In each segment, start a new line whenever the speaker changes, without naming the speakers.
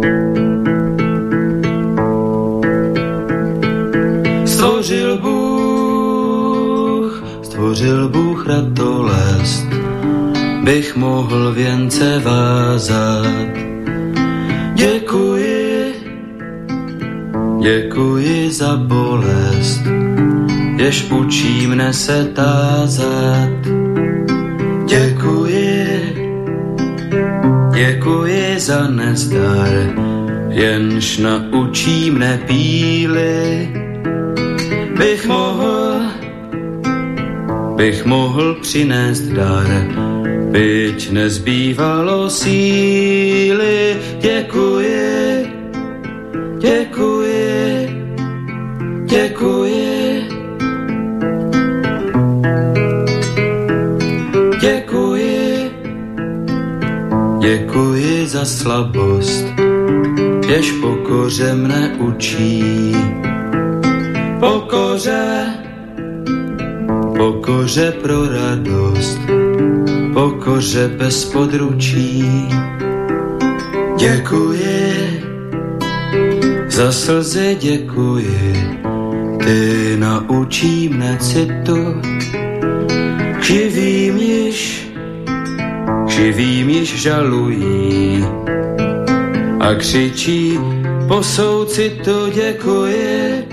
Stvořil Bůh ratolest, bych mohl věnce vázat. Děkuji za bolest, jež učí mne se tázat. Děkuji za nezdar, jenž naučí mne píly. Bych mohl přinést dar, byť nezbývalo síly. Děkuji za slabost, jež pokoře mne učí. Pokoře pro radost, pokoře bez područí. Děkuji za slzy, děkuji, ty naučí mne citu. Živým již žalují a křičí po soucitu. Děkuji.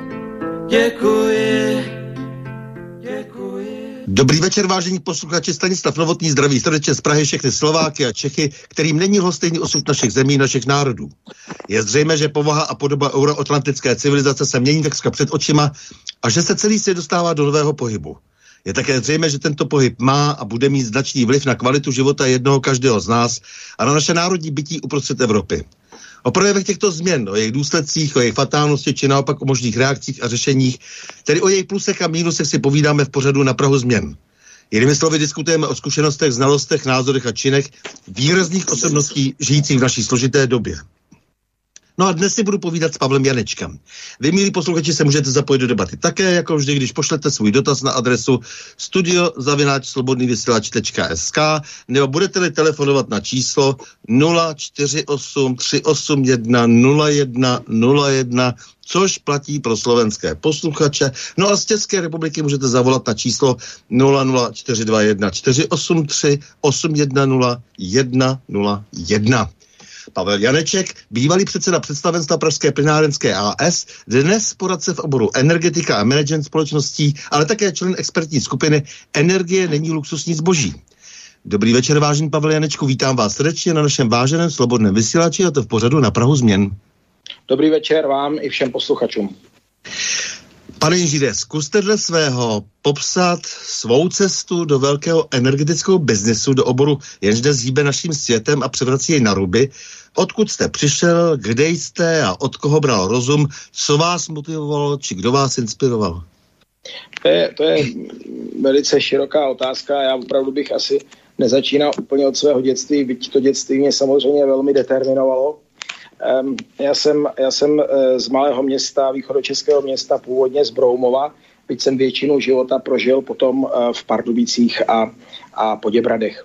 Dobrý večer, vážení posluchači, Stanislav Novotný zdraví srdečně z Prahy všechny Slováky a Čechy, kterým není lhostejný osud našich zemí, našich národů. Je zřejmé, že povaha a podoba euroatlantické civilizace se mění takřka před očima a že se celý svět dostává do nového pohybu. Je také zřejmé, že tento pohyb má a bude mít značný vliv na kvalitu života jednoho každého z nás a na naše národní bytí uprostřed Evropy. O projevech těchto změn, o jejich důsledcích, o jejich fatálnosti, či naopak o možných reakcích a řešeních, tedy o jejich plusech a mínusech si povídáme v pořadu Na prahu změn. Jinými slovy diskutujeme o zkušenostech, znalostech, názorech a činech výrazných osobností žijících v naší složité době. No a dnes si budu povídat s Pavlem Janečkem. Vy, milí posluchači, se můžete zapojit do debaty také, jako vždy, když pošlete svůj dotaz na adresu studio@slobodnývysílač.sk nebo budete-li telefonovat na číslo 048 381 0101, což platí pro slovenské posluchače. No a z České republiky můžete zavolat na číslo 00421 483 810 101. Pavel Janeček, bývalý předseda představenstva Pražské plynárenské AS, dnes poradce v oboru energetika a management společností, ale také člen expertní skupiny Energie není luxusní zboží. Dobrý večer, vážený Pavel Janečku, vítám vás srdečně na našem váženém slobodném vysílači a to v pořadu Na prahu změn.
Dobrý večer vám i všem posluchačům.
Pane inženýre, zkuste dle svého popsat svou cestu do velkého energetického biznesu, do oboru, jenž dnes hýbe naším světem a převrací jej na ruby. Odkud jste přišel, kde jste a od koho bral rozum, co vás motivovalo, či kdo vás inspiroval?
To je velice široká otázka. Já opravdu bych asi nezačínal úplně od svého dětství, byť to dětství mě samozřejmě velmi determinovalo. Já jsem z malého města, východočeského města, původně z Broumova, byť jsem většinu života prožil potom v Pardubicích a Poděbradech.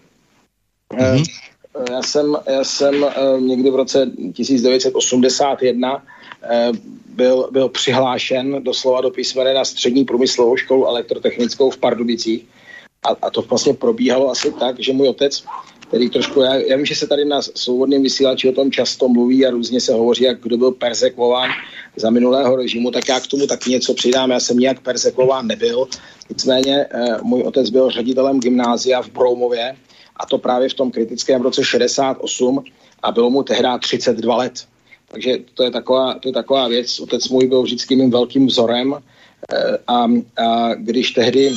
Já jsem někdy v roce 1981 byl přihlášen doslova do písmene na střední průmyslovou školu elektrotechnickou v Pardubicích. A to vlastně probíhalo asi tak, že můj otec, který trošku, já vím, že se tady na svobodném vysílači o tom často mluví a různě se hovoří, jak kdo byl perzekvován za minulého režimu, tak já k tomu taky něco přidám. Já jsem nijak perzekvován nebyl. Nicméně můj otec byl ředitelem gymnázia v Broumově a to právě v tom kritickém roce 68 a bylo mu tehdy 32 let. Takže to je taková věc. Otec můj byl vždycky mým velkým vzorem a když tehdy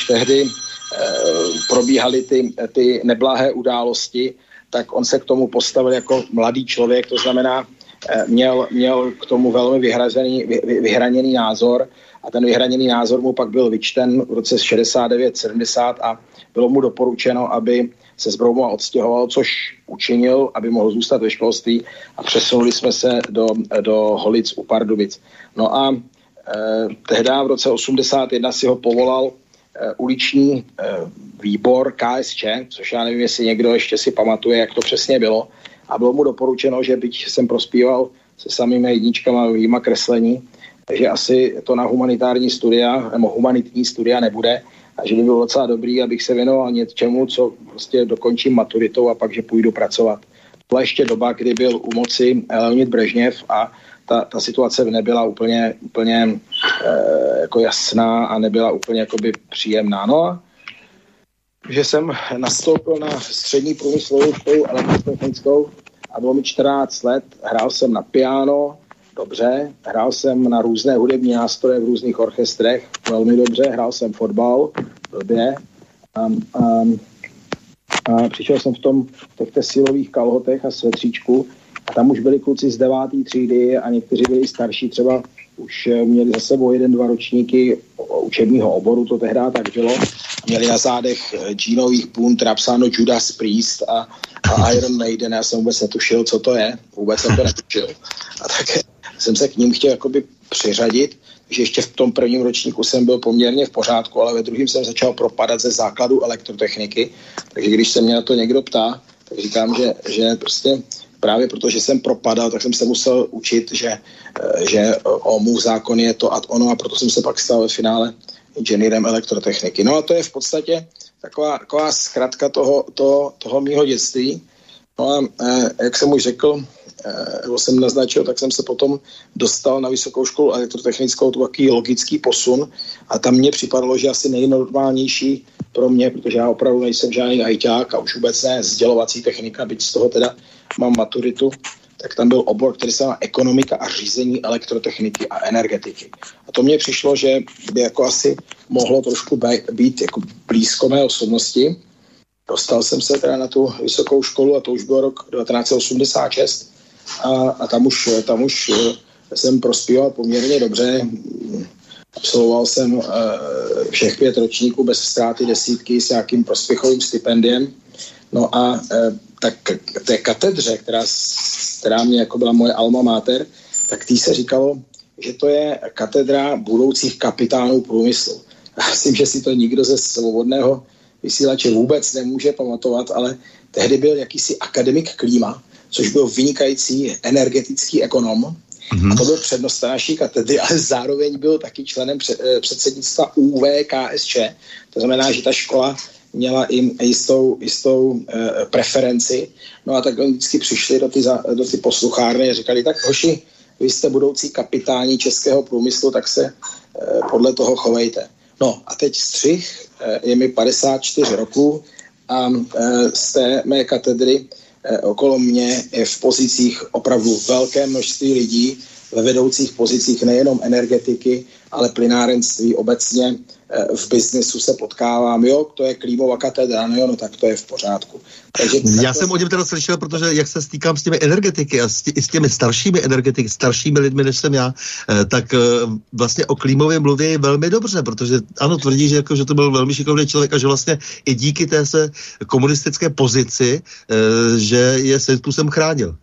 probíhaly ty neblahé události, tak on se k tomu postavil jako mladý člověk, to znamená, měl k tomu velmi vyhraněný názor a ten vyhraněný názor mu pak byl vyčten v roce 69-70 a bylo mu doporučeno, aby se z Broumova odstěhoval, což učinil, aby mohl zůstat ve školství a přesunuli jsme se do Holic u Pardubic. No a tehdy v roce 81 si ho povolal uliční výbor KSČ, což já nevím, jestli někdo ještě si pamatuje, jak to přesně bylo, a bylo mu doporučeno, že byť jsem prospíval se samými jedničkama výjima kreslení, že asi to na humanitární studia nebo humanitní studia nebude a že by bylo docela dobrý, abych se věnoval něčemu, co prostě dokončím maturitou a pak, že půjdu pracovat. Byla ještě doba, kdy byl u moci Leonid Brežněv a ta situace nebyla úplně jako jasná a nebyla úplně jakoby příjemná. No a že jsem nastoupil na střední průmyslovou školu elektrotechnickou a bylo mi 14 let, hrál jsem na piano, dobře, hrál jsem na různé hudební nástroje v různých orchestrech, velmi dobře, hrál jsem fotbal, blbě, a přišel jsem v těch silových kalhotech a svetříčku a tam už byli kluci z 9. třídy a někteří byli starší, třeba už měli za sebou 1-2 ročníky učebního oboru, to tehdy tak bylo. Měli na zádech džínových punt napsáno Judas Priest a Iron Maiden, já jsem vůbec netušil, co to je, vůbec jsem to netušil. A tak jsem se k ním chtěl jakoby přiřadit, že ještě v tom prvním ročníku jsem byl poměrně v pořádku, ale ve druhém jsem začal propadat ze základu elektrotechniky, takže když se mě na to někdo ptá, tak říkám, že prostě právě protože jsem propadal, tak jsem se musel učit, že Ohmův zákon je to a ono a proto jsem se pak stal ve finále inženýrem elektrotechniky. No a to je v podstatě taková zkratka toho mýho dětství. No a jak jsem už řekl, nebo jsem naznačil, tak jsem se potom dostal na vysokou školu elektrotechnickou, to takový logický posun a tam mně připadalo, že asi nejnormálnější pro mě, protože já opravdu nejsem žádný ajťák a už vůbec ne sdělovací technika, byť z toho teda mám maturitu, tak tam byl obor, který se jmenuje ekonomika a řízení elektrotechniky a energetiky. A to mně přišlo, že by jako asi mohlo trošku být jako blízko mé osobnosti. Dostal jsem se teda na tu vysokou školu a to už byl rok 1986 a tam už jsem prospíval poměrně dobře. Absolvoval jsem všech 5 ročníků bez ztráty 10 s nějakým prospěchovým stipendiem. No a tak té katedře, která mě jako byla moje alma mater, tak tý se říkalo, že to je katedra budoucích kapitánů průmyslu. Já myslím, že si to nikdo ze svobodného vysílače vůbec nemůže pamatovat, ale tehdy byl jakýsi akademik Klíma, což byl vynikající energetický ekonom. A to byl přednosta naší katedry, ale zároveň byl taky členem předsednictva UVKSČ. To znamená, že ta škola měla i jistou preferenci. No a tak oni vždycky přišli do ty posluchárny a říkali, tak hoši, vy jste budoucí kapitáni českého průmyslu, tak se podle toho chovejte. No a teď střih, je mi 54 roků a z té mé katedry okolo mě je v pozicích opravdu velké množství lidí, ve vedoucích pozicích nejenom energetiky, ale plynárenství obecně. V biznesu se potkávám, jo, to je Klímova katedra, no jo, no tak to je v pořádku. Takže
já jsem o něm teda slyšel, protože jak se stýkám s těmi energetiky a s těmi staršími energetiky, staršími lidmi, než jsem já, tak vlastně o Klímově mluví velmi dobře, protože ano, tvrdí, že to byl velmi šikovný člověk a že vlastně i díky té se komunistické pozici, že je svým způsobem chránil.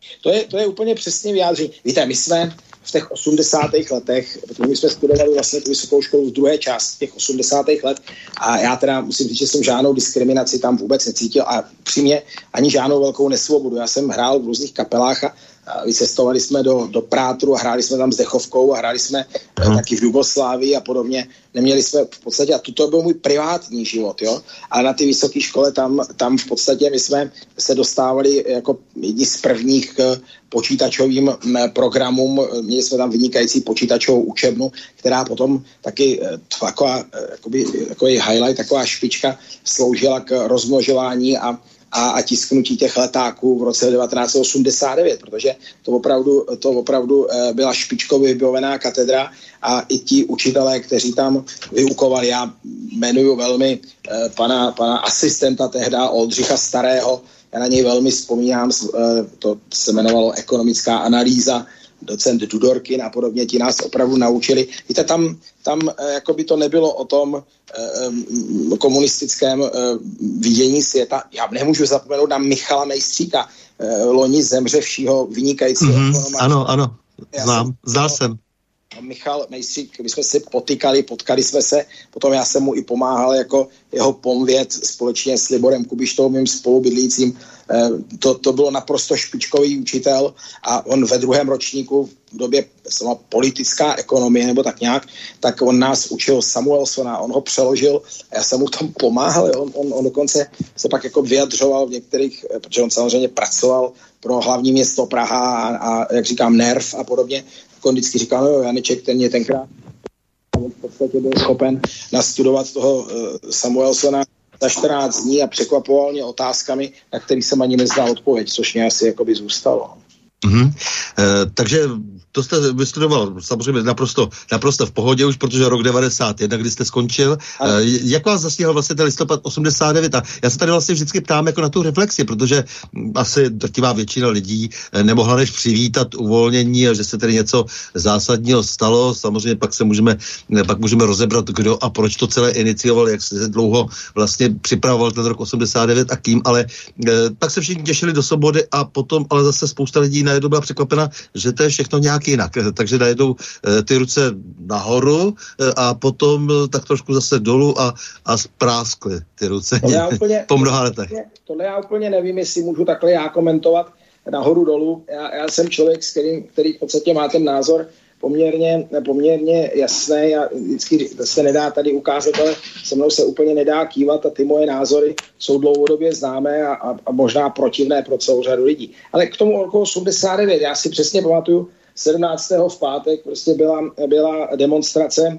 To je úplně přesně vyjádření. Víte, my jsme v těch 80. letech, protože my jsme studovali vlastně tu vysokou školu v druhé části těch 80. let a já teda musím říct, že jsem žádnou diskriminaci tam vůbec necítil a přímě ani žádnou velkou nesvobodu. Já jsem hrál v různých kapelách a vycestovali jsme do Prátru a hráli jsme tam s Dechovkou a hráli jsme taky v Jugoslávii a podobně. Neměli jsme v podstatě, a to byl můj privátní život, jo. Ale na ty vysoké škole tam v podstatě my jsme se dostávali jako jedni z prvních k počítačovým programům. Měli jsme tam vynikající počítačovou učebnu, která potom taky takový highlight, taková špička sloužila k rozmnožování a tisknutí těch letáků v roce 1989, protože to opravdu byla špičkově vybavená katedra a i ti učitelé, kteří tam vyukovali, já jmenuju velmi pana asistenta tehda Oldřicha Starého, já na něj velmi vzpomínám, to se jmenovalo ekonomická analýza, docent Dudorkin a podobně, ti nás opravdu naučili. Víte, tam jakoby to nebylo o tom komunistickém vidění světa. Já nemůžu zapomenout na Michala Mejstříka, loni zemřevšího vynikajícího ekonoma.
Ano, znal jsem.
Michal Mejstřík, my jsme si potkali jsme se, potom já jsem mu i pomáhal jako jeho pomvěd společně s Liborem Kubištou, mým spolubydlícím To bylo naprosto špičkový učitel a on ve druhém ročníku v době politická ekonomie nebo tak nějak, tak on nás učil Samuelsona, on ho přeložil a já jsem mu tam pomáhal. On dokonce se pak jako vyjadřoval v některých, protože on samozřejmě pracoval pro hlavní město Praha a jak říkám, NERV a podobně. Tak on vždycky říkal, no jo, Janeček, ten mě tenkrát v podstatě byl schopen nastudovat toho Samuelsona za 14 dní a překvapoval mě otázkami, na který jsem ani neznal odpověď, což mě asi jakoby zůstalo.
Takže to jste vystudoval samozřejmě naprosto v pohodě už, protože rok 91, kdy jste skončil. Jak vás zastíhal vlastně ten listopad 89? A já se tady vlastně vždycky ptám jako na tu reflexi, protože asi drtivá většina lidí nemohla než přivítat uvolnění a že se tedy něco zásadního stalo. Samozřejmě pak můžeme rozebrat, kdo a proč to celé inicioval, jak se dlouho vlastně připravoval ten rok 89 a kým, ale pak se všichni těšili do svobody a potom ale zase spousta lidí najednou byla překvapena, že to je všechno nějak jinak. Takže najednou ty ruce nahoru a potom tak trošku zase dolů a spráskly ty ruce po mnoha letech.
Tohle já úplně nevím, jestli můžu takhle já komentovat nahoru dolů. Já jsem člověk, který v podstatě má ten názor poměrně jasný a vždycky se nedá tady ukázat, ale se mnou se úplně nedá kývat a ty moje názory jsou dlouhodobě známé a možná protivné pro celou řadu lidí. Ale k tomu roku 89, já si přesně pamatuju, 17. v pátek prostě byla demonstrace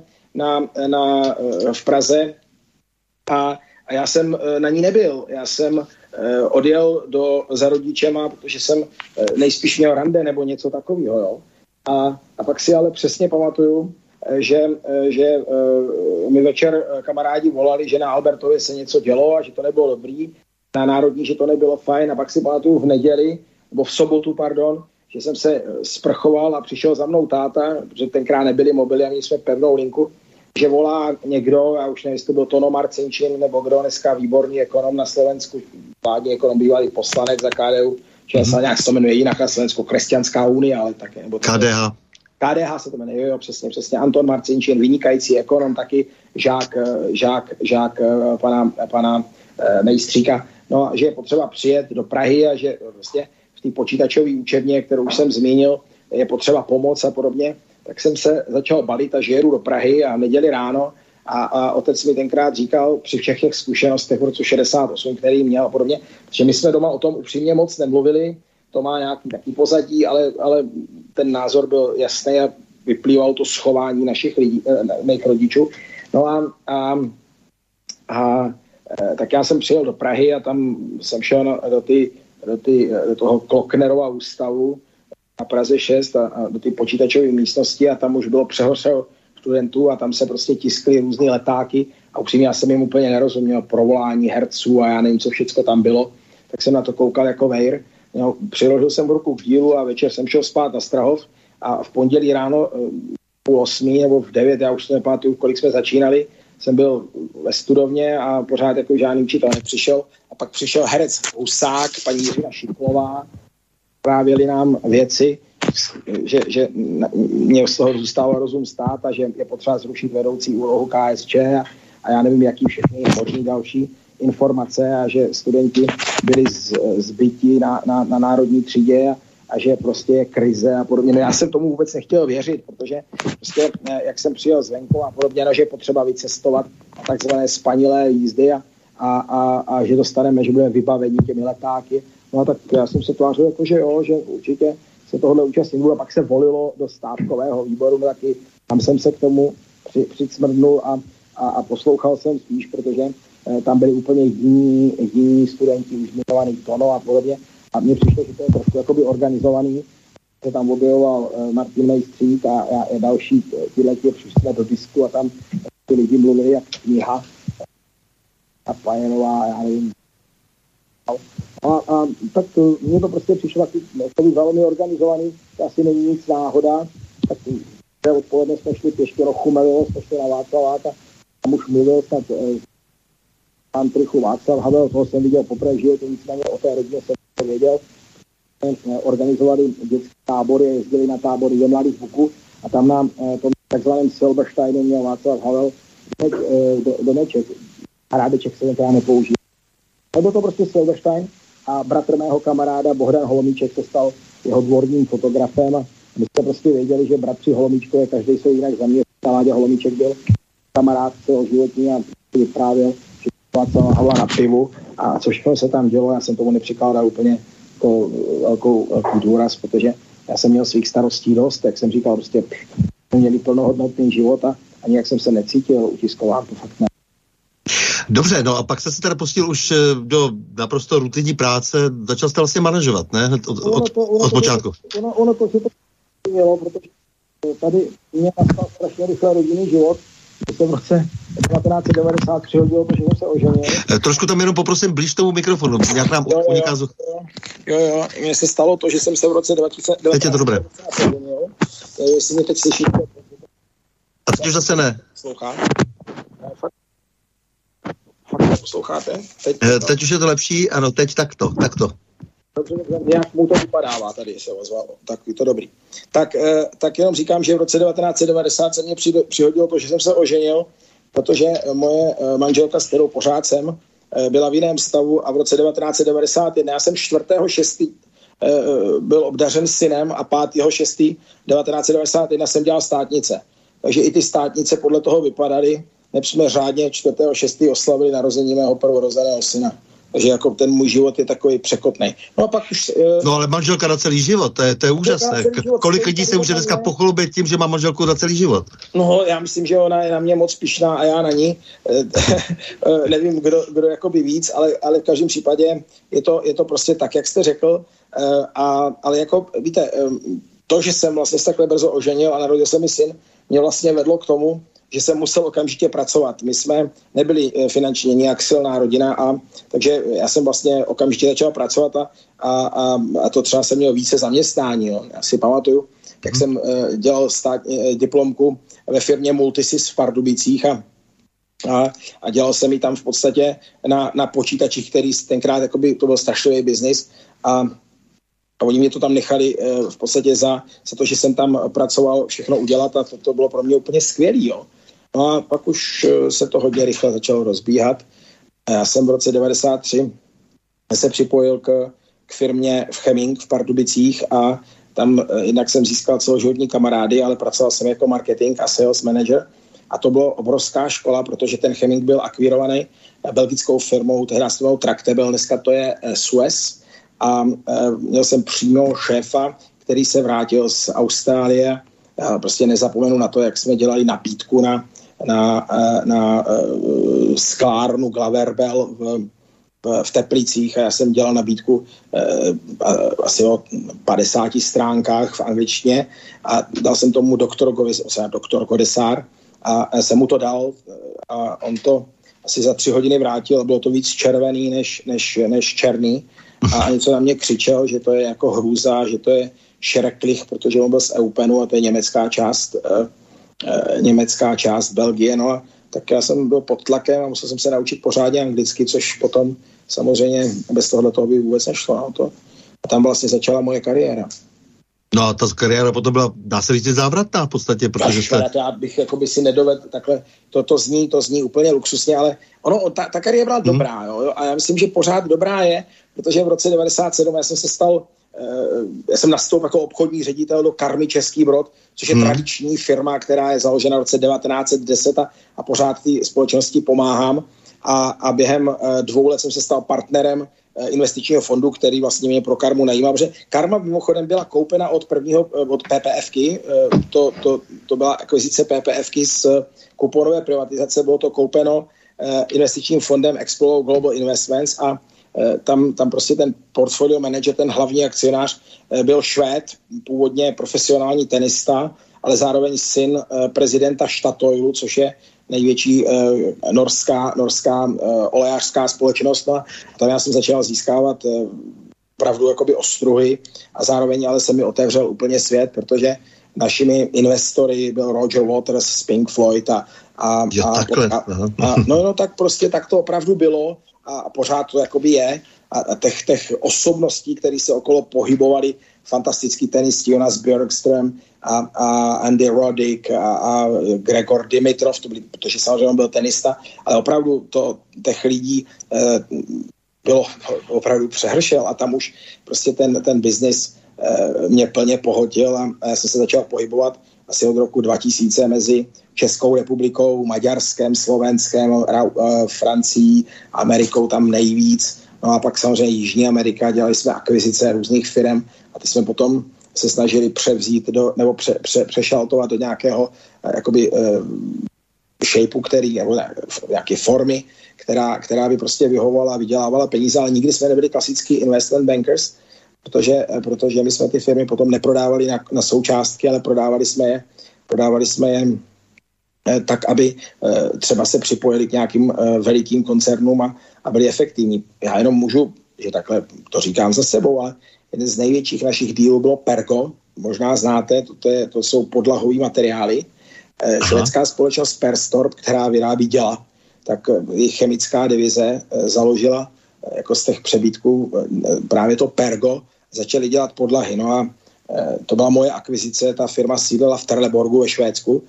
v Praze a já jsem na ní nebyl. Já jsem odjel za rodičema, protože jsem nejspíš měl rande nebo něco takového, jo. A pak si ale přesně pamatuju, že mi večer kamarádi volali, že na Albertově se něco dělo a že to nebylo dobrý, na Národní, že to nebylo fajn a pak si pamatuju v neděli, nebo v sobotu, že jsem se sprchoval a přišel za mnou táta, protože tenkrát nebyly mobily a měli jsme pevnou linku, že volá někdo, já už nevím, jestli to byl Tono Marcinčin, nebo kdo dneska výborný ekonom na Slovensku, vládní ekonom, bývalý poslanec za KDU, že se nějak se jmenuje jinak na Slovensku, Křesťanská unie, ale také. Nebo
KDH.
KDH se to jmenuje, jo, přesně. Anton Marcinčin, vynikající ekonom, taky žák pana Mejstříka. No, že je potřeba přijet do Prahy a že vlastně v té počítačové učebně, kterou už jsem zmínil, je potřeba pomoc a podobně. Tak jsem se začal balit a že jedu do Prahy a neděli ráno a otec mi tenkrát říkal při všech těch zkušenostech v roce 68, který měl a podobně, že my jsme doma o tom upřímně moc nemluvili, to má nějaký taký pozadí, ale ten názor byl jasný a vyplývalo to schování mých rodičů. No a tak já jsem přijel do Prahy a tam jsem šel do toho Klocknerova ústavu na Praze 6 a do té počítačové místnosti a tam už bylo přehořel studentů a tam se prostě tiskly různý letáky a upřímně já jsem jim úplně nerozuměl provolání herců a já nevím, co všecko tam bylo, tak jsem na to koukal jako vejr. No, přiložil jsem v ruku k dílu a večer jsem šel spát na Strahov a v pondělí ráno 8 nebo v 9, já už se nepamatuju, kolik jsme začínali, jsem byl ve studovně a pořád jako žádný učitel nepřišel a pak přišel herec Husák, paní Jiřina Šiklová, vyprávěli nám věci, že mě z toho zůstával rozum stát a že je potřeba zrušit vedoucí úlohu KSČ a já nevím, jaký všechny možný další informace a že studenti byli zbyti na národní třídě a že prostě je krize a podobně. No já jsem tomu vůbec nechtěl věřit, protože prostě, jak jsem přijel zvenku a podobně, no, že je potřeba vycestovat na takzvané spanilé jízdy a že dostaneme, že budeme vybavení těmi letáky. No tak já jsem se tvářil jako, že jo, že určitě se tohle účastnit budu a pak se volilo do stávkového výboru, taky tam jsem se k tomu přicmrdnul a poslouchal jsem spíš, protože tam byli úplně jiní studenti, už jmenovaný Tono a podobně. A mně přišlo, že to je trošku jakoby organizovaný, se tam objevoval Martin Mejstřík a další tyhleti přišli do disku a tam ty lidi mluvili jak kniha a Pajenová, já nevím. A tak mně to prostě přišlo takový velmi organizovaný, to asi není nic náhoda. Tak odpoledne jsme šli pěšky do Chumelova, jsme šli na Václaváka, tam už mluvil snad Antrichu Václav Havel, toho jsem viděl poprvé životě, nicméně o té rodině jsem to věděl. Organizovali dětské tábory, jezdili na tábory do Mladých Buků a tam na tom takzvaném Silbersteinu měl Václav Havel domeček. A Rádeček se tenkrát nepoužil. Byl to prostě Silberstein a bratr mého kamaráda Bohdan Holomíček se stal jeho dvorním fotografem a my jsme prostě věděli, že bratři Holomíčkové, každý se jinak zaměřil. Láďa Holomíček byl kamarád celoživotní a vyprávěl, že celá hlava na pivu a co všechno se tam dělo, já jsem tomu nepřikládal úplně jako velkou důraz, protože já jsem měl svých starostí dost, tak jsem říkal prostě, měli plnohodnotný život a nějak jsem se necítil u tiskován, to fakt ne.
Dobře, no a pak jste se teda pustil už do naprosto rutinní práce, začal jste vlastně manažovat, ne? Od počátku.
Ono to si to mělo, protože tady mě nastal strašně rychle rodinný život, že se v roce 1990 přihodilo to, že jsem se oženil.
Trošku tam jenom poprosím blíž tomu mikrofonu, nějak nám uniká zuch.
Jo, mně se stalo to, že jsem se v roce 1990
teď je to dobré.
oženil. Jestli mě teď slyšíte.
A teď už zase ne.
Posloucháte? Fakt neposloucháte?
Teď už je to lepší, ano, teď takto.
Dobře, nějak mu to vypadává, tady se ozvalo, tak je to dobrý. Tak jenom říkám, že v roce 1990 se mě přihodilo to, že jsem se oženil, protože moje manželka, s kterou pořád jsem, byla v jiném stavu a v roce 1991, já jsem 4.6. byl obdařen synem a 5.6.1991 jsem dělal státnice. Takže i ty státnice podle toho vypadaly, neb jsme řádně 4.6. oslavili narození mého prvorozeného syna. Takže jako ten můj život je takový překotnej. No a pak už...
No ale manželka na celý život, to je úžasné. Kolik lidí se může dneska pochlubit tím, že má manželku na celý život?
No, já myslím, že ona je na mě moc pyšná a já na ní. Nevím, kdo jakoby víc, ale v každém případě je to prostě tak, jak jste řekl. Ale jako, víte, to, že jsem vlastně se takhle brzo oženil a narodil se mi syn, mě vlastně vedlo k tomu, že jsem musel okamžitě pracovat. My jsme nebyli finančně nějak silná rodina, takže já jsem vlastně okamžitě začal pracovat a to třeba jsem měl více zaměstnání. Jo. Já si pamatuju, jak jsem dělal diplomku ve firmě Multisys v Pardubicích a dělal jsem ji tam v podstatě na počítačích, který tenkrát jakoby, to byl strašlivý biznis a oni mě to tam nechali v podstatě za to, že jsem tam pracoval všechno udělat a to bylo pro mě úplně skvělý. Jo. No a pak už se to hodně rychle začalo rozbíhat. A já jsem v roce 1993 se připojil k firmě v Cheming v Pardubicích a tam jednak jsem získal celoživotní kamarády, ale pracoval jsem jako marketing a sales manager. A to bylo obrovská škola, protože ten Cheming byl akvirovaný belgickou firmou, tehdy se to Tractable, dneska to je Suez. A měl jsem přímo šéfa, který se vrátil z Austrálie. Já prostě nezapomenu na to, jak jsme dělali nabídku na sklárnu Glaverbel v Teplicích a já jsem dělal nabídku asi o 50 stránkách v angličtině a dal jsem tomu doktor Godesár a jsem mu to dal a on to asi za 3 hodiny vrátil a bylo to víc červený než černý a něco na mě křičel, že to je jako hrůza, že to je Schrecklich, protože on byl z Eupenu a to je německá část Belgie, no a tak já jsem byl pod tlakem a musel jsem se naučit pořádně anglicky, což potom samozřejmě bez toho by vůbec nešlo. No a tam vlastně začala moje kariéra.
No a ta kariéra potom byla, dá se říct, závratná v podstatě, protože
Já bych jakoby si nedovedl takhle, to zní úplně luxusně, ale ta kariéra byla dobrá, jo, a já myslím, že pořád dobrá je, protože v roce 1997 já jsem nastoupil jako obchodní ředitel do Karmy Český Brod, což je tradiční firma, která je založena v roce 1910 a pořád té společnosti pomáhám. A během 2 let jsem se stal partnerem investičního fondu, který vlastně mě pro Karmu najímal, protože Karma mimochodem byla koupena od PPFky, to byla akvizice PPFky z kuponové privatizace, bylo to koupeno investičním fondem Explore Global Investments a tam prostě ten portfolio manager, ten hlavní akcionář byl Švéd, původně profesionální tenista, ale zároveň syn prezidenta Statoilu, což je největší norská olejářská společnost. A tam já jsem začal získávat pravdu jakoby ostruhy a zároveň ale se mi otevřel úplně svět, protože našimi investory byl Roger Waters z Pink Floyd tak prostě tak to opravdu bylo a pořád to jakoby je a těch osobností, které se okolo pohybovaly, fantastický tenisti, Jonas Björkström a Andy Roddick a Gregor Dimitrov, protože samozřejmě on byl tenista, ale opravdu těch lidí bylo opravdu přehršel a tam už prostě ten biznis mě plně pohltil a já jsem se začal pohybovat asi od roku 2000 mezi Českou republikou, Maďarskem, Slovenskem, Francií, Amerikou tam nejvíc. No a pak samozřejmě Jižní Amerika, dělali jsme akvizice různých firm a ty jsme potom se snažili převzít nebo přešaltovat do nějakého jakoby shapeu, nebo nějaké formy, která by prostě vyhovovala a vydělávala peníze, ale nikdy jsme nebyli klasický investment bankers, protože my jsme ty firmy potom neprodávali na součástky, ale prodávali jsme je tak, aby třeba se připojili k nějakým velikým koncernům a byli efektivní. Já jenom můžu, že takhle to říkám za sebou, ale jeden z největších našich dílů bylo Pergo, možná znáte, to jsou podlahové materiály. Švédská společnost Perstorp, která vyrábí děla, tak jejich chemická divize založila jako z těch přebytků právě to Pergo, začali dělat podlahy. No a to byla moje akvizice, ta firma sídlila v Trelleborgu ve Švédsku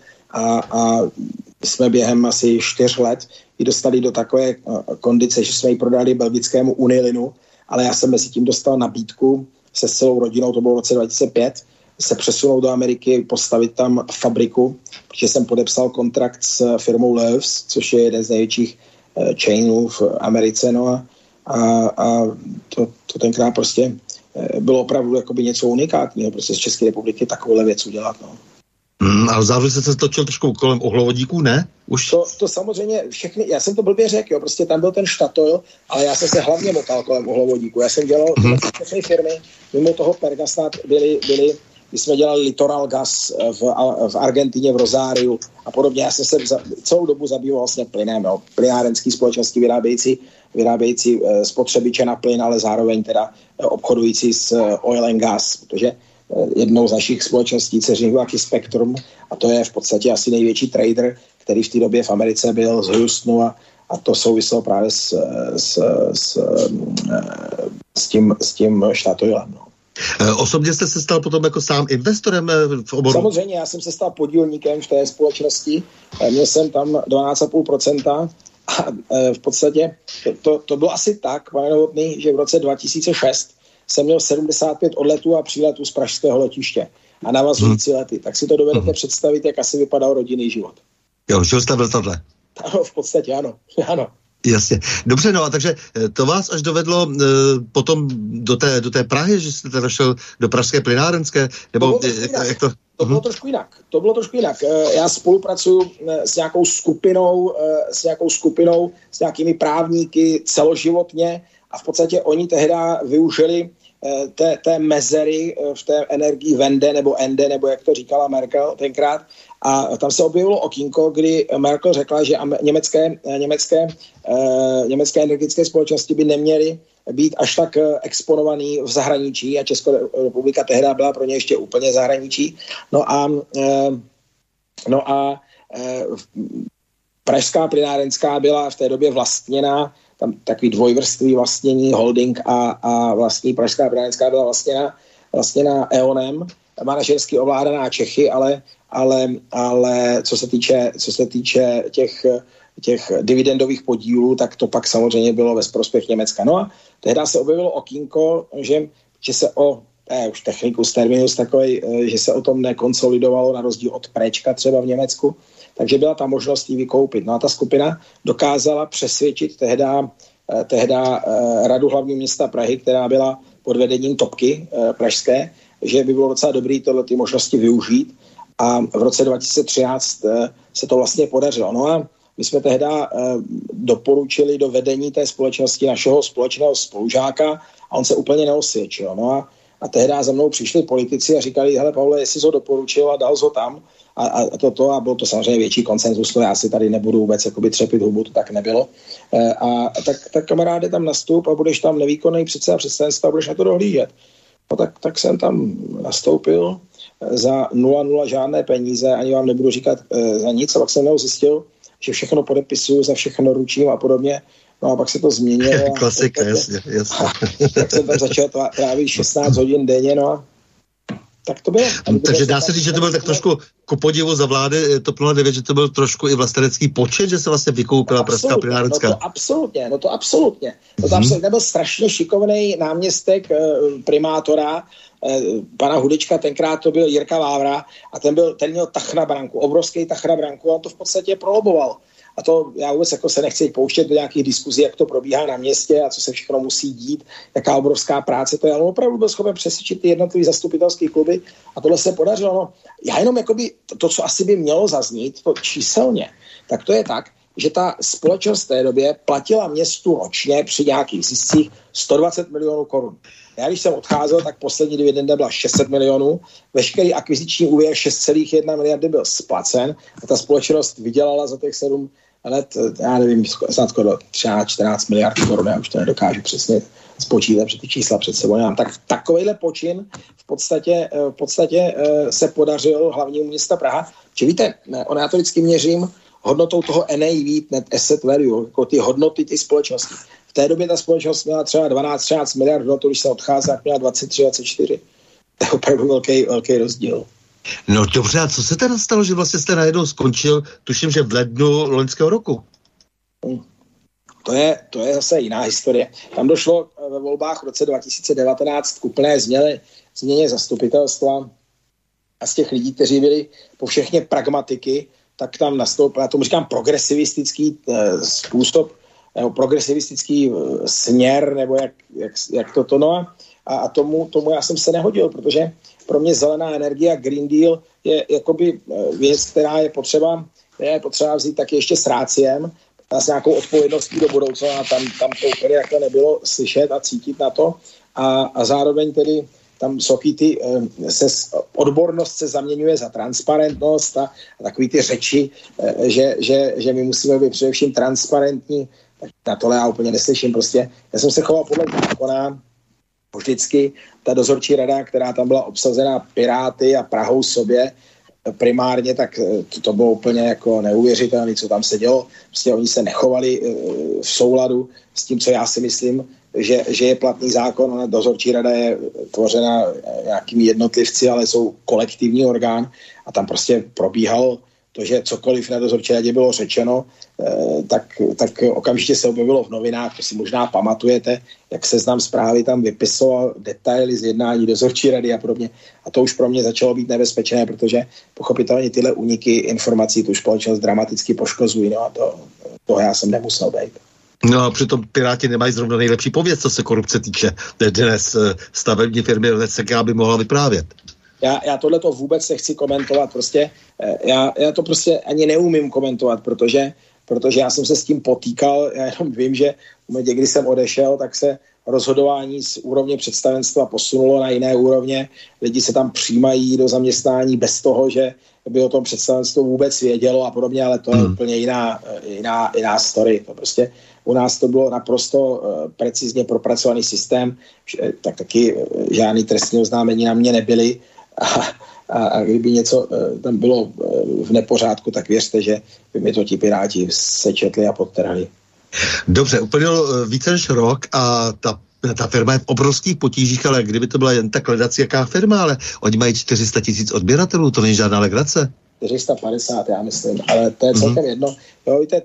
a jsme během asi 4 let ji dostali do takové kondice, že jsme ji prodali belgickému Unilinu, ale já jsem mezi tím dostal nabídku se celou rodinou, to bylo v roce 2005, se přesunout do Ameriky, postavit tam fabriku, protože jsem podepsal kontrakt s firmou Lowe's, což je jeden z největších chainů v Americe, no a to tenkrát prostě bylo opravdu jakoby něco unikátního, prostě z České republiky takovouhle věc udělat, no.
Ale zároveň se točil trošku kolem uhlovodíků, ne? Už?
To samozřejmě všechny, já jsem to blbě řekl, jo, prostě tam byl ten Statoil, ale já jsem se hlavně motal kolem uhlovodíků. Já jsem dělal všechny firmy, mimo toho Perga snad byly my jsme dělali Litoral Gas v Argentině, v Rosáriu a podobně. Já jsem se celou dobu zabýval vlastně plynem, no. Plynárenský společnosti vyrábějící spotřebiče na plyn, ale zároveň teda obchodující s oil and gas, protože jednou z našich společností dceřiných byl taky Spectrum a to je v podstatě asi největší trader, který v té době v Americe byl z Houstonu a to souviselo právě s tím Statoilem, no.
Osobně jste se stal potom jako sám investorem v oboru? Samozřejmě,
já jsem se stal podílníkem v té společnosti, měl jsem tam 12,5% a v podstatě to bylo asi tak, pane Novotný, že v roce 2006 jsem měl 75 odletů a příletů z pražského letiště a navazující lety. Tak si to dovedete představit, jak asi vypadal rodinný život.
Jo, žil jste v letadle?
Ano, v podstatě ano.
Jasně. Dobře, no a takže to vás až dovedlo potom do té Prahy, že jste teda šel do pražské plynárenské? Nebo
To bylo trošku jinak. Já spolupracuju s nějakou skupinou, s nějakými právníky celoživotně a v podstatě oni tehda využili té mezery v té energii Wende nebo Ende, nebo jak to říkala Merkel tenkrát. A tam se objevilo okýnko, kdy Merkel řekla, že německé energetické společnosti by neměly být až tak exponovaný v zahraničí a Česká republika tehdy byla pro ně ještě úplně zahraničí. No a pražská plynárenská byla v té době vlastněná, tam takový dvojvrstvý vlastnění, holding a vlastní pražská plynárenská byla vlastněná E.ONem, manažersky ovládaná Čechy, ale co se týče těch dividendových podílů, tak to pak samozřejmě bylo ve prospěch Německa. No a tehdy se objevilo okýnko, že se už technikus terminus takový, že se o tom nekonsolidovalo na rozdíl od Préčka třeba v Německu, takže byla ta možnost ji vykoupit. No a ta skupina dokázala přesvědčit tehda Radu hlavního města Prahy, která byla pod vedením Topky pražské, že by bylo docela dobré ty možnosti využít a v roce 2013 se to vlastně podařilo. No a my jsme tehda doporučili do vedení té společnosti našeho společného spolužáka a on se úplně neosvědčil. No a tehda za mnou přišli politici a říkali, hele Pavle, jestli jsi ho doporučil a dal jsi ho tam a byl to samozřejmě větší konsenzus, to já si tady nebudu vůbec jakoby třepit hubu, to tak nebylo. Tak kamaráde tam nastup a budeš tam nevýkonný předseda představenstva a budeš na to dohlížet. No tak jsem tam nastoupil za 0,0 žádné peníze, ani vám nebudu říkat za nic, a pak jsem zjistil, že všechno podepisuju, za všechno ručím a podobně. No a pak se to změnilo.
Klasika, jasně.
Tak jsem tam začal trávit 16 hodin denně, no a tak to bylo.
Takže dá se říct, že to byl tak trošku ku podivu za vlády TOP 09, že to byl trošku i vlastenecký počet, že se vlastně vykoupila pražská plynárenská.
No to absolutně. Nebyl strašně šikovný náměstek primátora, pana Hudečka, tenkrát to byl Jirka Vávra a ten měl tah na branku, obrovský tah na branku a on to v podstatě proloboval. A to já vůbec jako se nechci pouštět do nějakých diskuzí, jak to probíhá na městě a co se všechno musí dít, jaká obrovská práce to je, ale opravdu byl schopen přesvědčit ty jednotlivý zastupitelské kluby a tohle se podařilo. No, já jenom jakoby to, co asi by mělo zaznít, to číselně, tak to je tak, že ta společnost v té době platila městu ročně při nějakých ziscích 120 milionů korun. Já když jsem odcházel, tak poslední dividenda byla 600 milionů, veškerý akviziční úvěr 6,1 miliardy byl splacen a ta společnost vydělala za těch 7 let, já nevím, snad skoro 13-14 miliard korun, já už to nedokážu přesně spočítat, protože ty čísla před sebou nemám. Tak takovejhle počin v podstatě se podařil hlavnímu města Praha. Či víte, já to vždycky měřím hodnotou toho NAV, net asset value, jako ty hodnoty ty společnosti. V té době ta společnost měla třeba 12-13 miliard hodnotu, když se odchází, tak měla 23-24. To je opravdu velký rozdíl.
No dobře, a co se teda stalo, že vlastně jste najednou skončil, tuším, že v lednu loňského roku?
To je zase jiná historie. Tam došlo ve volbách v roce 2019 k úplné změně zastupitelstva a z těch lidí, kteří byli povšechně pragmatiky, tak tam nastoupil, já tomu říkám progresivistický způsob, nebo progresivistický směr, nebo jak toto, no a tomu já jsem se nehodil, protože pro mě zelená energie a Green Deal je jakoby věc, která je potřeba vzít taky ještě s ráciem a s nějakou odpovědností do budoucna a tam to úplně takhle nebylo slyšet a cítit na to a zároveň tedy tam odbornost se zaměňuje za transparentnost a takový ty řeči, že my musíme být především transparentní, tak na tohle já úplně neslyším prostě. Já jsem se choval podle zákona, vždycky ta dozorčí rada, která tam byla obsazená Piráty a Prahou sobě primárně, tak to bylo úplně jako neuvěřitelné, co tam se dělo. Prostě oni se nechovali v souladu s tím, co já si myslím, že je platný zákon. Ona dozorčí rada je tvořena nějakými jednotlivci, ale jsou kolektivní orgán a tam prostě probíhalo to, že cokoliv na dozorčí radě bylo řečeno, tak okamžitě se objevilo v novinách, to si možná pamatujete, jak Seznam Zprávy tam vypisoval detaily z jednání dozorčí rady a podobně. A to už pro mě začalo být nebezpečné, protože pochopitelně tyhle úniky informací tu společnost dramaticky poškozují. No a toho já jsem nemusel být.
No a přitom Piráti nemají zrovna nejlepší pověst, co se korupce týče. Dnes stavební firmy LCK by mohla vyprávět.
Já tohleto vůbec nechci komentovat, prostě já to prostě ani neumím komentovat, protože já jsem se s tím potýkal, já jenom vím, že v momentě, kdy jsem odešel, tak se rozhodování z úrovně představenstva posunulo na jiné úrovně, lidi se tam přijímají do zaměstnání bez toho, že by o tom představenstvo vůbec vědělo a podobně, ale to je úplně jiná story. To prostě u nás to bylo naprosto precizně propracovaný systém, tak taky žádný trestní oznámení na mě nebyly a kdyby něco tam bylo v nepořádku, tak věřte, že by mi to ti Piráti sečetli a podtrhli.
Dobře, uplynul více než rok a ta firma je v obrovských potížích, ale kdyby to byla jen tak ledací jaká firma, ale oni mají 400 000 odběratelů, to není žádná legrace.
450, já myslím, ale to je celkem jedno. Jo, víte,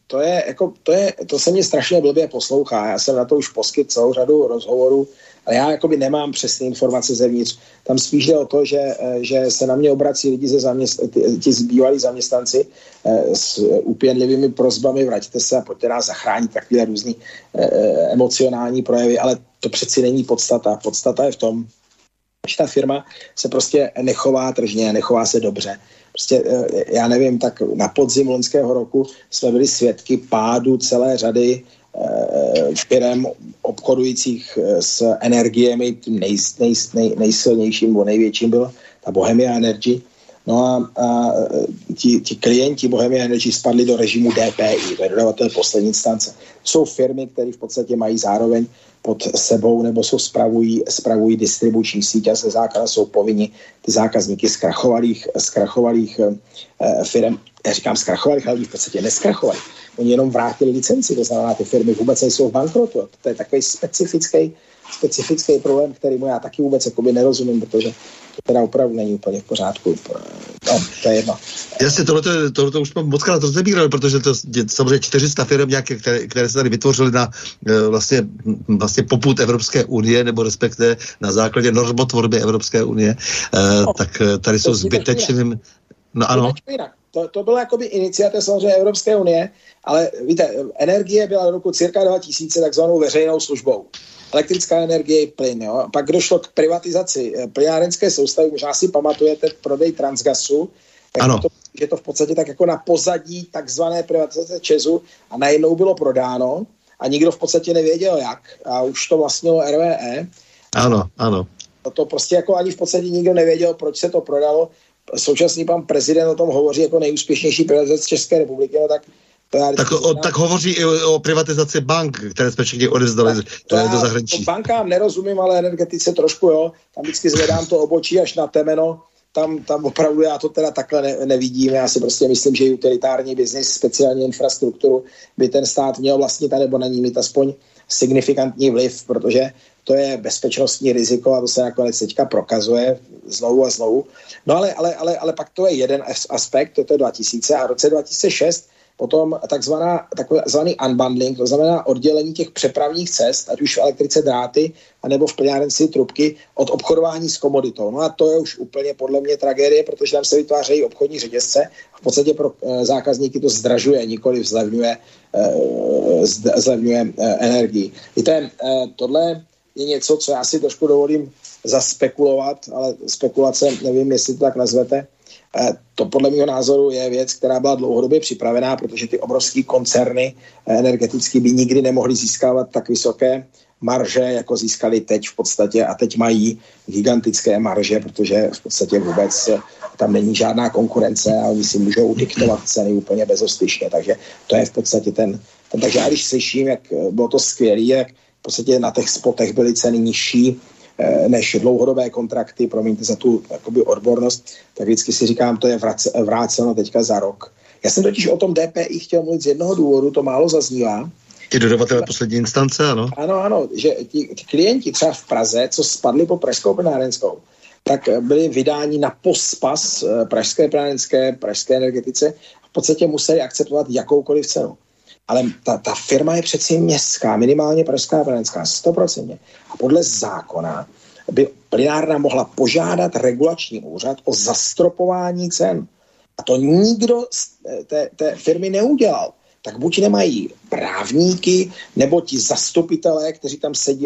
to se mě strašně blbě poslouchá. Já jsem na to už poskytl celou řadu rozhovorů, ale já jakoby nemám přesné informace zevnitř. Tam spíš jde o to, že se na mě obrací lidi ti zbývalí zaměstnanci s úpěnlivými prosbami, vraťte se a pojďte nás zachránit, takové různý emocionální projevy, ale to přeci není podstata. Podstata je v tom, že ta firma se prostě nechová tržně, nechová se dobře. Prostě, já nevím, tak na podzim loňského roku jsme byli svědky pádu celé řady firem obchodujících s energiemi, nejsilnějším nebo největším byl ta Bohemia Energy. No a ti klienti Bohemia Energy spadli do režimu DPI, to je dodavatel poslední instance. Jsou firmy, které v podstatě mají zároveň pod sebou nebo spravují distribuční síť a ze základu jsou povinni ty zákazníky zkrachovaných firm. Já říkám zkrachovaných, ale v podstatě neskrachovali. Oni jenom vrátili licenci, to znamená, ty firmy vůbec nejsou v bankrotu. To je takový specifický problém, kterýmu já taky vůbec nerozumím, protože to teda opravdu není úplně v pořádku. No, to je jedno.
Jasně, tohle už jsme mockrát rozebírali, protože to je samozřejmě 400 firm nějaké, které se tady vytvořily na vlastně popud Evropské unie, nebo respektive na základě normotvorby Evropské unie, tak tady jsou zbytečným... No ano.
To byla jakoby iniciativa samozřejmě Evropské unie, ale víte, energie byla do roku cirka 2000 takzvanou veřejnou službou. Elektrická energie i plyn. Jo? Pak došlo k privatizaci plynárenské soustavy, možná si pamatujete prodej Transgasu, že to v podstatě tak jako na pozadí takzvané privatizace ČEZu a najednou bylo prodáno a nikdo v podstatě nevěděl jak a už to vlastnilo RWE.
Ano.
To prostě jako ani v podstatě nikdo nevěděl, proč se to prodalo. Současný pan prezident o tom hovoří jako nejúspěšnější privatizace České republiky, no tak
hovoří i o privatizaci bank, které jsme všichni odevzdali do zahraničí.
Bankám nerozumím, ale energetice trošku, jo. Tam vždycky zvedám to obočí až na temeno. Tam opravdu já to teda takhle nevidím. Já si prostě myslím, že utilitární biznis, speciálně infrastrukturu, by ten stát měl vlastnit, nebo na ní mít aspoň signifikantní vliv, protože to je bezpečnostní riziko a to se nakonec teďka prokazuje znovu a znovu. No ale pak to je jeden aspekt, to je 2000 a v roce 2006 potom takzvaný unbundling, to znamená oddělení těch přepravních cest, ať už v elektrice dráty, anebo v plynárenství trubky, od obchodování s komoditou. No a to je už úplně podle mě tragédie, protože tam se vytvářejí obchodní řetězce. V podstatě pro zákazníky to zdražuje, nikoli zlevňuje energii. Víte, tohle je něco, co já si trošku dovolím zaspekulovat, ale spekulace, nevím, jestli to tak nazvete. To podle mého názoru je věc, která byla dlouhodobě připravená, protože ty obrovské koncerny energetické by nikdy nemohly získávat tak vysoké marže, jako získali teď v podstatě a teď mají gigantické marže, protože v podstatě vůbec tam není žádná konkurence a oni si můžou diktovat ceny úplně bezostyšně, takže to je v podstatě takže já když slyším, jak bylo to skvělé, jak v podstatě na těch spotech byly ceny nižší než dlouhodobé kontrakty, promiňte za tu jakoby odbornost, tak vždycky si říkám, to je vráceno teďka za rok. Já jsem totiž o tom DPI chtěl mluvit z jednoho důvodu, to málo zaznívá.
Ti dodavatele poslední instance, ano?
Ano, že ti klienti třeba v Praze, co spadli po Pražskou plynárenskou, tak byli vydáni na pospas pražské plynárenské, pražské energetice, v podstatě museli akceptovat jakoukoliv cenu. Ale ta firma je přeci městská, minimálně pražská plynárenská, 100%. A podle zákona by plynárna mohla požádat regulační úřad o zastropování cen. A to nikdo z té firmy neudělal. Tak buď nemají právníky, nebo ti zastupitelé, kteří tam sedí,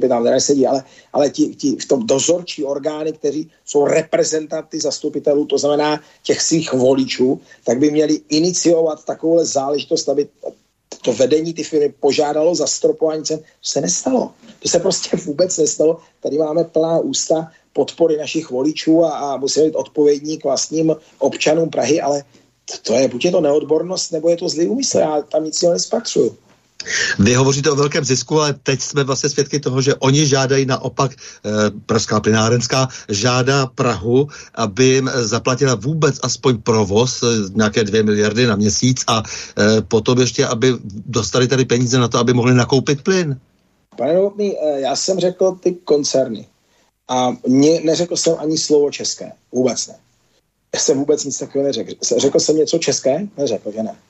ale ti v tom dozorčí orgány, kteří jsou reprezentanty zastupitelů, to znamená těch svých voličů, tak by měli iniciovat takovou záležitost, aby to vedení ty firmy požádalo za stropování cen. To se nestalo. To se prostě vůbec nestalo. Tady máme plná ústa podpory našich voličů a musíme být odpovědní k vlastním občanům Prahy, ale to je buď je to neodbornost, nebo je to zlý úmysl. Já tam nic nespatřuju.
Vy hovoříte o velkém zisku, ale teď jsme vlastně svědky toho, že oni žádají naopak, Pražská plynárenská žádá Prahu, aby jim zaplatila vůbec aspoň provoz, nějaké 2 miliardy na měsíc a potom ještě, aby dostali tady peníze na to, aby mohli nakoupit plyn.
Pane Novotný, já jsem řekl ty koncerny a neřekl jsem ani slovo české. Vůbec ne. Já jsem vůbec nic takového neřekl. Řekl jsem něco české? Neřekl, že ne.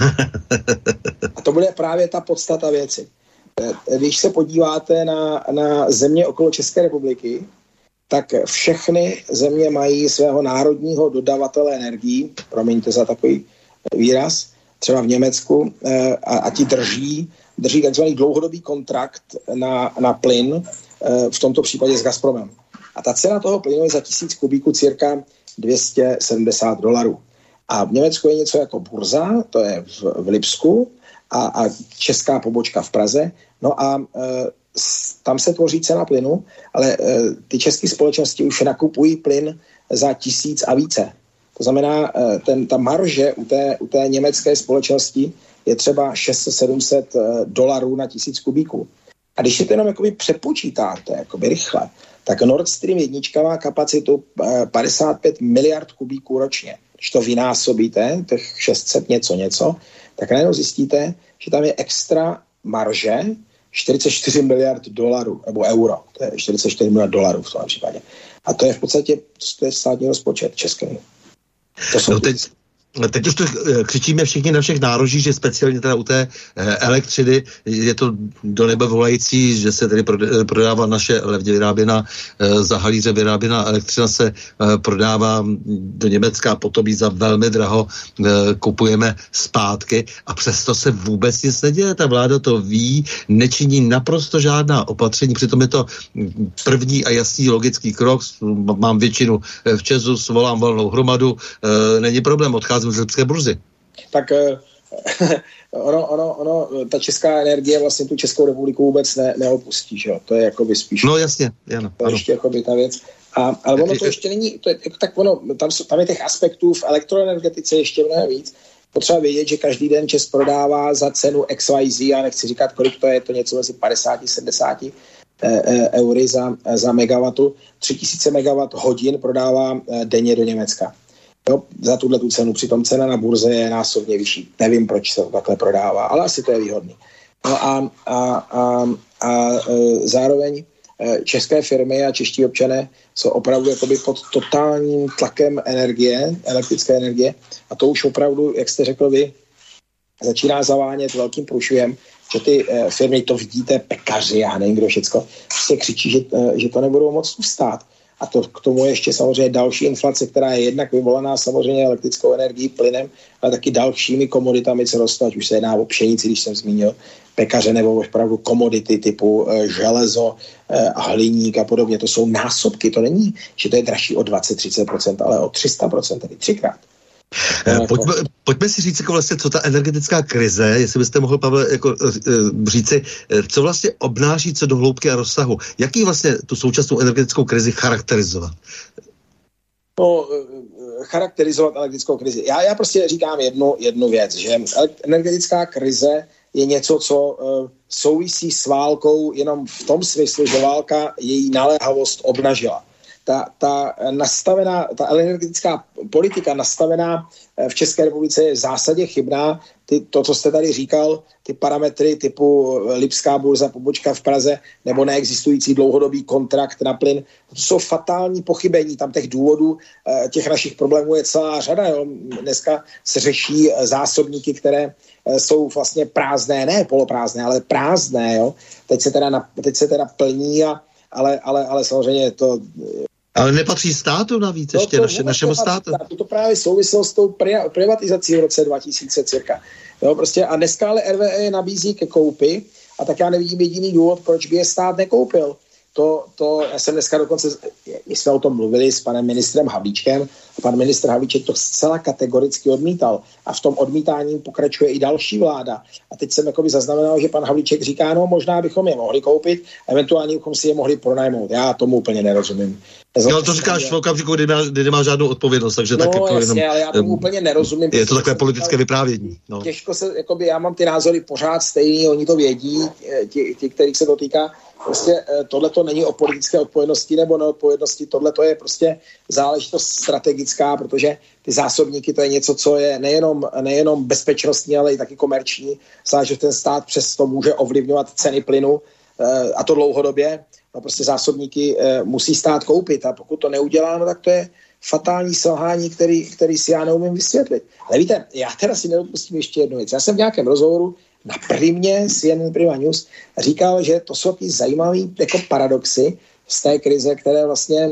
A to bude právě ta podstata věci. Když se podíváte na země okolo České republiky, tak všechny země mají svého národního dodavatele energií, promiňte za takový výraz, třeba v Německu, a ti drží takzvaný dlouhodobý kontrakt na plyn, v tomto případě s Gazpromem. A ta cena toho plynu je za 1000 kubíků cirka $270. A v Německu je něco jako burza, to je v Lipsku a česká pobočka v Praze. No a tam se tvoří cena plynu, ale ty české společnosti už nakupují plyn za 1000 a více. To znamená, ta marže u té německé společnosti je třeba $600-700 na 1000 kubíků. A když je to jenom jakoby přepočítáte jakoby rychle, tak Nord Stream 1 má kapacitu 55 miliard kubíků ročně. Když to vynásobíte, těch 600 něco, tak najednou zjistíte, že tam je extra marže 44 miliard dolarů, nebo euro. To je 44 miliard dolarů v tom případě. A to je v podstatě státní rozpočet český.
Teď už to křičíme všichni na všech nárožích, že speciálně teda u té elektřiny je to do nebe volající, že se tedy prodává naše levně vyráběná, za halíře vyráběná elektřina se prodává do Německa, potom ji za velmi draho kupujeme zpátky a přesto se vůbec nic neděje. Ta vláda to ví, nečiní naprosto žádná opatření, přitom je to první a jasný logický krok. Mám většinu v ČEZu, svolám valnou hromadu, není problém, odcházím z lipské burzy.
Tak ta česká energie vlastně tu Českou republiku vůbec neopustí, že jo? To je jakoby spíš...
No jasně, ano.
To je ještě jakoby ta věc. Ale ono to ještě není, tam je těch aspektů v elektroenergetice ještě mnohem víc. Potřeba vědět, že každý den ČEZ prodává za cenu XYZ, já nechci říkat, kolik to je to něco mezi 50-70 eury za megawatu. 3000 megawatt hodin prodává denně do Německa. Jo, za tu cenu, přitom cena na burze je násobně vyšší. Nevím, proč se to takhle prodává, ale asi to je výhodný. No a zároveň české firmy a čeští občané jsou opravdu jakoby pod totálním tlakem elektrické energie a to už opravdu, jak jste řekl vy, začíná zavánět velkým průšvihem, že ty firmy, to vidíte, pekaři, já nevím, kdo všecko, prostě křičí, že to nebudou moc ustát. A to k tomu je ještě samozřejmě další inflace, která je jednak vyvolaná samozřejmě elektrickou energií, plynem, ale taky dalšími komoditami, co rostou, ať už se jedná o pšenici, když jsem zmínil, pekaře nebo opravdu komodity typu železo, hliník a podobně. To jsou násobky, to není, že to je dražší o 20-30%, ale o 300%, tedy 3krát.
Pojďme si říct, jako vlastně, co ta energetická krize, jestli byste mohl, Pavle, jako říci, co vlastně obnáší co do hloubky a rozsahu. Jaký vlastně tu současnou energetickou krizi charakterizovat?
No, charakterizovat energetickou krizi. Já prostě říkám jednu věc, že energetická krize je něco, co souvisí s válkou jenom v tom smyslu, že válka její naléhavost obnažila. Ta energetická politika nastavená v České republice je v zásadě chybná. To, co jste tady říkal, ty parametry typu Lipská burza, pobočka v Praze nebo neexistující dlouhodobý kontrakt na plyn, to jsou fatální pochybení. Tam těch důvodů, těch našich problémů je celá řada. Jo. Dneska se řeší zásobníky, které jsou vlastně prázdné, ne poloprázdné, ale prázdné. Jo. Teď se teda plní, ale samozřejmě to...
Ale nepatří státu navíc, ještě našemu státu.
To právě souviselo s tou privatizací v roce 2000 cirka. Jo, prostě, a dneska ale RWE nabízí ke koupi a tak já nevidím jediný důvod, proč by je stát nekoupil. Já jsem dneska dokonce, my jsme o tom mluvili s panem ministrem Havlíčkem a pan ministr Havlíček to zcela kategoricky odmítal a v tom odmítání pokračuje i další vláda. A teď jsem jakoby zaznamenal, že pan Havlíček říká, no možná bychom je mohli koupit, eventuálně bychom si je mohli pronajmout. Já tomu úplně nerozumím.
No to říkáš v okamžiku, kdy nemá žádnou odpovědnost, takže
no,
tak jako
jasně, jenom, ale já tomu úplně nerozumím.
Je to takové politické vyprávění. No.
Těžko se, jakoby, já mám ty názory pořád stejný, oni to vědí, ti kterých se to týká. Prostě tohleto není o politické odpovědnosti nebo neodpovědnosti, tohleto je prostě záležitost strategická, protože ty zásobníky to je něco, co je nejenom bezpečnostní, ale i taky komerční. Že ten stát přesto může ovlivňovat ceny plynu a to dlouhodobě. No prostě zásobníky musí stát koupit a pokud to neudělá, no tak to je fatální selhání, který si já neumím vysvětlit. Ale víte, já teda si nedopustím ještě jednu věc. Já jsem v nějakém rozhovoru na Primě, CNN Prima News, říkal, že to jsou ty zajímavé jako paradoxy z té krize, které vlastně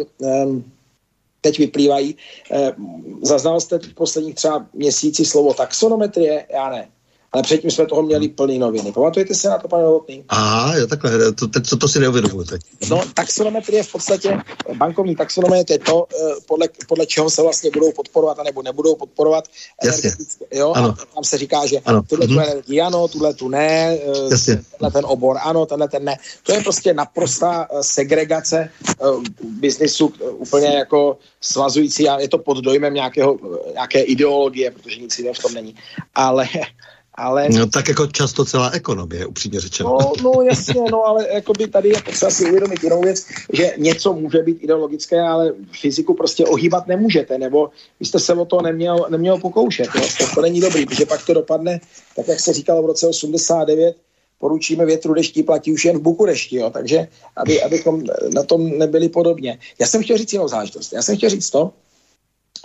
teď vyplývají. Zaznal jste v posledních třeba měsíci slovo taxonometrie? Já ne. Ale předtím jsme toho měli plný noviny. Pamatujete se na to, pane Novotný?
Aha, jo, takhle, to si neuvědomuji teď.
No, taxonometrie v podstatě, bankovní taxonomie, to je to, podle čeho se vlastně budou podporovat, anebo nebudou podporovat energetické. Jo, ano. A tam se říká, že tuhle tu energii ano, tuhle tu ne, tenhle ten obor ano, tenhle ten ne. To je prostě naprostá segregace biznisu, úplně jako svazující a je to pod dojmem nějaké ideologie, protože nic jiného v tom není. Ale...
No, tak jako často celá ekonomie, upřímně řečeno.
No jasně, ale jakoby tady je potřeba si uvědomit jinou věc, že něco může být ideologické, ale fyziku prostě ohýbat nemůžete, nebo vy jste se o to neměl pokoušet. Jo? To není dobrý, protože pak to dopadne, tak jak se říkalo v roce 89, poručíme větru dešti, platí už jen v Bukurešti, jo? Takže abychom na tom nebyli podobně. Já jsem chtěl říct jinou záležitost. Já jsem chtěl říct to,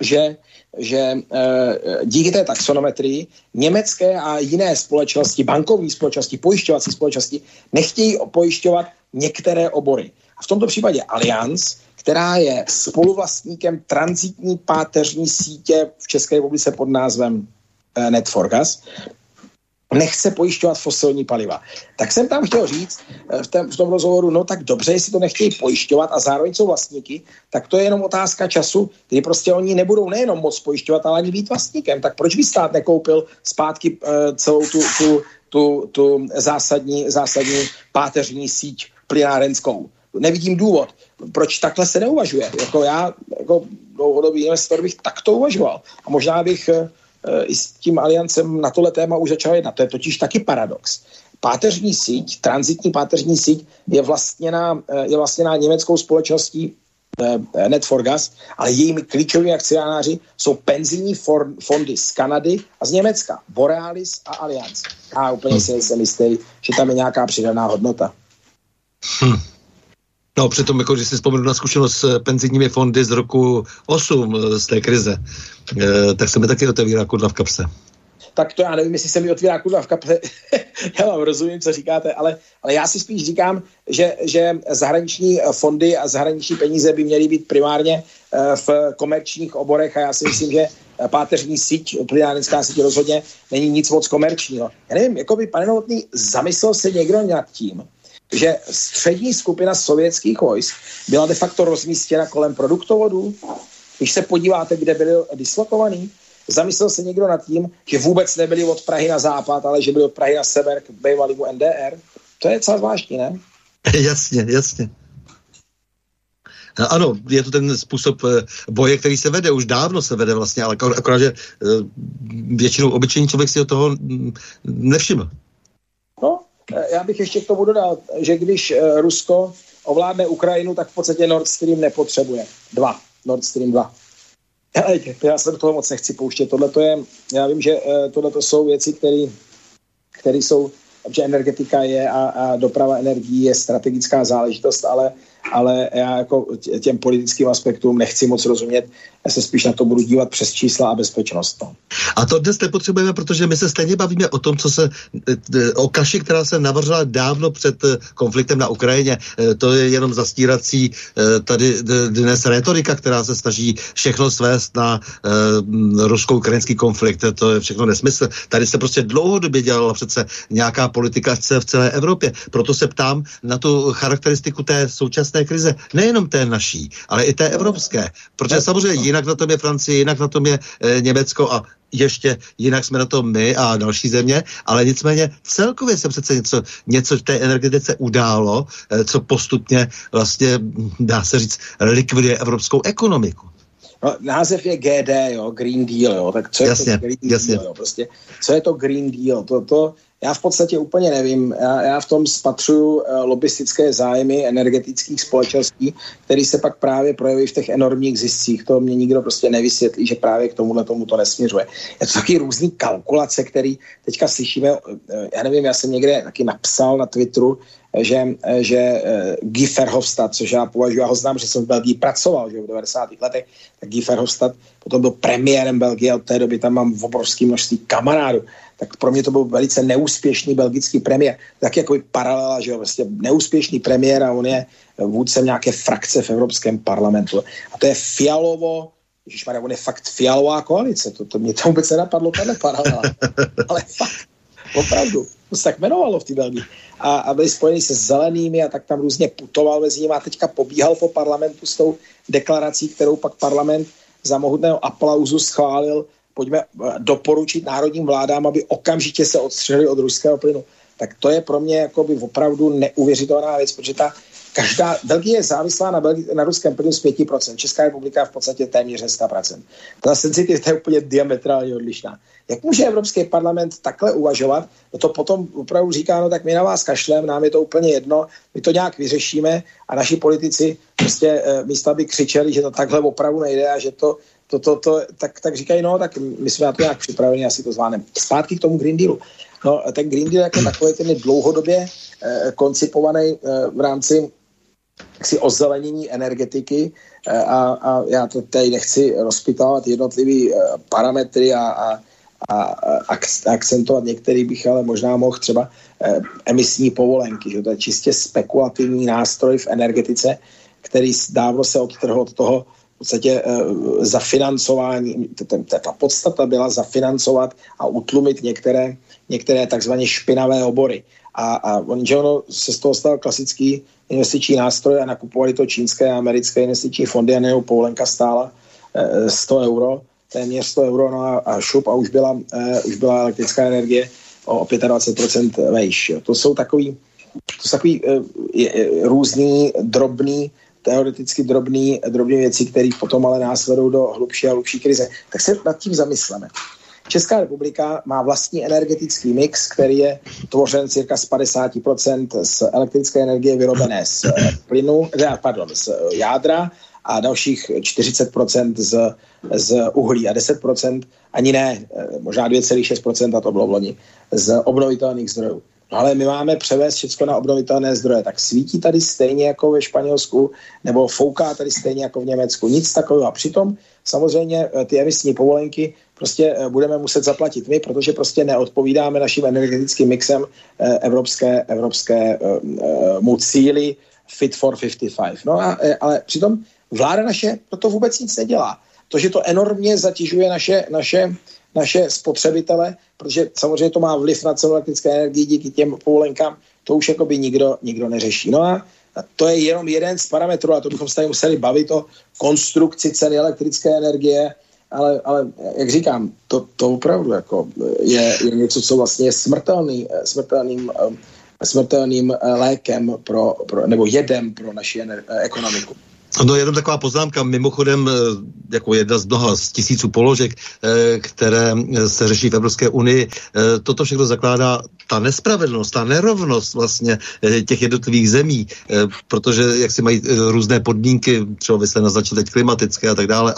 že díky té taxonometrii německé a jiné společnosti, bankovní společnosti, pojišťovací společnosti nechtějí pojišťovat některé obory. A v tomto případě Allianz, která je spoluvlastníkem tranzitní páteřní sítě v České republice pod názvem Net4Gas, nechce pojišťovat fosilní paliva. Tak jsem tam chtěl říct v tom rozhovoru, no tak dobře, jestli to nechtějí pojišťovat a zároveň jsou vlastníky, tak to je jenom otázka času, kdy prostě oni nebudou nejenom moc pojišťovat, ale ani být vlastníkem. Tak proč by stát nekoupil zpátky celou tu zásadní páteřní síť plynárenskou? Nevidím důvod, proč takhle se neuvažuje. Já jako dlouhodobý investor bych takto uvažoval. A možná bych i s tím Alliancem na tohle téma už začal jednat. To je totiž taky paradox. Páteřní síť, tranzitní páteřní síť je vlastněná německou společností Net4Gas, ale jejími klíčoví akcionáři jsou penzijní fondy z Kanady a z Německa. Borealis a Allianz. A úplně si nejsem jistý, že tam je nějaká přidaná hodnota.
No, přitom, jako, že si vzpomenu na zkušenost s penzijními fondy z roku 8 z té krize, tak se mi taky otevírá kudla v kapse.
Tak to já nevím, jestli se mi otvírá kudla v kapse. Já vám rozumím, co říkáte, ale já si spíš říkám, že zahraniční fondy a zahraniční peníze by měly být primárně v komerčních oborech a já si myslím, že páteřní síť, plynárenská síť rozhodně není nic moc komerčního. Já nevím, jakoby, pane Novotný, zamyslel se někdo nad tím, že střední skupina sovětských vojsk byla de facto rozmístěna kolem produktovodů. Když se podíváte, kde byli dislokovaní, zamyslel se někdo nad tím, že vůbec nebyli od Prahy na západ, ale že byli od Prahy na sever k bývalému NDR. To je docela zvláštní, ne?
Jasně. Ano, je to ten způsob boje, který se vede, už dávno se vede vlastně, ale akorát, že většinou obyčejný člověk si od toho nevšiml.
No, já bych ještě k tomu dodal, že když Rusko ovládne Ukrajinu, tak v podstatě Nord Stream nepotřebuje. Nord Stream 2. Já se do toho moc nechci pouštět. Já vím, že tohle jsou věci, které jsou, že energetika je a doprava energií je strategická záležitost, ale já jako těm politickým aspektům nechci moc rozumět. Já se spíš na to budu dívat přes čísla a bezpečnost. No.
A to dnes nepotřebujeme, protože my se stejně bavíme o tom, o kaši, která se navařila dávno před konfliktem na Ukrajině. To je jenom zastírací tady dnes retorika, která se snaží všechno svést na rusko-ukrajinský konflikt. To je všechno nesmysl. Tady se prostě dlouhodobě dělala přece nějaká politika v celé Evropě. Proto se ptám na tu charakteristiku té současné krize. Nejenom té naší, ale i té evropské. Protože samozřejmě jinak na tom je Francie, jinak na tom je Německo a ještě jinak jsme na tom my a další země, ale nicméně celkově se přece něco v té energetice událo, co postupně vlastně, dá se říct, likviduje evropskou ekonomiku.
No, název je GD, jo, Green Deal, jo, tak co je to Green Deal, jo, prostě, co je to Green Deal, to já v podstatě úplně nevím, já v tom spatřuju lobistické zájmy energetických společností, které se pak právě projeví v těch enormních ziscích, to mě nikdo prostě nevysvětlí, že právě k tomu to nesměřuje. Je to taky různý kalkulace, který teďka slyšíme, já nevím, já jsem někde taky napsal na Twitteru, že Guy Verhofstadt, což já považuji, já ho znám, že jsem v Belgii pracoval, že v 90. letech, tak Guy Verhofstadt potom byl premiérem Belgie, od té doby tam mám obrovské množství kamarádů, tak pro mě to byl velice neúspěšný belgický premiér, tak jako paralela, že jo, vlastně neúspěšný premiér a on je vůdcem nějaké frakce v Evropském parlamentu. A to je Fialovo, ježišmarja, on je fakt Fialová koalice, to mě to vůbec nenapadlo, tahle paralela, ale fakt, opravdu, to se tak jmenovalo v té Belgii. A byli spojeni se zelenými a tak tam různě putoval mezi nimi a teďka pobíhal po parlamentu s tou deklarací, kterou pak parlament za mohutného aplauzu schválil. Pojďme doporučit národním vládám, aby okamžitě se odstřelili od ruského plynu. Tak to je pro mě jakoby opravdu neuvěřitelná věc, protože Belgie je závislá na ruském plynu z 5%, Česká republika v podstatě téměř 100%. Ta senzitivita je úplně diametrálně odlišná. Jak může Evropský parlament takhle uvažovat? No to potom opravdu říká, no tak my na vás kašlem, nám je to úplně jedno, my to nějak vyřešíme a naši politici prostě místo aby křičeli, že to takhle opravdu nejde a že tak říkají, no tak my jsme na to nějak připraveni, asi to zvládneme. Zpátky k tomu Green Dealu. No ten Green Deal jako takový, ten je dlouhodobě koncipovaný v rámci ozelenění energetiky. a já to tady nechci rozpitovat jednotlivý parametry a akcentovat některý bych ale možná mohl třeba emisní povolenky, že to je čistě spekulativní nástroj v energetice, který dávno se odtrhl od toho v podstatě zafinancování, ta podstata byla zafinancovat a utlumit některé takzvaně špinavé obory. A ono se z toho stal klasický investiční nástroj a nakupovali to čínské a americké investiční fondy a nebo povolenka stála 100 euro, téměř 100 euro, no a šup a už byla elektrická energie o 25% vejš. To jsou takový různý drobný, teoreticky drobný věci, které potom ale následují do hlubší a hlubší krize. Tak se nad tím zamysleme. Česká republika má vlastní energetický mix, který je tvořen cirka z 50% z elektrické energie vyrobené z z jádra a dalších 40% z uhlí a 10%, ani ne, možná 2,6%, a to bylo v loni, z obnovitelných zdrojů. No ale my máme převést všechno na obnovitelné zdroje, tak svítí tady stejně jako ve Španělsku, nebo fouká tady stejně jako v Německu. Nic takového. A přitom samozřejmě ty emisní povolenky prostě budeme muset zaplatit my, protože prostě neodpovídáme naším energetickým mixem evropskému cíli Fit for 55. No ale přitom vláda naše to vůbec nic nedělá. To, že to enormně zatěžuje naše spotřebitele, protože samozřejmě to má vliv na cenu elektrické energie díky těm povolenkám, to už jakoby nikdo neřeší. No a to je jenom jeden z parametrů, a to bychom se tady museli bavit o konstrukci ceny elektrické energie, ale jak říkám, to opravdu jako je něco, co vlastně je smrtelným lékem nebo jedem pro naši ekonomiku.
No jenom taková poznámka, mimochodem jako jedna z mnoha z tisíců položek, které se řeší v Evropské unii, toto všechno zakládá ta nespravedlnost, ta nerovnost vlastně těch jednotlivých zemí, protože jak si mají různé podmínky, třeba vy se naznačil teď klimatické a tak dále,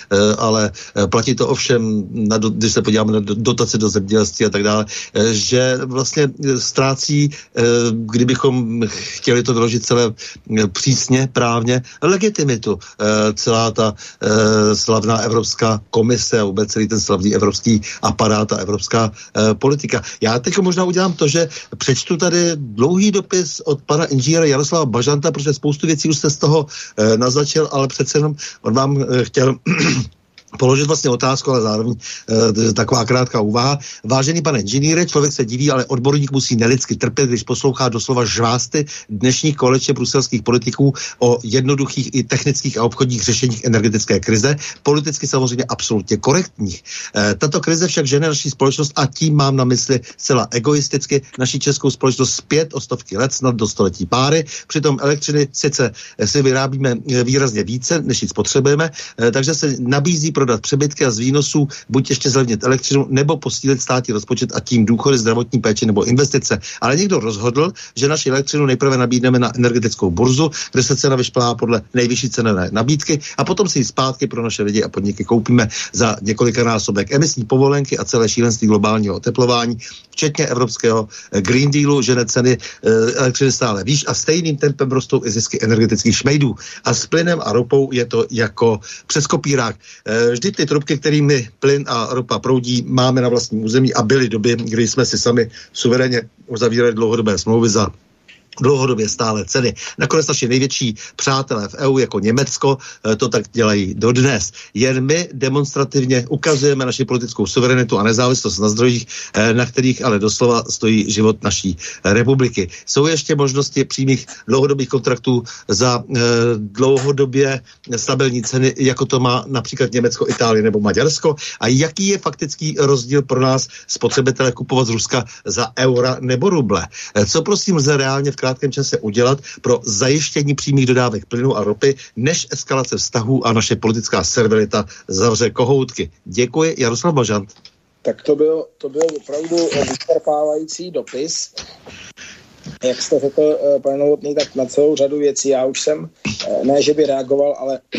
ale platí to ovšem, když se podíváme na dotace do zemědělství a tak dále, že vlastně ztrácí, kdybychom chtěli to vyložit celé přísně, právně, legitimitu celá ta slavná Evropská komise a vůbec celý ten slavný evropský aparát a evropská politika. Já teď možná udělám to, že přečtu tady dlouhý dopis od pana inženýra Jaroslava Bažanta, protože spoustu věcí už jste z toho naznačil, ale přece jenom on vám chtěl položit vlastně otázku, ale zároveň taková krátká úvaha. Vážený pane inženýre, člověk se diví, ale odborník musí nelidsky trpět, když poslouchá doslova žvásty dnešních kolečně bruselských politiků o jednoduchých i technických a obchodních řešeních energetické krize, politicky samozřejmě absolutně korektních. Tato krize však žene naší společnost, a tím mám na mysli zcela egoisticky naší českou společnost zpět o stovky let, snad do století páry. Přitom elektřiny sice si vyrábíme výrazně více, než ji spotřebujeme, takže se nabízí prodat přebytky a z výnosů buď ještě zlevnit elektřinu, nebo posílit státní rozpočet a tím důchody, zdravotní péči nebo investice. Ale někdo rozhodl, že naši elektřinu nejprve nabídneme na energetickou burzu, kde se cena vyšplhá podle nejvyšší cenové nabídky, a potom si ji zpátky pro naše lidi a podniky koupíme za několikanásobek. Emisní povolenky a celé šílenství globálního oteplování, včetně evropského Green Dealu, žene ceny elektřiny stále výš a stejným tempem rostou i zisky energetických šmejdů. A s plynem a ropou je to jako přes kopírák. Vždy ty trubky, kterými plyn a ropa proudí, máme na vlastním území a byly doby, kdy jsme si sami suverénně uzavírali dlouhodobé smlouvy za dlouhodobě stále ceny. Nakonec naši největší přátelé v EU jako Německo to tak dělají dodnes. Jen my demonstrativně ukazujeme naši politickou suverenitu a nezávislost na zdrojích, na kterých ale doslova stojí život naší republiky. Jsou ještě možnosti přímých dlouhodobých kontraktů za dlouhodobě stabilní ceny, jako to má například Německo, Itálie nebo Maďarsko? A jaký je faktický rozdíl pro nás spotřebitele kupovat z Ruska za eura nebo ruble? Co prosím lze reálně v krátkém čase udělat pro zajištění přímých dodávek plynu a ropy, než eskalace vztahů a naše politická servilita zavře kohoutky? Děkuji, Jaroslav Bažant.
Tak to byl opravdu vyčerpávající dopis. Jak jste řekl, pane Novotný, tak na celou řadu věcí já už jsem, ne že by reagoval,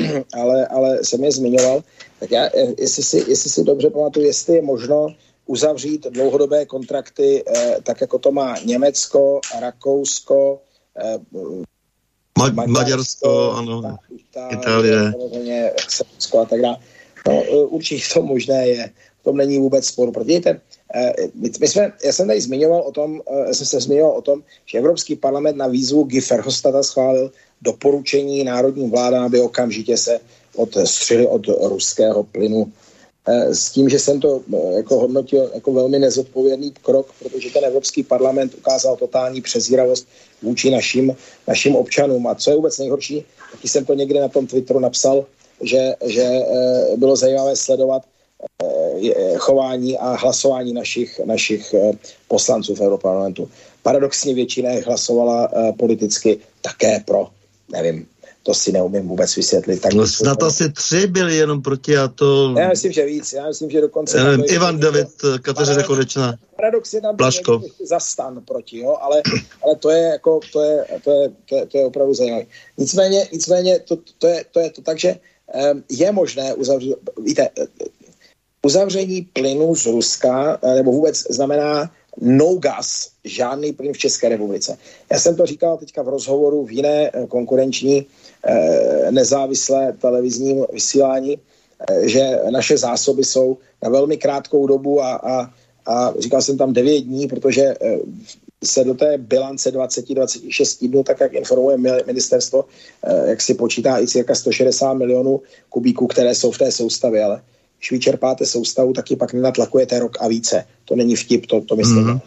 ale jsem je zmiňoval. Tak já, jestli si dobře pamatuju, jestli je možno uzavřít dlouhodobé kontrakty, tak jako to má Německo, Rakousko,
Maďarsko, ano, Itálie.
Srbsko a tak dále. No, určitě to možné je. V tom není vůbec spor. Protože já jsem tady zmiňoval o tom, že Evropský parlament na výzvu Guy Verhofstadta schválil doporučení národním vládám, aby okamžitě se odstřihli od ruského plynu. S tím, že jsem to jako hodnotil jako velmi nezodpovědný krok, protože ten Evropský parlament ukázal totální přezíravost vůči našim občanům. A co je vůbec nejhorší, taky jsem to někde na tom Twitteru napsal, že bylo zajímavé sledovat chování a hlasování našich poslanců v Europarlamentu. Paradoxně většina hlasovala politicky také pro, nevím, to si neumím vůbec vysvětlit. Tak
no snad asi 3 byli jenom proti a to...
Já myslím, že víc. Já myslím, že dokonce...
Ivan David, Kateřina Konečná,
paradoxně tam
Plaško.
Za STAN proti, jo? Ale to je jako, to je opravdu zajímavé. Nicméně to je to tak, že je možné uzavření plynu z Ruska, nebo vůbec znamená no gas, žádný plyn v České republice. Já jsem to říkal teďka v rozhovoru v jiné konkurenční nezávislé televizním vysílání, že naše zásoby jsou na velmi krátkou dobu a říkal jsem tam 9 dní, protože se do té bilance 20-26 dnů, tak jak informuje ministerstvo, jak si počítá i cirka 160 milionů kubíků, které jsou v té soustavě, ale když vyčerpáte soustavu, taky pak nenatlakujete rok a více. To není vtip, to myslím.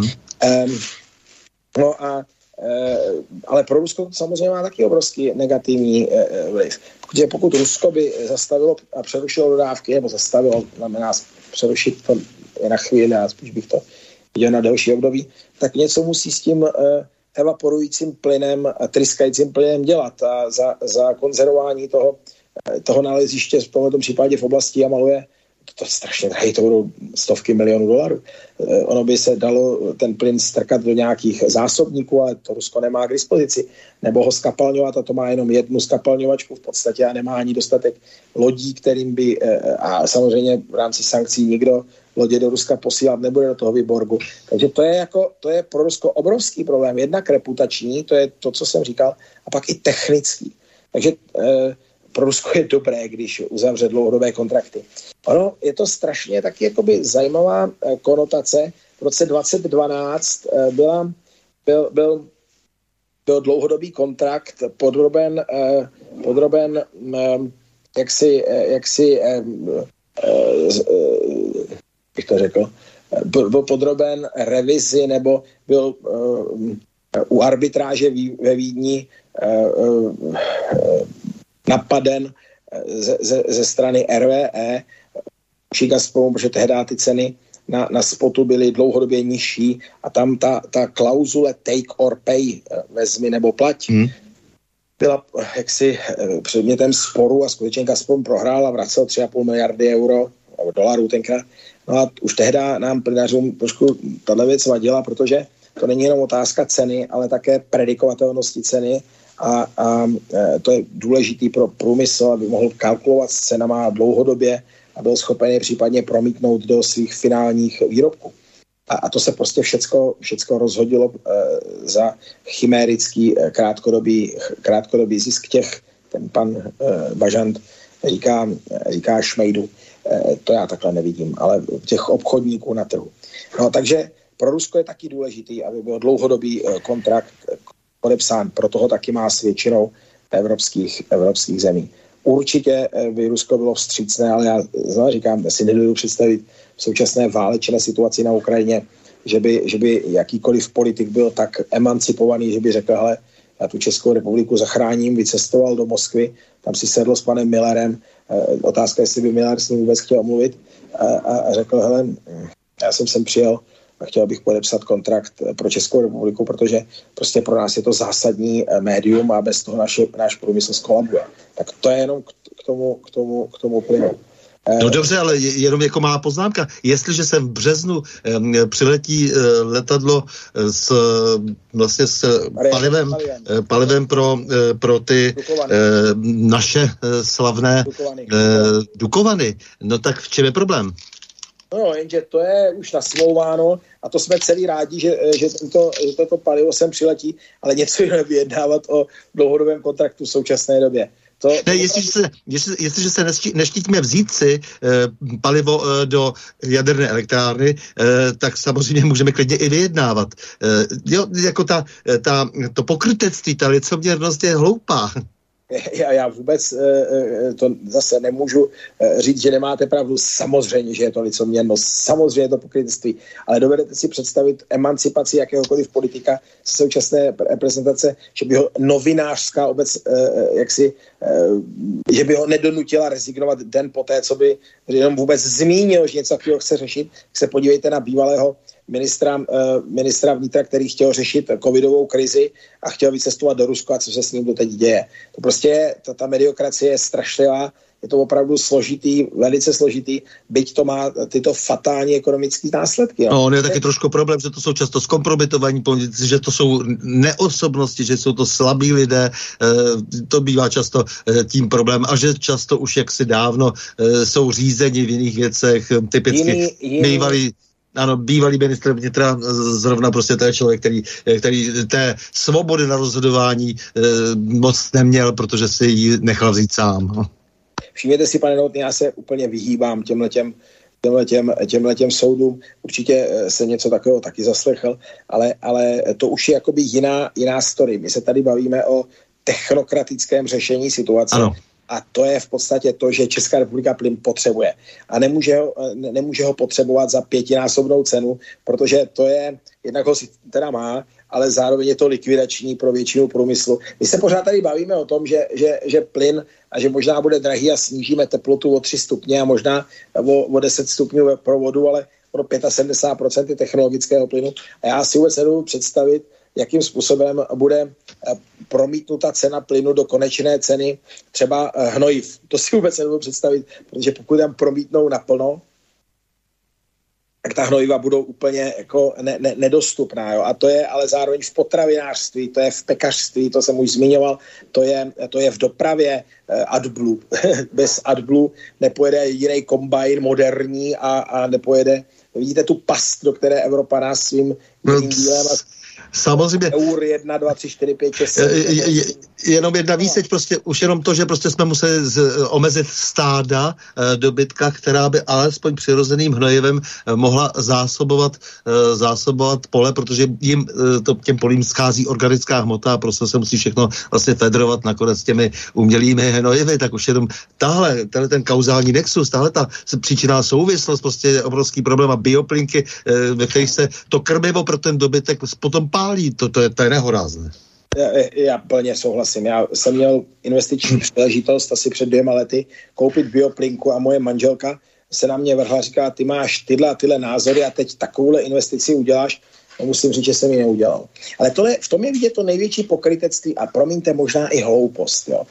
Ale pro Rusko to samozřejmě má taky obrovský negativní vliv. Protože pokud Rusko by zastavilo a přerušilo dodávky, nebo zastavilo, znamená přerušit to na chvíli, a spíš bych to viděl na delší období, tak něco musí s tím evaporujícím plynem a tryskajícím plynem dělat. A za konzervování toho naleziště v tomto případě v oblasti Jamalu to je strašně drahé, to budou stovky milionů dolarů. Ono by se dalo ten plyn strkat do nějakých zásobníků, ale to Rusko nemá k dispozici. Nebo ho skapalňovat, a to má jenom jednu skapalňovačku v podstatě a nemá ani dostatek lodí, kterým by, a samozřejmě v rámci sankcí nikdo lodě do Ruska posílat nebude do toho Vyborgu. Takže to je pro Rusko obrovský problém. Jednak reputační, to je to, co jsem říkal, a pak i technický. Takže pro Rusko je dobré, když uzavře dlouhodobé kontrakty. Ono je to strašně taky jakoby zajímavá konotace. V roce 2012 byl dlouhodobý kontrakt podroben bych to řekl, byl podroben revizi nebo byl u arbitráže ve Vídni napaden ze strany RWE či Gazpromu, protože tehdy ty ceny na spotu byly dlouhodobě nižší a tam ta klauzule take or pay, vezmi nebo plať, byla jaksi předmětem sporu a skutečně Gazprom prohrál a vracel 3,5 miliardy euro nebo dolarů tenkrát. No a už tehdy nám plynařům trošku tato věc vadila, protože to není jenom otázka ceny, ale také predikovatelnosti ceny a to je důležitý pro průmysl, aby mohl kalkulovat s cenama dlouhodobě a byl schopen je případně promítnout do svých finálních výrobků. A to se prostě všecko rozhodilo za chimérický krátkodobý zisk těch, ten pan Bažant říká šmejdu. To já takhle nevidím, ale těch obchodníků na trhu. No, takže pro Rusko je taky důležitý, aby byl dlouhodobý kontrakt podepsán, proto ho taky má s většinou evropských zemí. Určitě by Rusko bylo vstřícné, ale já znovu říkám, si nedovedu představit v současné válečné situaci na Ukrajině, že by jakýkoliv politik byl tak emancipovaný, že by řekl, hele, já tu Českou republiku zachráním, vycestoval do Moskvy, tam si sedl s panem Millerem, otázka, jestli by Miller s ním vůbec chtěl mluvit a řekl, hele, já jsem sem přijel a chtěl bych podepsat kontrakt pro Českou republiku, protože prostě pro nás je to zásadní médium a bez toho náš průmysl zkolabuje. Tak to je jenom k tomu plynu.
No dobře, ale jenom jako malá poznámka. Jestliže se v březnu přiletí letadlo s palivem pro ty naše slavné Dukovany, no tak v čem je problém?
No, jenže to je už nasmlouváno a to jsme celý rádi, že toto palivo sem přiletí, ale něco jiného vyjednávat o dlouhodobém kontraktu v současné době.
Ne, jestliže se neštítíme vzít si palivo do jaderné elektrárny, tak samozřejmě můžeme klidně i vyjednávat. Jako to pokrytectví, ta licoměrnost je hloupá.
Já vůbec to zase nemůžu říct, že nemáte pravdu. Samozřejmě, že je to licoměrnost, samozřejmě je to pokrytectví, ale dovedete si představit emancipaci jakéhokoliv politika z současné reprezentace, že by ho novinářská obec že by ho nedonutila rezignovat den poté, co by jenom vůbec zmínil, že něco takového chce řešit. Se podívejte na bývalého ministra vnitra, který chtěl řešit covidovou krizi a chtěl vycestovat do Ruska a co se s ním doteď děje. To prostě, ta mediokracie je strašlivá, je to opravdu složitý, velice složitý, byť to má tyto fatální ekonomické následky.
No, on je taky trošku problém, že to jsou často zkompromitovaní politici, že to jsou neosobnosti, že jsou to slabí lidé, to bývá často tím problém a že často už jaksi dávno jsou řízeni v jiných věcech, typicky bývalý ministr vnitra, zrovna prostě to je člověk, který té svobody na rozhodování moc neměl, protože si ji nechal vzít sám.
Všimněte si, pane Novotný, já se úplně vyhýbám těmhletěm soudům. Určitě se něco takového taky zaslechl, ale to už je jakoby jiná story. My se tady bavíme o technokratickém řešení situace. Ano. A to je v podstatě to, že Česká republika plyn potřebuje. A nemůže ho potřebovat za 5násobnou cenu, protože to je, jednak ho si teda má, ale zároveň je to likvidační pro většinu průmyslu. My se pořád tady bavíme o tom, že plyn a že možná bude drahý a snížíme teplotu o 3 stupně a možná o 10 stupňů pro vodu, ale pro 75% technologického plynu. A já si vůbec nedovedu představit, jakým způsobem bude promítnuta cena plynu do konečné ceny třeba hnojiv. To si vůbec nedovedu představit, protože pokud tam promítnou naplno, tak ta hnojiva budou úplně jako nedostupná. Jo? A to je ale zároveň v potravinářství, to je v pekařství, to jsem už zmiňoval, to je v dopravě AdBlue. Bez AdBlue nepojede jediný kombajn moderní a nepojede. Vidíte tu past, do které Evropa nás svým dílem
samozřejmě.
Eur 1, 2, 3, 4, 5, 6.
Jenom jedna výseč, prostě už jenom to, že prostě jsme museli omezit stáda dobytka, která by alespoň přirozeným hnojivem mohla zásobovat pole, protože jim těm polím schází organická hmota a prostě se musí všechno vlastně federovat nakonec těmi umělými hnojivy, tak už jenom tahle ten kauzální nexus, tahle ta příčinná souvislost, prostě je obrovský problém a bioplynky, ve kterých se to krmivo pro ten dobytek potom pálí, to je nehorázné.
Já plně souhlasím. Já jsem měl investiční příležitost asi před 2 lety koupit bioplynku a moje manželka se na mě vrhla a říká, ty máš tyhle názory a teď takovouhle investici uděláš. No, musím říct, že jsem ji neudělal. Ale v tom je vidět to největší pokrytectví a promiňte, možná i hloupost. Jo.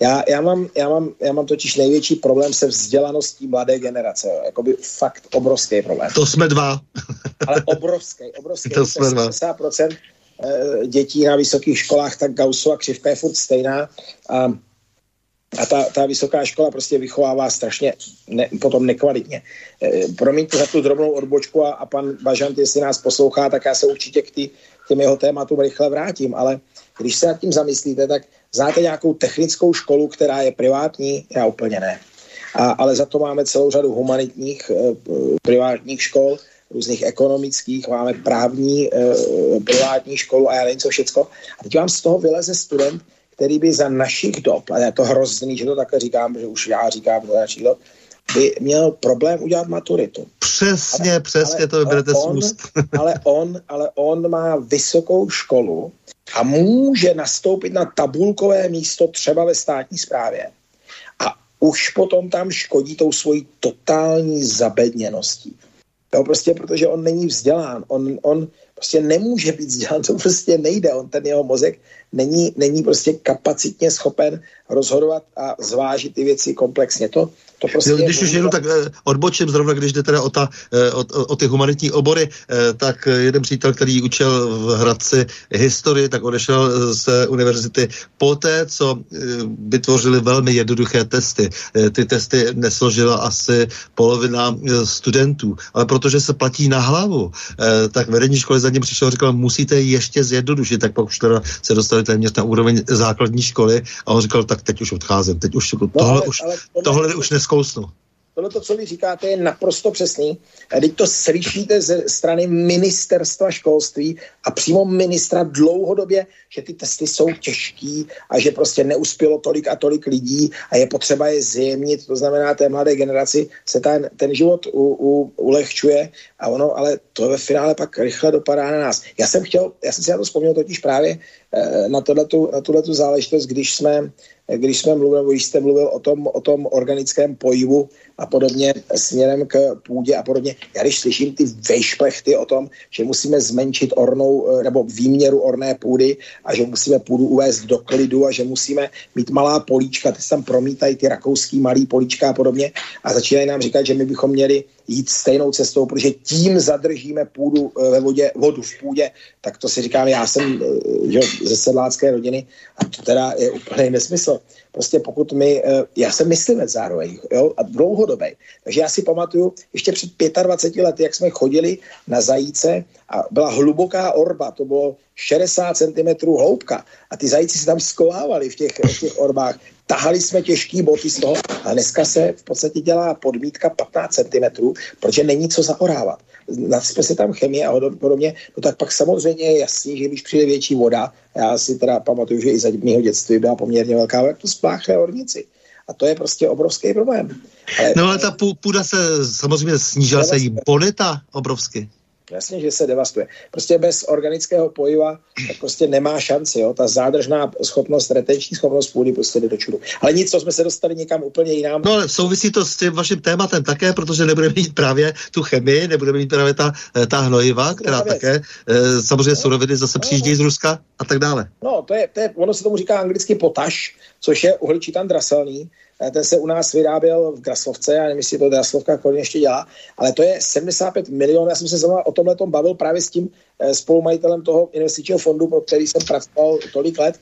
Já mám totiž největší problém se vzdělaností mladé generace. Jo. Jakoby fakt obrovský problém.
To jsme dva.
Ale obrovský.
To jsme dva.
70% dětí na vysokých školách, tak Gaussova křivka je furt stejná a ta vysoká škola prostě vychovává strašně potom nekvalitně. Promiňte za tu drobnou odbočku a pan Bažant, jestli nás poslouchá, tak já se určitě k těm jeho tématům rychle vrátím, ale když se nad tím zamyslíte, tak znáte nějakou technickou školu, která je privátní? Já úplně ne. Ale za to máme celou řadu humanitních privátních škol, různých ekonomických, máme právní privátní školu a já nevím co všecko. A teď vám z toho vyleze student, který by za našich dob, a je to hrozný, že to takhle říkám, že už já říkám za našich dob, by měl problém udělat maturitu.
Přesně, to vyberete z úst.
ale on má vysokou školu a může nastoupit na tabulkové místo třeba ve státní správě. A už potom tam škodí tou svojí totální zabedněností. Jo, prostě protože on není vzdělán. prostě nemůže být vzdělán, to prostě nejde, ten jeho mozek není prostě kapacitně schopen rozhodovat a zvážit ty věci komplexně. To prostě
když už jenom tak odbočím zrovna, když jde teda o ty humanitní obory, tak jeden přítel, který učil v Hradci historii, tak odešel z univerzity poté, co vytvořili velmi jednoduché testy. Ty testy nesložila asi polovina studentů, ale protože se platí na hlavu, tak vedení školy za ním přišel a říkal, musíte ještě zjednodušit, tak pak už teda se dostali téměř na úroveň základní školy a on říkal, tak teď už odcházím, teď už tohle už neskousnu.
Tohle, co vy říkáte, je naprosto přesný. Teď to slyšíte ze strany ministerstva školství a přímo ministra dlouhodobě, že ty testy jsou těžký a že prostě neuspělo tolik a tolik lidí a je potřeba je zjemnit. To znamená, té mladé generaci se ten život ulehčuje a ono, ale to ve finále pak rychle dopadá na nás. Já jsem si na to vzpomněl totiž právě na tuhletu záležitost, když jste mluvil o tom organickém pojivu a podobně směrem k půdě a podobně. Já když slyším ty vejšplechty o tom, že musíme zmenšit ornou nebo výměru orné půdy a že musíme půdu uvést do klidu a že musíme mít malá políčka, ty se tam promítají ty rakouský malý políčka a podobně a začínají nám říkat, že my bychom měli jít stejnou cestou, protože tím zadržíme půdu ve vodu v půdě, tak to si říkám, já jsem ze sedlácké rodiny a to teda je úplný nesmysl. Prostě pokud já jsem myslivec zároveň, jo, a dlouhodobej. Takže já si pamatuju, ještě před 25 lety, jak jsme chodili na zajíce a byla hluboká orba, to bylo 60 cm hloubka a ty zajíci se tam skovávali v těch orbách. Tahali jsme těžký boty z toho a dneska se v podstatě dělá podmítka 15 cm, protože není co zaorávat. Nadspe se tam chemie a podobně, no tak pak samozřejmě je jasný, že když přijde větší voda, já si teda pamatuju, že i za mého dětství byla poměrně velká, jak to spláchle ornici. A to je prostě obrovský problém.
Ale ta půda se samozřejmě snížila se jí bonita obrovsky.
Jasně, že se devastuje. Prostě bez organického pojiva tak prostě nemá šanci. Jo? Ta zádržná schopnost, retenční schopnost půdy prostě jde do čudu. Ale nic, co jsme se dostali někam úplně jinam.
No ale souvisí to s tím vaším tématem také, protože nebudeme mít právě tu chemii, nebudeme mít právě ta hnojiva, která také samozřejmě suroviny zase přijíždějí z Ruska a tak dále.
No, to je, ono se tomu říká anglicky potash, což je uhličitan draselný. Ten se u nás vyráběl v Graslovce, já nevím, jestli to Graslovka Kolín ještě dělá, ale to je 75 milionů. Já jsem se zrovna o tomhletom bavil právě s tím spolumajitelem toho investičního fondu, pro který jsem pracoval tolik let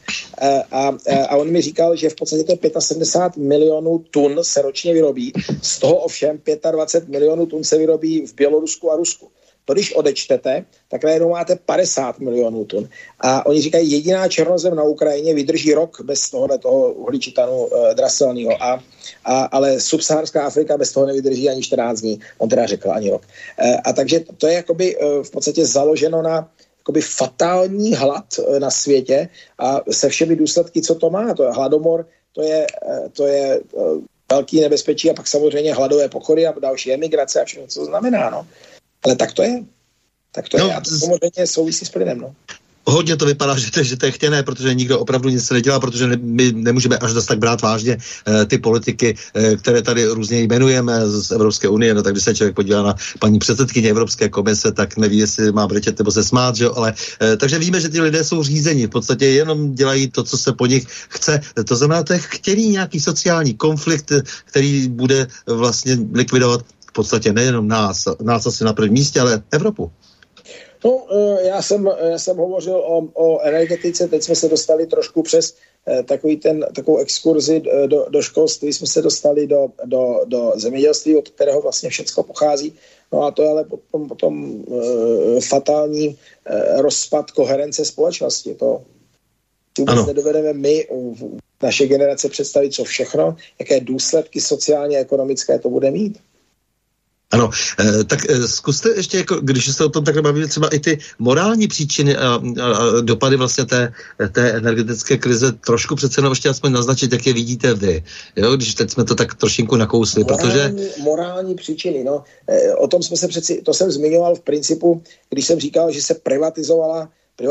a on mi říkal, že v podstatě to je 75 milionů tun se ročně vyrobí, z toho ovšem 25 milionů tun se vyrobí v Bělorusku a Rusku. To když odečtete, tak najednou máte 50 milionů tun. A oni říkají, jediná černozem na Ukrajině vydrží rok bez toho uhličitanu draselného. Ale subsaharská Afrika bez toho nevydrží ani 14 dní. On teda řekl ani rok. A takže to je jakoby v podstatě založeno na jakoby fatální hlad na světě a se všemi důsledky, co to má. To je hladomor, to je velký nebezpečí a pak samozřejmě hladové pochody a další emigrace a všechno, co to znamená, no. Ale tak to je. A to samozřejmě souvisí s plynem, no.
Hodně to vypadá, že to je chtěné, protože nikdo opravdu nic nedělá, protože my nemůžeme až dost tak brát vážně ty politiky, které tady různě jmenujeme z Evropské unie. No tak když se člověk podívá na paní předsedkyně Evropské komise, tak neví, jestli má brečet nebo se smát, že jo? Ale takže víme, že ty lidé jsou řízení, v podstatě jenom dělají to, co se po nich chce. To znamená, to je chtěný nějaký sociální konflikt, který bude vlastně likvidovat v podstatě nejenom nás asi na prvním místě, ale Evropu.
No, já jsem hovořil o energetice, teď jsme se dostali trošku přes takovou exkurzi do školství, jsme se dostali do zemědělství, od kterého vlastně všecko pochází. No a to je ale potom fatální rozpad koherence společnosti. To vůbec nedovedeme my, naše generace, představit, co všechno, jaké důsledky sociálně ekonomické to bude mít.
Ano, tak zkuste ještě, jako, když se o tom takhle bavíme, třeba i ty morální příčiny a dopady vlastně té energetické krize trošku přece jenom ještě aspoň naznačit, jak je vidíte vy, jo? Když teď jsme to tak trošinku nakousli, protože... Morální
příčiny, no, o tom jsme se to jsem zmiňoval v principu, když jsem říkal, že se privatizovala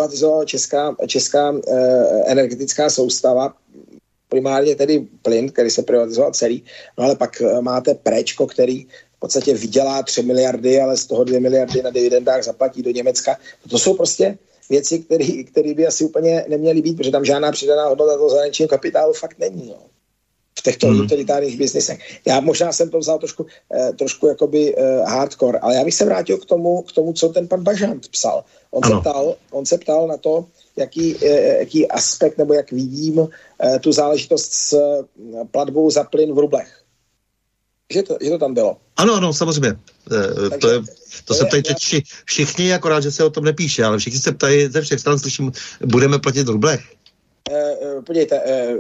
česká energetická soustava, primárně tedy plyn, který se privatizoval celý, no ale pak máte Préčko, který podstatě vydělá 3 miliardy, ale z toho 2 miliardy na dividendách zaplatí do Německa. To jsou prostě věci, které by asi úplně neměly být, protože tam žádná přidaná hodnota toho zahraničního kapitálu fakt není. No. V těchto utilitárních biznesech. Já možná jsem to vzal trošku jakoby hardcore, ale já bych se vrátil k tomu, co ten pan Bažant psal. On se ptal na to, jaký aspekt, nebo jak vidím tu záležitost s platbou za plyn v rublech. Že to tam bylo.
Ano, samozřejmě. To se ptají všichni, akorát, že se o tom nepíše, ale všichni se ptají, ze všech stran slyším, budeme platit v rublech.
Podívejte,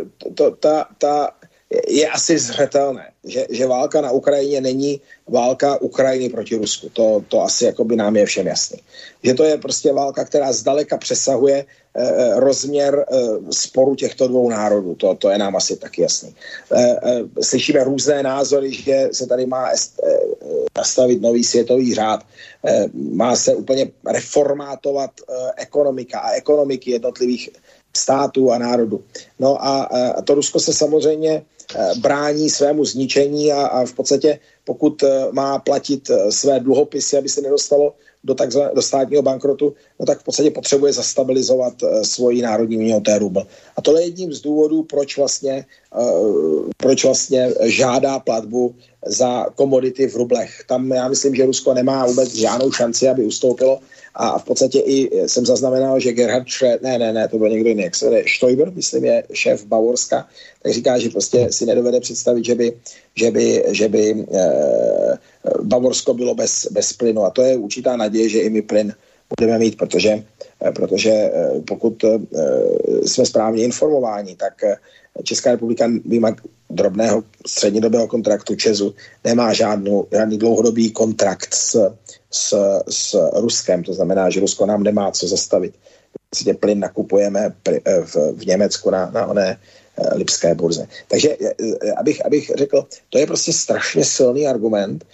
je asi zřetelné, že válka na Ukrajině není válka Ukrajiny proti Rusku. To asi jakoby nám je všem jasný. Že to je prostě válka, která zdaleka přesahuje rozměr sporu těchto dvou národů. To je nám asi taky jasný. Slyšíme různé názory, že se tady má nastavit nový světový řád. Má se úplně reformátovat ekonomika a ekonomiky jednotlivých států a národů. No a to Rusko se samozřejmě brání svému zničení a v podstatě pokud má platit své dluhopisy, aby se nedostalo do státního bankrotu, no tak v podstatě potřebuje zastabilizovat svoji národní měnu, to je rubl. A tohle je jedním z důvodů, proč vlastně žádá platbu za komodity v rublech. Tam já myslím, že Rusko nemá vůbec žádnou šanci, aby ustoupilo. A v podstatě i jsem zaznamenal, že Gerhard Schröder, to byl někdo jiný, jak se jmenuje, Stoiber, myslím, je šéf Bavorska, tak říká, že prostě si nedovede představit, že by Bavorsko bylo bez plynu. A to je určitá naděje, že i my plyn budeme mít, protože pokud jsme správně informováni, tak Česká republika vyjma drobného střednědobého kontraktu ČEZu nemá žádný dlouhodobý kontrakt s Ruskem. To znamená, že Rusko nám nemá co zastavit. Vlastně plyn nakupujeme v Německu na oné lipské burze. Takže abych řekl, to je prostě strašně silný argument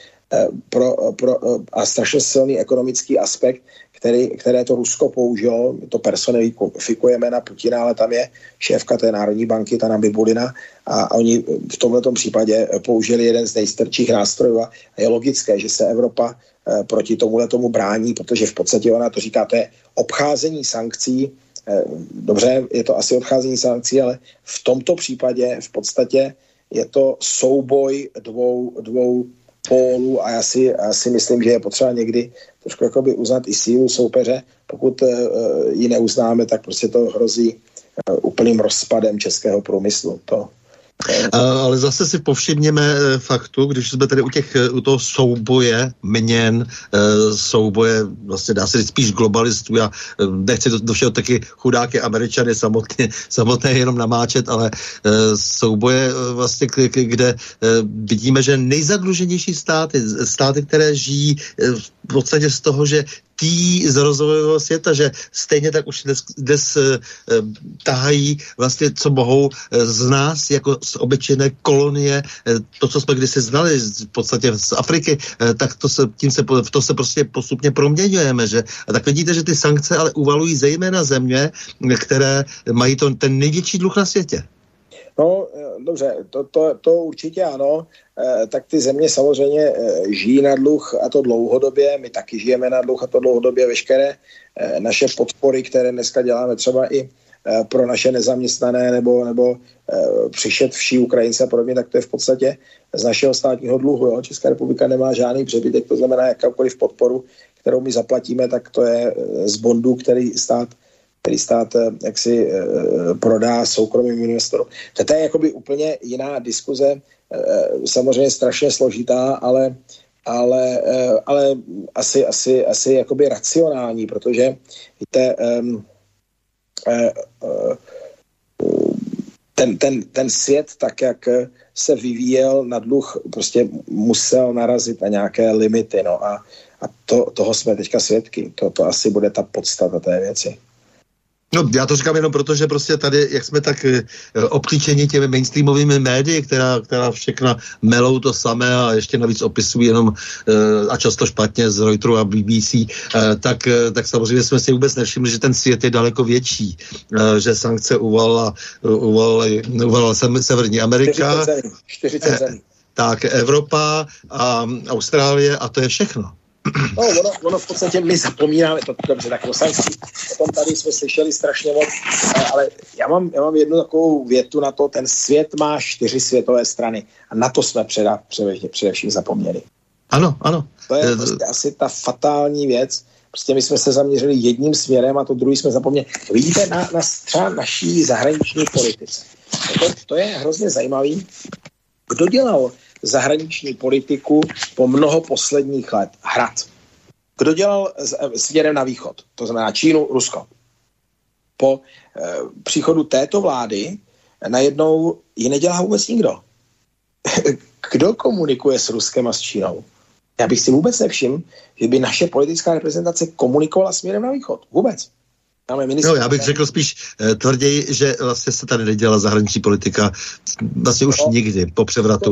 a strašně silný ekonomický aspekt, které to Rusko použilo, to personifikujeme na Putina, ale tam je šéfka té Národní banky, ta Nabibulina, a oni v tomto případě použili jeden z nejstrčích nástrojů a je logické, že se Evropa proti tomu brání, protože v podstatě ona to říká, to je obcházení sankcí. Dobře, je to asi obcházení sankcí, ale v tomto případě v podstatě je to souboj dvou pólů a já si myslím, že je potřeba někdy trošku jakoby uznat i sílu soupeře. Pokud ji neuznáme, tak prostě to hrozí úplným rozpadem českého průmyslu.
Ale zase si povšimněme faktu, když jsme tady u toho souboje měn, souboje, vlastně dá se říct spíš globalistů, já nechci do všeho taky chudáky Američany samotné jenom namáčet, ale souboje vlastně, kde vidíme, že nejzadluženější státy, které žijí v podstatě z toho, že z rozvojového světa, že stejně tak už dnes tahají vlastně, co mohou z nás, jako z obyčejné kolonie, to, co jsme kdysi znali v podstatě z Afriky, tak to se prostě postupně proměňujeme, že? A tak vidíte, že ty sankce ale uvalují zejména země, které mají ten největší dluh na světě.
No, dobře, to určitě ano, tak ty země samozřejmě žijí na dluh a to dlouhodobě, my taky žijeme na dluh a to dlouhodobě, veškeré naše podpory, které dneska děláme třeba i pro naše nezaměstnané nebo přišedvší Ukrajince a podobně, tak to je v podstatě z našeho státního dluhu. Jo? Česká republika nemá žádný přebytek, to znamená jakoukoliv podporu, kterou my zaplatíme, tak to je z bondů, který stát jaksi prodá soukromým investorům. To je jakoby úplně jiná diskuze, samozřejmě strašně složitá, ale asi jakoby racionální, protože víte, ten svět, tak jak se vyvíjel na dluh, prostě musel narazit na nějaké limity, no a toho jsme teďka svědky. To asi bude ta podstata té věci.
No, já to říkám jenom proto, že prostě tady, jak jsme tak obklíčeni těmi mainstreamovými médii, která všechna melou to samé a ještě navíc opisují jenom a často špatně z Reutersu a BBC, tak samozřejmě jsme si vůbec nevšimli, že ten svět je daleko větší, že sankce uvalila Severní Amerika.
40 zemí.
tak Evropa a Austrálie a to je všechno.
No, ono v podstatě my zapomínáme, to dobře, tak o sankcích, o tom tady jsme slyšeli strašně moc, ale já mám jednu takovou větu na to, ten svět má 4 světové strany a na to jsme především zapomněli.
Ano.
To je prostě asi ta fatální věc. Prostě my jsme se zaměřili jedním směrem a to druhý jsme zapomněli. Vidíte na třeba naší zahraniční politice. To je hrozně zajímavý. Kdo dělal zahraniční politiku po mnoho posledních let? Hrad. Kdo dělal směrem na východ? To znamená Čínu, Rusko. Po příchodu této vlády najednou ji nedělá vůbec nikdo. Kdo komunikuje s Ruskem a s Čínou? Já bych si vůbec nevšiml, že by naše politická reprezentace komunikovala směrem na východ. Vůbec.
No, já bych řekl spíš tvrději, že vlastně se tady nedělala zahraniční politika vlastně už nikdy po převratu.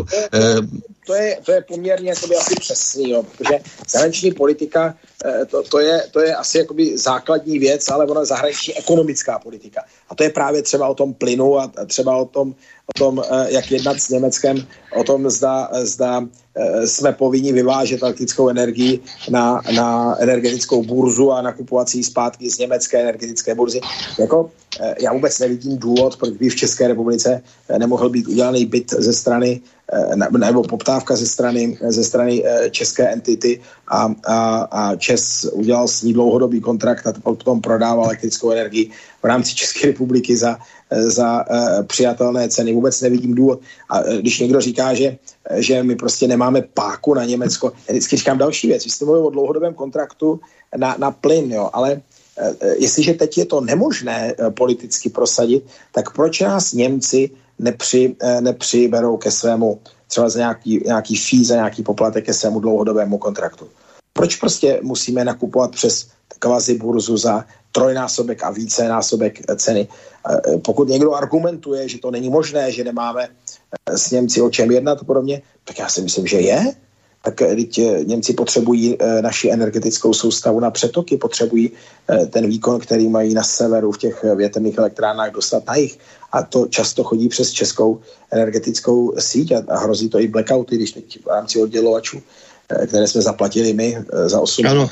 To je poměrně asi přesný, protože zahraniční politika to je asi jakoby základní věc, ale ona zahraniční ekonomická politika. A to je právě třeba o tom plynu a třeba o tom, jak jednat s Německem, o tom, zda jsme povinni vyvážet elektrickou energii na energetickou burzu a nakupovat si ji zpátky z německé energetické burzy. Já vůbec nevidím důvod, proč by v České republice nemohl být udělaný byt ze strany nebo poptávka ze strany české entity a ČEZ udělal s ní dlouhodobý kontrakt a potom prodával elektrickou energii v rámci České republiky za přijatelné ceny. Vůbec nevidím důvod. A když někdo říká, že my prostě nemáme páku na Německo, já vždycky říkám další věc. Vy jste mluvil o dlouhodobém kontraktu na plyn, jo, ale jestliže teď je to nemožné politicky prosadit, tak proč nás Němci nepřiberou ke svému, třeba za nějaký fee, za nějaký poplatek ke svému dlouhodobému kontraktu? Proč prostě musíme nakupovat přes kvazi burzu za 3násobek a vícenásobek ceny? Pokud někdo argumentuje, že to není možné, že nemáme s Němci o čem jednat a podobně, tak já si myslím, že je. Tak teď Němci potřebují naši energetickou soustavu na přetoky, potřebují ten výkon, který mají na severu v těch větrných elektrárnách dostat na jih. A to často chodí přes českou energetickou síť a hrozí to i blackouty, když teď v rámci oddělovačů, které jsme zaplatili my za 8 let.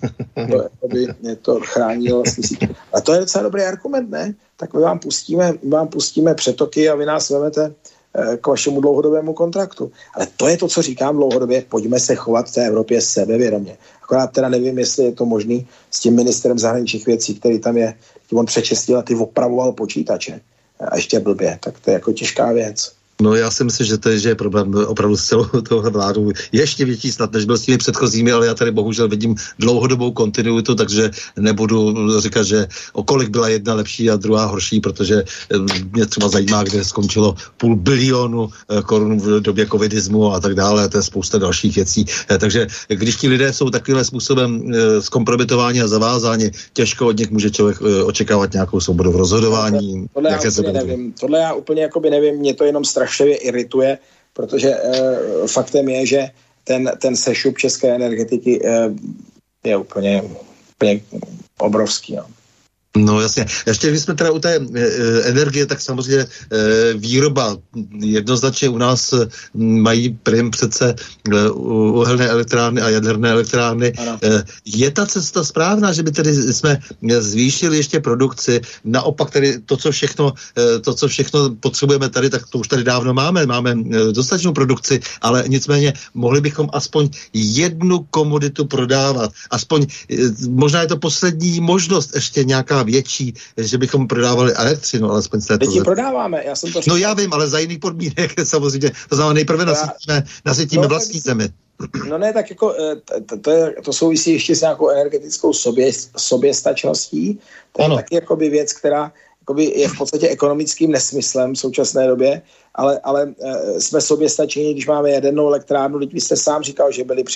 Mě to chrání vlastní síť. A to je docela dobrý argument, ne? Tak my vám pustíme přetoky a vy nás vemete k vašemu dlouhodobému kontraktu. Ale to je to, co říkám dlouhodobě, pojďme se chovat v té Evropě sebevědomě. Akorát teda nevím, jestli je to možný s tím ministrem zahraničních věcí, který tam je, on před 6 lety opravoval počítače a ještě blbě, tak to je jako těžká věc.
No já si myslím, že je problém opravdu s celou touhle vládou ještě větší snad, než byl s těmi předchozími, ale já tady bohužel vidím dlouhodobou kontinuitu, takže nebudu říkat, že o kolik byla jedna lepší a druhá horší, protože mě třeba zajímá, kde skončilo 500 bilionu korun v době covidismu a tak dále, to je spousta dalších věcí. Takže když ti lidé jsou takovým způsobem zkompromitováni a zavázáni, těžko od nich může člověk očekávat nějakou svobodu v rozhodování.
Tohle já úplně nevím, mě to jenom strašně irituje, protože faktem je, že ten sešup české energetiky je úplně obrovský. No.
No jasně. Ještě když jsme teda u té energie, tak samozřejmě výroba. Jednoznačně u nás mají prim přece uhelné elektrárny a jaderné elektrárny. Ano. Je ta cesta správná, že by tedy jsme zvýšili ještě produkci? Naopak tedy to, co všechno potřebujeme tady, tak to už tady dávno máme dostatečnou produkci, ale nicméně mohli bychom aspoň jednu komoditu prodávat. Aspoň, možná je to poslední možnost ještě nějaká větší, že bychom prodávali elektřinu, alespoň z této
země. Prodáváme, já jsem to říkal.
No já vím, ale za jiných podmínek samozřejmě. To znamená, nejprve nasytíme vlastní zemi.
No ne, tak jako to souvisí ještě s nějakou energetickou soběstačností. To je taky jakoby věc, která jakoby je v podstatě ekonomickým nesmyslem v současné době, ale jsme soběstačení, když máme jadernou elektrárnu. Teď vy jste sám říkal, že byly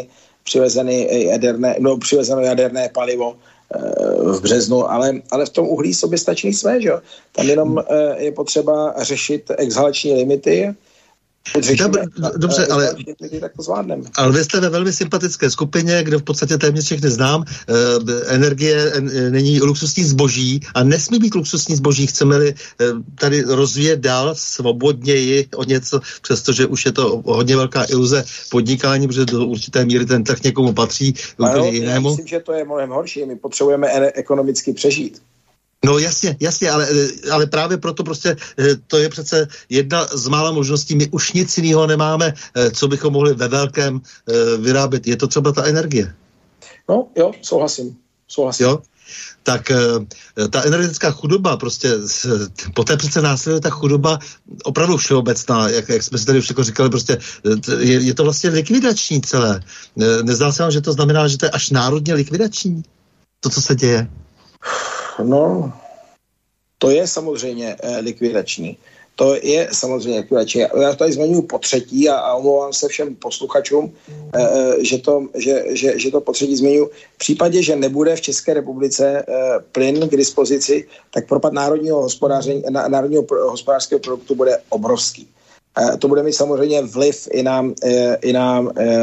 přivezeno jaderné palivo v březnu, ale v tom uhlí soběstační jsme, že jo? Tam jenom je potřeba řešit exhalační limity
Dobře, ale vy jste ve velmi sympatické skupině, kde v podstatě téměř všechny znám. Energie není luxusní zboží a nesmí být luxusní zboží, chceme-li tady rozvíjet dál svobodněji o něco, přestože už je to hodně velká iluze podnikání, protože do určité míry ten trh někomu patří, úplně jinému.
Myslím, že to je mnohem horší. My potřebujeme ekonomicky přežít.
No jasně, ale právě proto prostě to je přece jedna z mála možností. My už nic jiného nemáme, co bychom mohli ve velkém vyrábět. Je to třeba ta energie.
No jo, souhlasím.
Jo? Tak ta energetická chudoba, prostě poté přece následuje ta chudoba opravdu všeobecná, jak jsme si tady už říkali, prostě je to vlastně likvidační celé. Nezdá se vám, že to znamená, že to je až národně likvidační? To, co se děje?
No, to je samozřejmě likvidační. To je samozřejmě likvidační. Já tady zmiňuji po třetí a omlouvám se všem posluchačům, že to po třetí zmiňuji. V případě, že nebude v České republice plyn k dispozici, tak propad národního hospodářského produktu bude obrovský. To bude mít samozřejmě vliv i na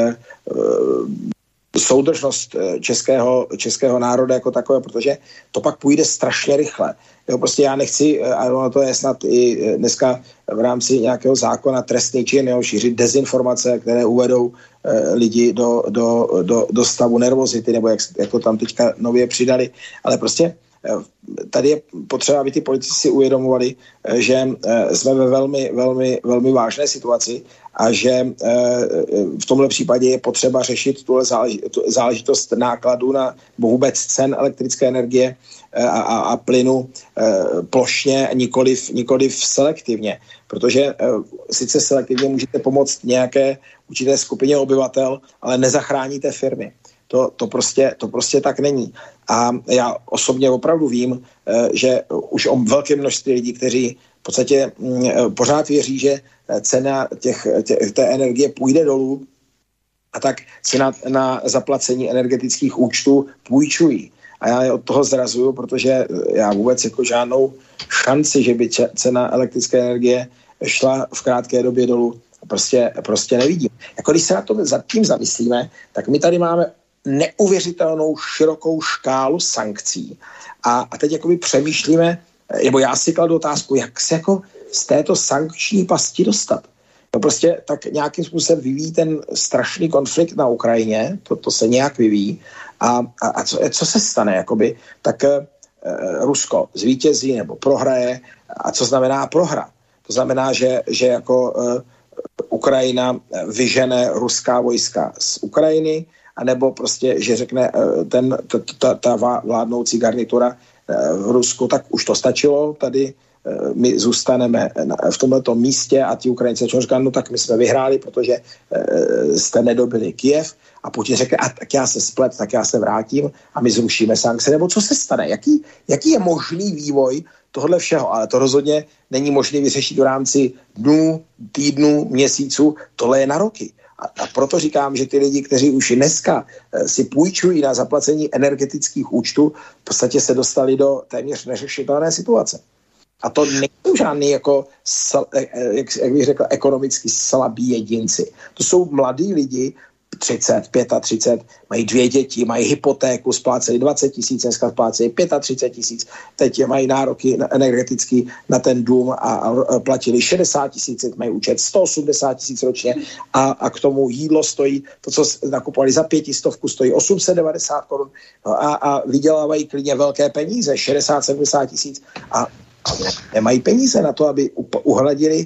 soudržnost českého národa jako takové, protože to pak půjde strašně rychle. Jo, prostě já nechci, a ono to je snad i dneska v rámci nějakého zákona trestný čin, šířit dezinformace, které uvedou lidi do stavu nervozity, nebo jak to tam teďka nově přidali, ale prostě tady je potřeba, aby ty politici si uvědomovali, že jsme ve velmi, velmi, velmi vážné situaci a že v tomhle případě je potřeba řešit tuhle záležitost nákladů na vůbec cen elektrické energie a plynu plošně, nikoliv selektivně. Protože sice selektivně můžete pomoct nějaké určité skupině obyvatel, ale nezachráníte firmy. To prostě tak není. A já osobně opravdu vím, že už o velké množství lidí, kteří v podstatě pořád věří, že cena té energie půjde dolů, a tak si na zaplacení energetických účtů půjčují. A já je od toho zrazuju, protože já vůbec jako žádnou šanci, že by cena elektrické energie šla v krátké době dolů, prostě nevidím. Jako když se na to tím zamyslíme, tak my tady máme neuvěřitelnou širokou škálu sankcí. A teď jakoby přemýšlíme, nebo já si kladu otázku, jak se jako z této sankční pasti dostat. No prostě tak nějakým způsobem vyvíjí ten strašný konflikt na Ukrajině, to se nějak vyvíjí. A co se stane, jakoby, tak Rusko zvítězí nebo prohraje. A co znamená prohra? To znamená, že jako Ukrajina vyžene ruská vojska z Ukrajiny, anebo prostě, že řekne ta vládnoucí garnitura v Rusku, tak už to stačilo, tady my zůstaneme v tomto místě a ti Ukrajinci říkají, no tak my jsme vyhráli, protože jste nedobili Kyjev, a Putin řekne, a tak já se splet, tak já se vrátím a my zrušíme sankce, nebo co se stane, jaký je možný vývoj tohle všeho, ale to rozhodně není možné vyřešit v rámci dnů, týdnů, měsíců, tohle je na roky. A proto říkám, že ty lidi, kteří už dneska si půjčují na zaplacení energetických účtů, v podstatě se dostali do téměř neřešitelné situace. A to nejsou žádný, jako, jak bych řekl, ekonomicky slabí jedinci. To jsou mladí lidi, 30, 35, mají 2 děti, mají hypotéku, splácejí 20 000, dneska splácejí 35 000, teď mají nároky energetický na ten dům a platili 60 000, teď mají účet 180 000 ročně a k tomu jídlo stojí, to, co nakupovali za 500, stojí 890 korun a vydělávají klidně velké peníze, 60-70 tisíc a nemají peníze na to, aby uhradili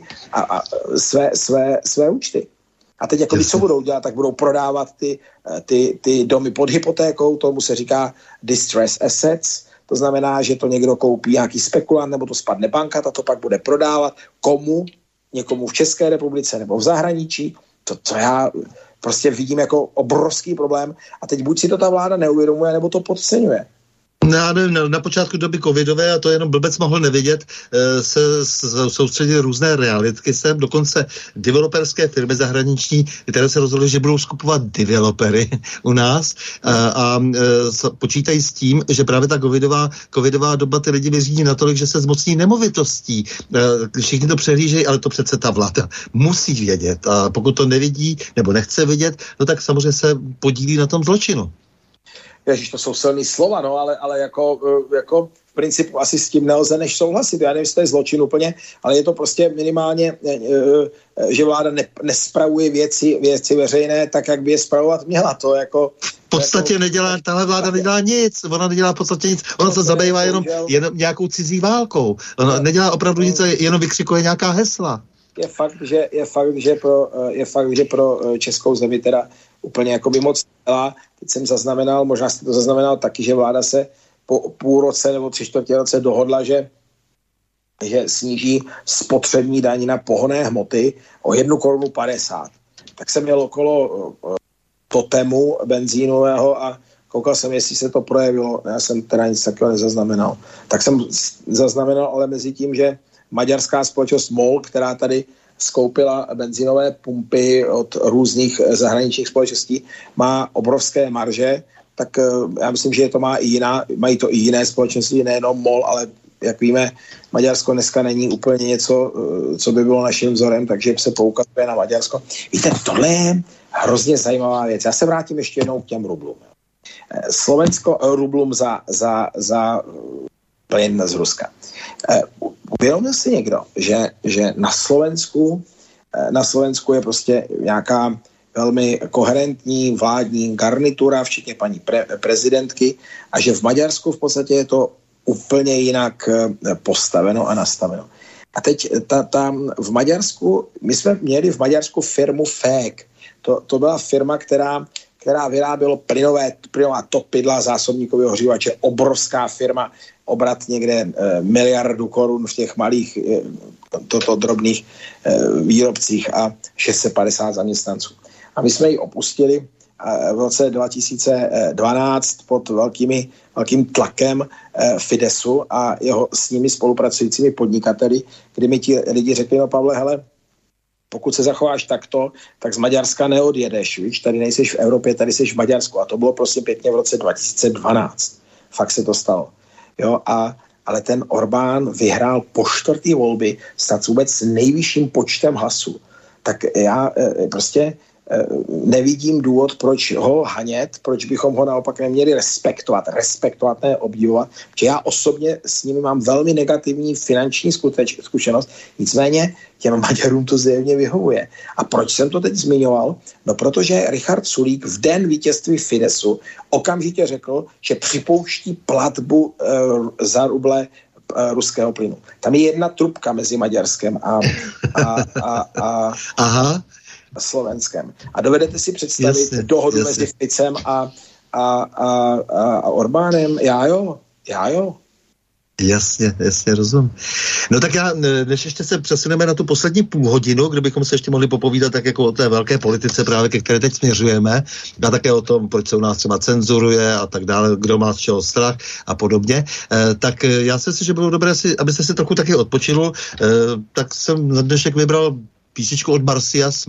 své účty. A teď jako co budou dělat, tak budou prodávat ty domy pod hypotékou, tomu se říká distress assets, to znamená, že to někdo koupí nějaký spekulant, nebo to spadne banka, ta to pak bude prodávat. Komu? Někomu v České republice nebo v zahraničí. To já prostě vidím jako obrovský problém a teď buď si to ta vláda neuvědomuje, nebo to podceňuje.
Já nevím, na počátku doby covidové, a to jenom blbec mohl nevidět, se soustředili různé realitky sem, dokonce developerské firmy zahraniční, které se rozhodly, že budou skupovat developery u nás a počítají s tím, že právě ta covidová doba ty lidi vyřídí natolik, že se zmocní nemovitostí. Všichni to přehlížejí, ale to přece ta vláda musí vědět. A pokud to nevidí nebo nechce vidět, no tak samozřejmě se podílí na tom zločinu.
Ježiš, to jsou silný slova, no, ale jako v principu asi s tím nelze než souhlasit. Já nevím, jestli to je zločin úplně, ale je to prostě minimálně, že vláda nespravuje věci veřejné tak, jak by je spravovat měla. To jako...
V podstatě tahle vláda nedělá nic, ona nedělá v podstatě nic, ona se zabývá jenom nějakou cizí válkou. Ona nedělá opravdu nic, jenom vykřikuje nějaká hesla.
Je fakt, že pro českou zemi teda úplně jako by moc dělá. Teď jsem zaznamenal, možná jste to zaznamenal taky, že vláda se po půl roce nebo 3/4 roce dohodla, že sníží spotřební daň na pohonné hmoty o 1,50 korunu. Tak jsem měl okolo totemu benzínového a koukal jsem, jestli se to projevilo. Já jsem teda nic takového nezaznamenal. Tak jsem zaznamenal ale mezi tím, že maďarská společnost MOL, která tady skoupila benzínové pumpy od různých zahraničních společností, má obrovské marže, tak já myslím, že to mají to i jiné společnosti, nejenom MOL, ale jak víme, Maďarsko dneska není úplně něco, co by bylo naším vzorem, takže se poukazuje na Maďarsko. Víte, tohle je hrozně zajímavá věc. Já se vrátím ještě jednou k těm rublům. Slovensko rublům za plyn z Ruska. Uvědomil si někdo, že na Slovensku je prostě nějaká velmi koherentní vládní garnitura, včetně paní prezidentky, a že v Maďarsku v podstatě je to úplně jinak postaveno a nastaveno. A teď v Maďarsku, my jsme měli v Maďarsku firmu FEG. To byla firma, která vyráběla plynová topidla, zásobníkového ohřívače, obrovská firma, obrat někde 1 miliardu korun v těch malých drobných výrobcích a 650 zaměstnanců. A my jsme ji opustili v roce 2012 pod velkým tlakem Fidesu a jeho s nimi spolupracujícími podnikateli, kdy mi ti lidi řekli, no Pavle, hele, pokud se zachováš takto, tak z Maďarska neodjedeš, víš, tady nejseš v Evropě, tady jsi v Maďarsku. A to bylo prostě pěkně v roce 2012. Fakt se to stalo. Jo, ale ten Orbán vyhrál po 4. volby snad vůbec s nejvyšším počtem hlasů. Tak já prostě nevidím důvod, proč ho hanět, proč bychom ho naopak neměli respektovat, ne obdivovat, protože já osobně s nimi mám velmi negativní finanční zkušenost, nicméně těm Maďarům to zjevně vyhovuje. A proč jsem to teď zmiňoval? No protože Richard Sulík v den vítězství Fidesu okamžitě řekl, že připouští platbu za ruble ruského plynu. Tam je jedna trubka mezi Maďarskem a Slovenskem. A dovedete si představit dohodu mezi Ficem a Orbánem? Já jo.
Jasně, rozumím. No tak než ještě se přesuneme na tu poslední půlhodinu, kde bychom se ještě mohli popovídat tak jako o té velké politice právě, ke které teď směřujeme, a také o tom, proč se u nás třeba cenzuruje a tak dále, kdo má z čeho strach a podobně, tak já si myslím, že bylo dobré, abyste si trochu taky odpočinul, tak jsem na dnešek vybral písničku od Marsyas,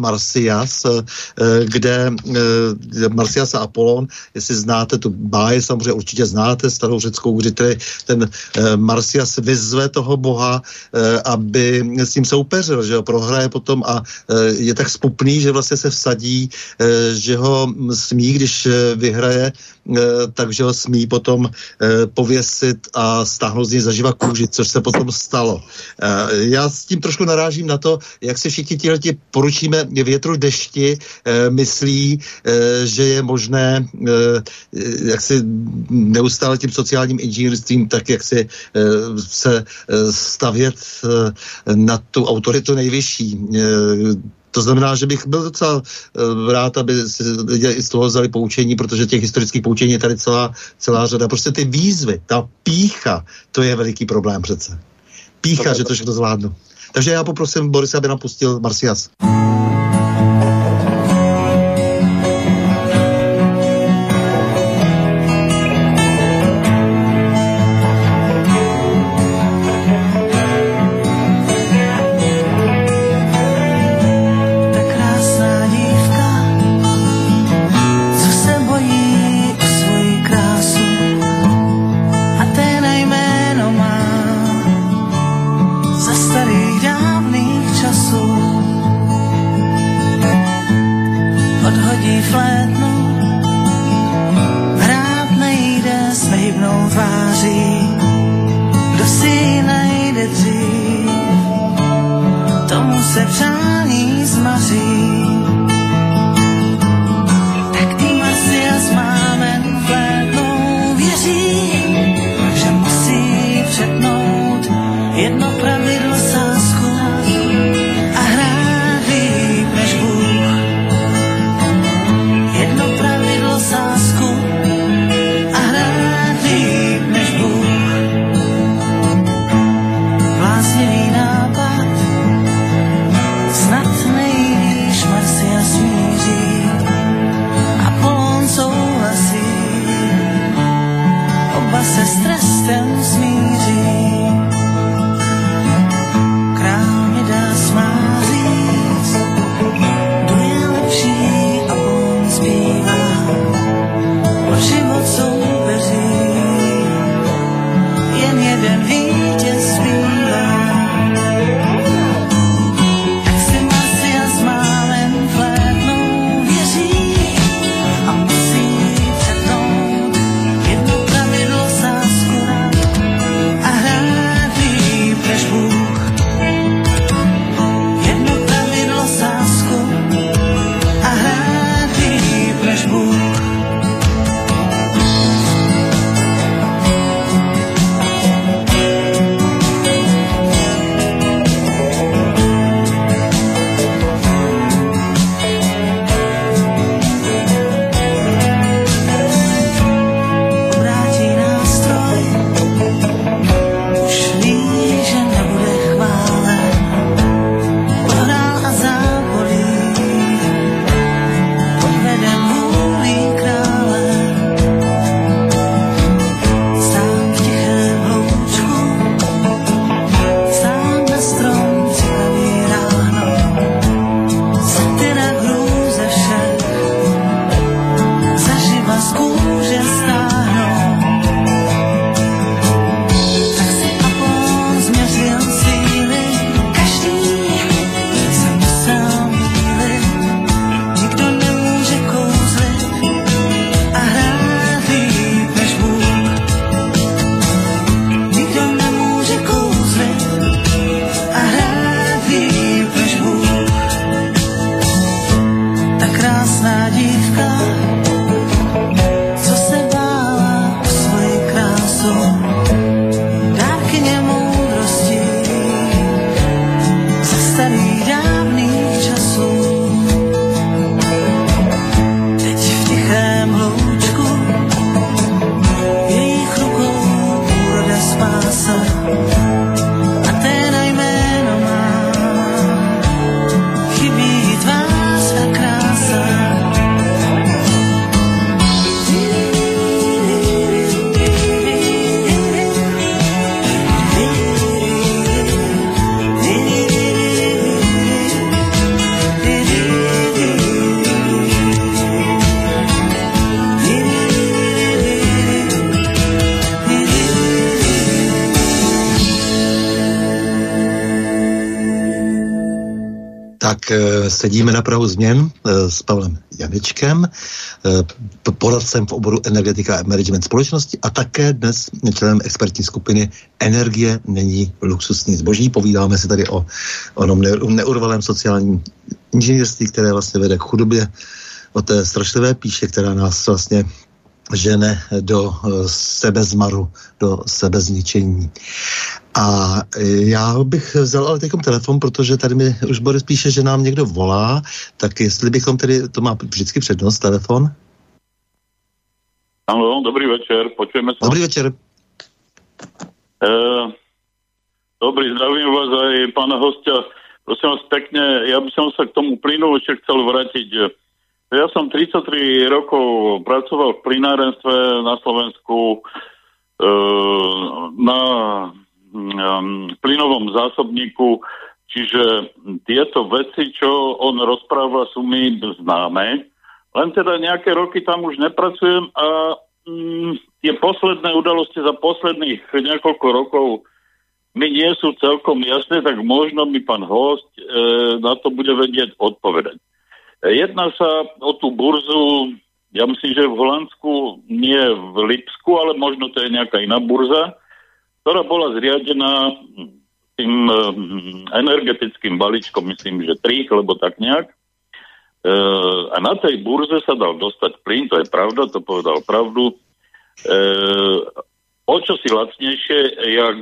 kde Marsyas a Apollon, jestli znáte tu báje, samozřejmě určitě znáte, starou řeckou, kdy ten Marsyas vyzve toho boha, aby s ním soupeřil, že ho prohraje potom a je tak spupný, že vlastně se vsadí, že ho smí, když vyhraje, takže ho smí potom pověsit a stáhnout z něj zaživa kůži, což se potom stalo. Já s tím trošku narážím na to, jak se všichni ti poručíme větru dešti, myslí, že je možné jak si neustále tím sociálním inženýrstvím tak jak si se stavět na tu autoritu nejvyšší. To znamená, že bych byl docela rád, aby si lidé i z toho vzali poučení, protože těch historických poučení je tady celá řada. Prostě ty výzvy, ta pýcha, to je veliký problém přece. Pýcha, že to všechno zvládnu. Takže já poprosím Borise, aby nám pustil Marsyas. Tak sedíme na prahu změn s Pavlem Janečkem, poradcem v oboru energetika a management společnosti a také dnes členem expertní skupiny Energie není luxusní zboží. Povídáme si tady o onom neurvalém sociálním inženýrství, které vlastně vede k chudobě, o té strašlivé píše, která nás vlastně žene do sebezmaru, do sebezničení. A já bych vzal ale teďkom telefon, protože tady mi už Boris píše, že nám někdo volá, tak jestli bychom tedy, to má vždycky přednost, telefon.
Áno, dobrý večer, počujeme sa.
Dobrý večer.
Dobrý, zdravím vás aj pána hostia. Prosím vás pekne, ja by som sa k tomu plynu ešte chcel vrátiť. Ja som 33 rokov pracoval v plynárenstve na Slovensku na plynovom zásobníku, čiže tieto veci, čo on rozpráva, sú mi známe. Len teda nejaké roky tam už nepracujem a tie posledné udalosti za posledných niekoľko rokov mi nie sú celkom jasné, tak možno mi pán host na to bude vedieť odpovedať. Jedná sa o tú burzu, ja myslím, že v Holandsku, nie v Lipsku, ale možno to je nejaká iná burza, ktorá bola zriadená tým energetickým balíčkom, myslím, že 3, lebo tak nejak. A na tej burze sa dal dostať plyn, to je pravda, to povedal pravdu. O čo si lacnejšie, jak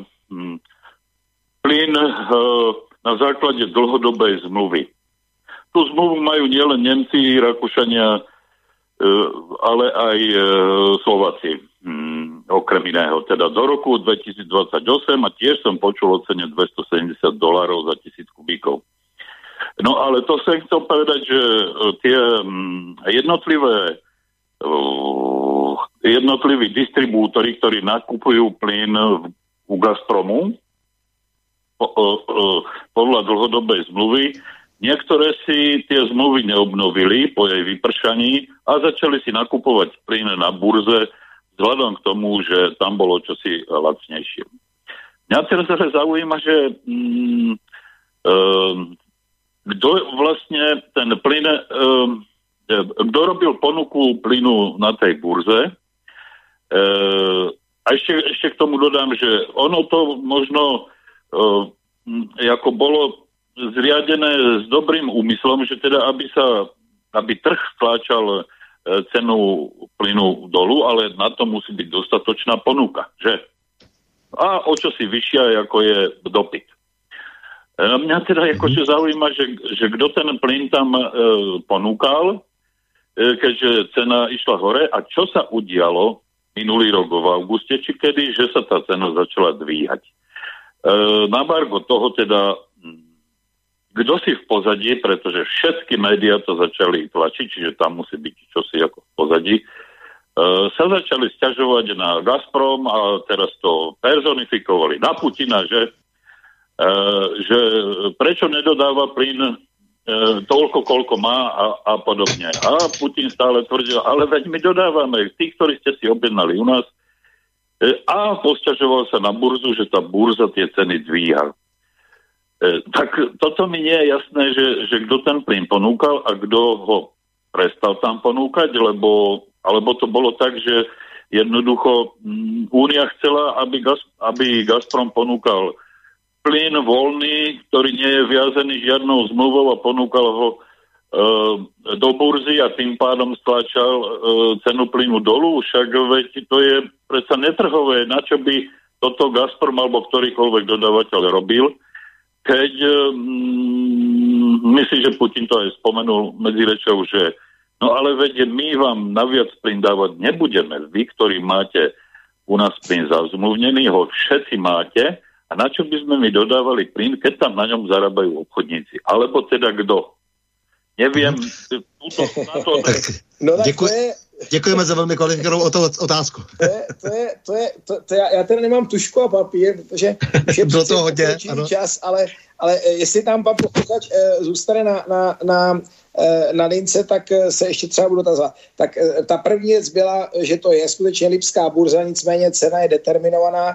plyn na základe dlhodobej zmluvy. Tú zmluvu majú nielen Nemci, Rakúšania, ale aj Slováci, okrem iného. Teda do roku 2028 a tiež som počul o cene $270 za 1000 kubíkov. No ale to som chcel povedať, že tie jednotliví distribútori, ktorí nakupujú plyn u Gazpromu podľa dlhodobej zmluvy, niektoré si tie zmluvy neobnovili po jej vypršaní a začali si nakupovať plyn na burze vzhľadom k tomu, že tam bolo čosi lacnejšie. Mňa teraz zaujíma, že kto vlastne ten plyn, kto robil ponuku plynu na tej burze. A ešte k tomu dodám, že ono to možno ako bolo zriadené s dobrým úmyslom, že teda aby trh stláčal cenu plynu dolu, ale na to musí byť dostatočná ponuka, že? A o čo si vyššia, ako je dopyt. Mňa teda akože zaujíma, že kto ten plyn tam ponúkal, keďže cena išla hore a čo sa udialo minulý rok v auguste, či kedy, že sa tá cena začala dvíhať. Na margo toho teda kto si v pozadí, pretože všetky médiá to začali tlačiť, čiže tam musí byť čosi ako v pozadí, sa začali sťažovať na Gazprom a teraz to personifikovali na Putina, že prečo nedodáva plyn toľko, koľko má a podobne. A Putin stále tvrdil, ale veď my dodávame tých, ktorí ste si objednali u nás a posťažoval sa na burzu, že tá burza tie ceny dvíha. Tak toto mi nie je jasné, že kto ten plyn ponúkal a kto ho prestal tam ponúkať, alebo to bolo tak, že jednoducho Únia chcela, aby Gazprom ponúkal plyn voľný, ktorý nie je viazený žiadnou zmluvou a ponúkal ho do burzy a tým pádom stlačal cenu plynu dolu. Však veď to je predsa netrhové, na čo by toto Gazprom alebo ktorýkoľvek dodávateľ robil, keď myslím, že Putin to aj spomenul medzi rečou, že no ale veď my vám naviac plyn dávať nebudeme. Vy, ktorí máte u nás plyn zazmluvnený, ho všetci máte a na čo by sme my dodávali plyn, keď tam na ňom zarábajú obchodníci? Alebo teda kto? Neviem.
Děkujeme za velmi kvalifikovanou otázku.
Já teda nemám tušku a papír, protože už je přece čas, ale jestli tam pan posluchač zůstane na lince, tak se ještě třeba budu dotazovat. Tak ta první věc byla, že to je skutečně lipská burza, nicméně cena je determinovaná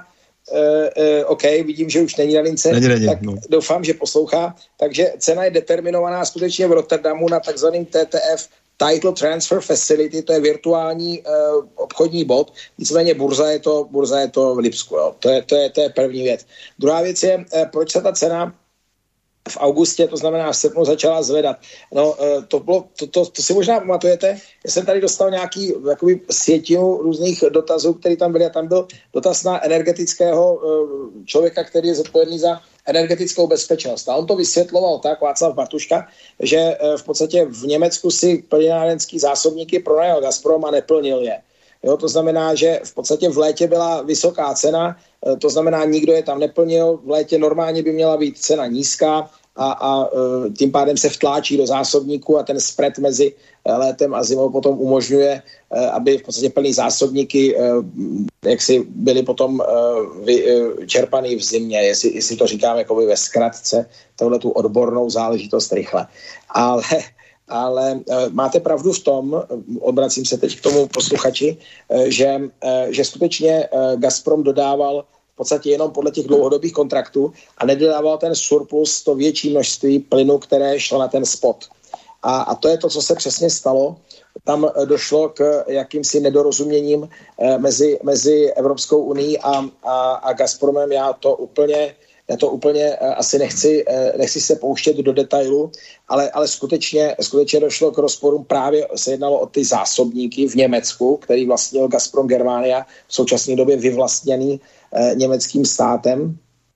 OK, vidím, že už není na lince, tak doufám, že poslouchá. Takže cena je determinovaná skutečně v Rotterdamu na takzvaným TTF, Title Transfer Facility, to je virtuální obchodní bod, nicméně burza je to v Lipsku, jo. To je první věc. Druhá věc je, proč se ta cena v augustě, to znamená v srpnu, začala zvedat. No, to si možná pamatujete. Já jsem tady dostal nějaký jakoby sjetinu různých dotazů, který tam byly, a tam byl dotaz na energetického člověka, který je zodpovědný za energetickou bezpečnost. A on to vysvětloval tak, Václav Bartuška, že v podstatě v Německu si plynárenský zásobníky pronajal Gazprom a neplnil je. Jo, to znamená, že v podstatě v létě byla vysoká cena, to znamená, nikdo je tam neplnil, v létě normálně by měla být cena nízká a tím pádem se vtláčí do zásobníku a ten spread mezi létem a zimou potom umožňuje, aby v podstatě plný zásobníky jaksi byly potom čerpaný v zimě, jestli to říkám jakoby ve zkratce, tohletu odbornou záležitost rychle. Ale máte pravdu v tom, obracím se teď k tomu posluchači, že skutečně Gazprom dodával v podstatě jenom podle těch dlouhodobých kontraktů a nedodával ten surplus, to větší množství plynu, které šlo na ten spot. A to je to, co se přesně stalo. Tam došlo k jakýmsi nedorozuměním mezi Evropskou unii a Gazpromem. Já to úplně asi nechci se pouštět do detailu, ale skutečně došlo k rozporům. Právě se jednalo o ty zásobníky v Německu, který vlastnil Gazprom Germania, v současné době vyvlastněný německým státem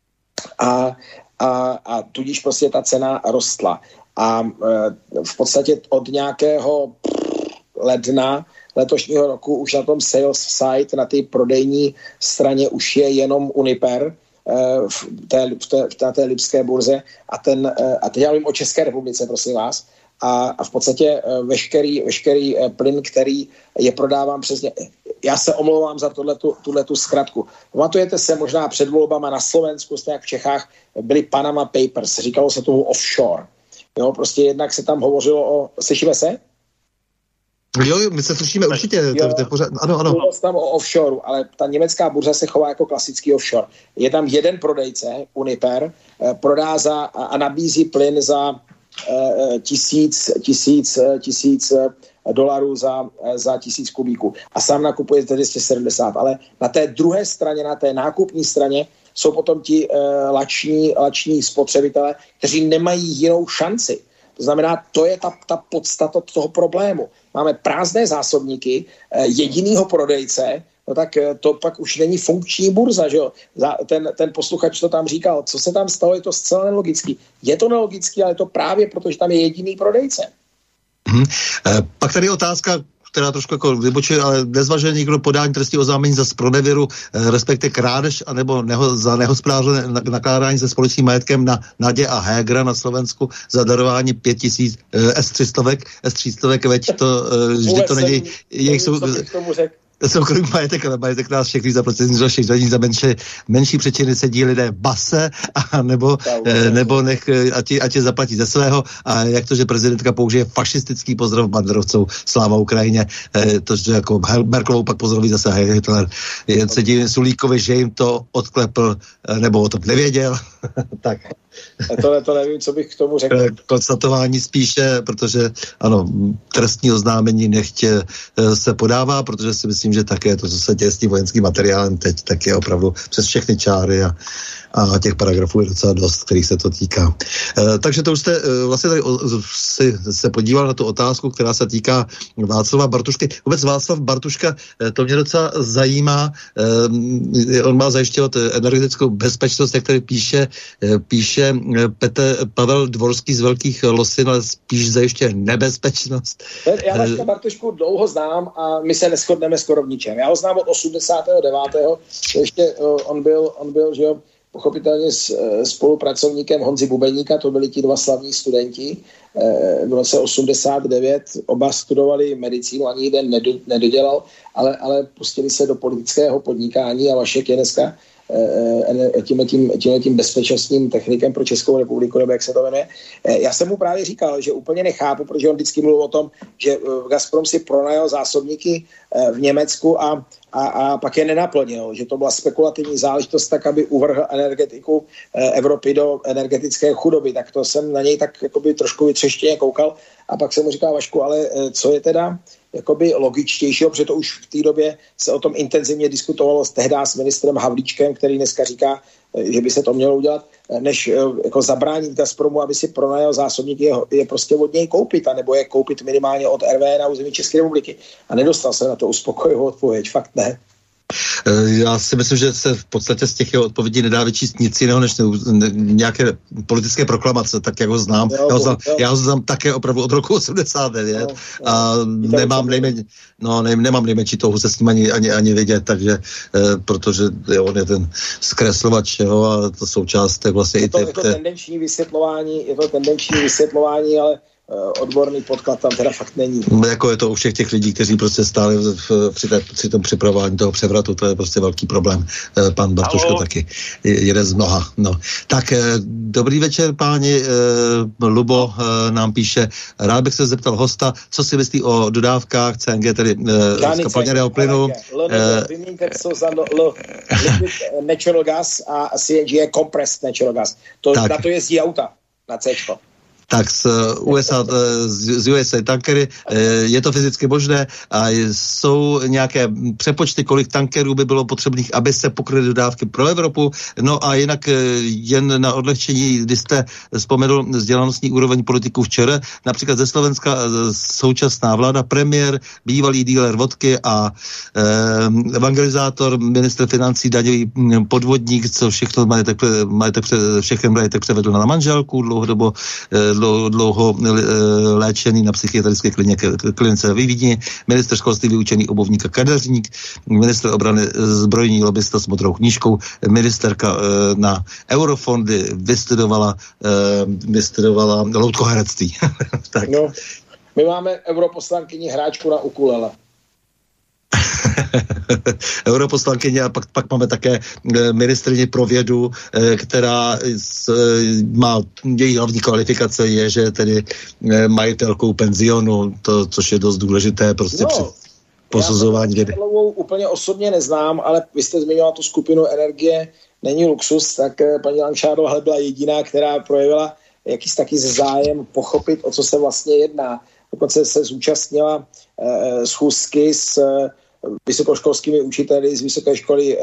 a tudíž prostě ta cena rostla. A v podstatě od nějakého ledna letošního roku už na tom sales site, na té prodejní straně už je jenom Uniper na té lipské burze a teď já mluvím o České republice, prosím vás, a v podstatě veškerý plyn, který je prodáván přesně. Já se omlouvám za tuhletu zkratku. Pamatujete se možná před volbama na Slovensku, jak v Čechách, byly Panama Papers, říkalo se tomu offshore. Jo, prostě jednak se tam hovořilo o... Slyšíme se?
Jo, my se slyšíme určitě. Ano.
Mluvilo tam o offshore, ale ta německá burza se chová jako klasický offshore. Je tam jeden prodejce, Uniper, prodá a nabízí plyn za $1000 za 1000 kubíků. A sám nakupuje za 270. Ale na té druhé straně, na té nákupní straně, jsou potom ti lační spotřebitelé, kteří nemají jinou šanci. To znamená, to je ta podstata toho problému. Máme prázdné zásobníky, jedinýho prodejce, no tak to pak už není funkční burza, že jo? Ten posluchač to tam říkal, co se tam stalo, je to zcela nelogický. Je to nelogický, ale je to právě proto, že tam je jediný prodejce.
Pak tady otázka, která trošku jako vybočuje, ale nezvažuje někdo podání trestního oznámení za zpronevěru, respektive krádež, anebo za nehospodárné nakládání se společným majetkem na Nadě a Hégera na Slovensku za darování 5000 S-300, veď to vždy to není jejich soukromý majetek, ale majetek nás všechny za procesní všech daní za menší přečiny sedí lidé base, nebo ať je zaplatí ze svého, a jak to, že prezidentka použije fašistický pozdrav banderovců, sláva Ukrajině, to, že jako Merkelovou pak pozdraví zase Hitler, sedí Sulíkovi, že jim to odklepl, nebo o tom nevěděl, tak.
To nevím, co bych k tomu řekl.
Konstatování spíše, protože ano, trestní oznámení nechtě se podává, protože si myslím, že také to, co se děje s tím vojenským materiálem teď, tak je opravdu přes všechny čáry a těch paragrafů je docela dost, kterých se to týká. Takže to už jste vlastně tady se podíval na tu otázku, která se týká Václava Bartušky. Vůbec Václav Bartuška, to mě docela zajímá. On má zajišťovat energetickou bezpečnost, jak tady píše Pavel Dvorský z Velkých Losin, ale spíš zajišťuje nebezpečnost.
Já Václava Bartušku dlouho znám a my se neshodneme skoro v ničem. Já ho znám od 89. Ještě on byl, že jo, pochopitelně s spolupracovníkem Honzi Bubeníka, to byli ti dva slavní studenti. V roce 89 oba studovali medicínu, ani jeden nedodělal, ale pustili se do politického podnikání a Vašek je dneska tímhletím bezpečnostním technikem pro Českou republiku, nebo jak se to jmenuje. Já jsem mu právě říkal, že úplně nechápu, protože on vždycky mluvil o tom, že Gazprom si pronajal zásobníky v Německu a pak je nenaplnil, že to byla spekulativní záležitost tak, aby uvrhl energetiku Evropy do energetické chudoby. Tak to jsem na něj tak jakoby trošku vytřeštěně koukal a pak jsem mu říkal, Vašku, ale co je teda jakoby logičtějšího, protože to už v té době se o tom intenzivně diskutovalo tehdy s ministrem Havlíčkem, který dneska říká, že by se to mělo udělat, než jako zabránit Gazpromu, aby si pronajal zásobníky, je prostě od něj koupit, anebo je koupit minimálně od RWE na území České republiky. A nedostal se na to uspokojivou odpověď, fakt ne.
Já si myslím, že se v podstatě z těch jeho odpovědí nedá vyčíst nic jiného, než nějaké politické proklamace, tak jak ho znám. Já ho znám také opravdu od roku 89 a nemám nejmenší touhu se s ním ani vidět, takže protože on je ten zkreslovač, a to součást vlastně
je to tendenční vysvětlování, ale odborný podklad tam teda fakt není.
Jako je to u všech těch lidí, kteří prostě stáli při tom připravování toho převratu, to je prostě velký problém. Pan Bartuško taky jeden z mnoha. No. Tak dobrý večer, páni. Lubo nám píše, rád bych se zeptal hosta, co si myslí o dodávkách CNG, tedy skapalněného plynu.
Vyměňte to za natural gas a CNG je compressed natural gas. Na to jezdí auta, na C-čko.
Tak z USA tankery je to fyzicky možné a jsou nějaké přepočty, kolik tankerů by bylo potřebných, aby se pokryly dodávky pro Evropu. No a jinak jen na odlehčení, když jste vzpomenul vzdělanostní úroveň politiků včera, například ze Slovenska současná vláda, premiér, bývalý díler vodky a evangelizátor, ministr financí, daňový podvodník, co všechno všechny majetek převedl na manželku, dlouho léčený na psychiatrické klinice ve Vídni, ministr školství vyučený obuvník a kadeřník, ministr obrany zbrojní lobista s modrou knížkou, ministerka na eurofondy vystudovala loutkoherectví. Tak.
No, my máme europoslankyni hráčku na ukulele.
Europoslankyně a pak máme také ministryni pro vědu, která má, její hlavní kvalifikace je, že tedy majitelkou penzionu, což je dost důležité prostě při posuzování vědy. Já
úplně osobně neznám, ale vy jste zmiňoval tu skupinu Energie není luxus, tak paní Langšádlová byla jediná, která projevila jakýsi taky zájem pochopit, o co se vlastně jedná. Dokonce se zúčastnila schůzky s vysokoškolskými učiteli z vysoké školy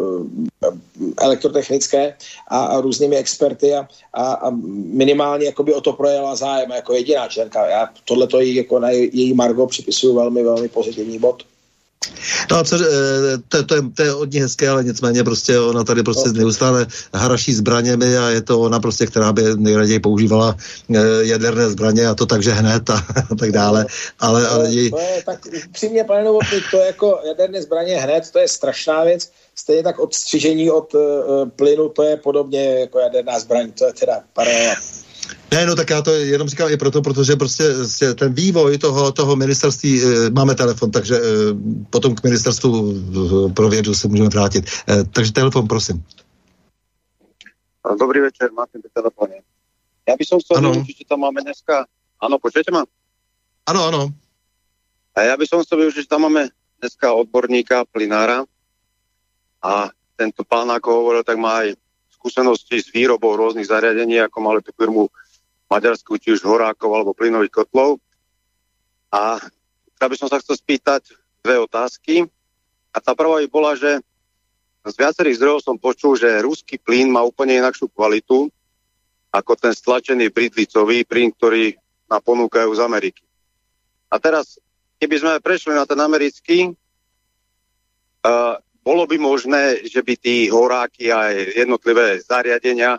elektrotechnické a různými experty a minimálně jakoby o to projela zájem jako jediná členka. Já tohleto jako na její margo připisuju velmi, velmi pozitivní bod.
No, to je od ní hezké, ale nicméně prostě ona tady prostě neustále haraší zbraněmi a je to ona prostě, která by nejraději používala jaderné zbraně a to takže hned a tak dále. Ale
to je tak upřímně, pane Novotný, to jako jaderné zbraně hned, to je strašná věc. Stejně tak odstřižení od plynu, to je podobně jako jaderná zbraň, to je teda paralela.
Ne, no tak já to jenom říkám i proto, protože prostě ten vývoj toho ministerství, máme telefon, takže potom k ministerstvu pro vědu se můžeme vrátit. Takže telefon, prosím.
Dobrý večer, máte na telefóne. Ja by som chcel využiť, že tam máme dneska... Áno, počujete ma?
Áno.
A ja by som chcel využiť, že tam máme dneska odborníka, plynára a tento pán, ako hovoril, tak má aj skúsenosti s výrobou rôznych zariadení, ako mali tú firmu maďarskú, či už horákov alebo plynových kotlov. A ja by som sa chcel spýtať dve otázky. A tá prvá by bola, že z viacerých zdrojov som počul, že ruský plyn má úplne inakšiu kvalitu ako ten stlačený bridlicový plyn, ktorý nám ponúkajú z Ameriky. A teraz, keby sme prešli na ten americký, bolo by možné, že by tí horáky a jednotlivé zariadenia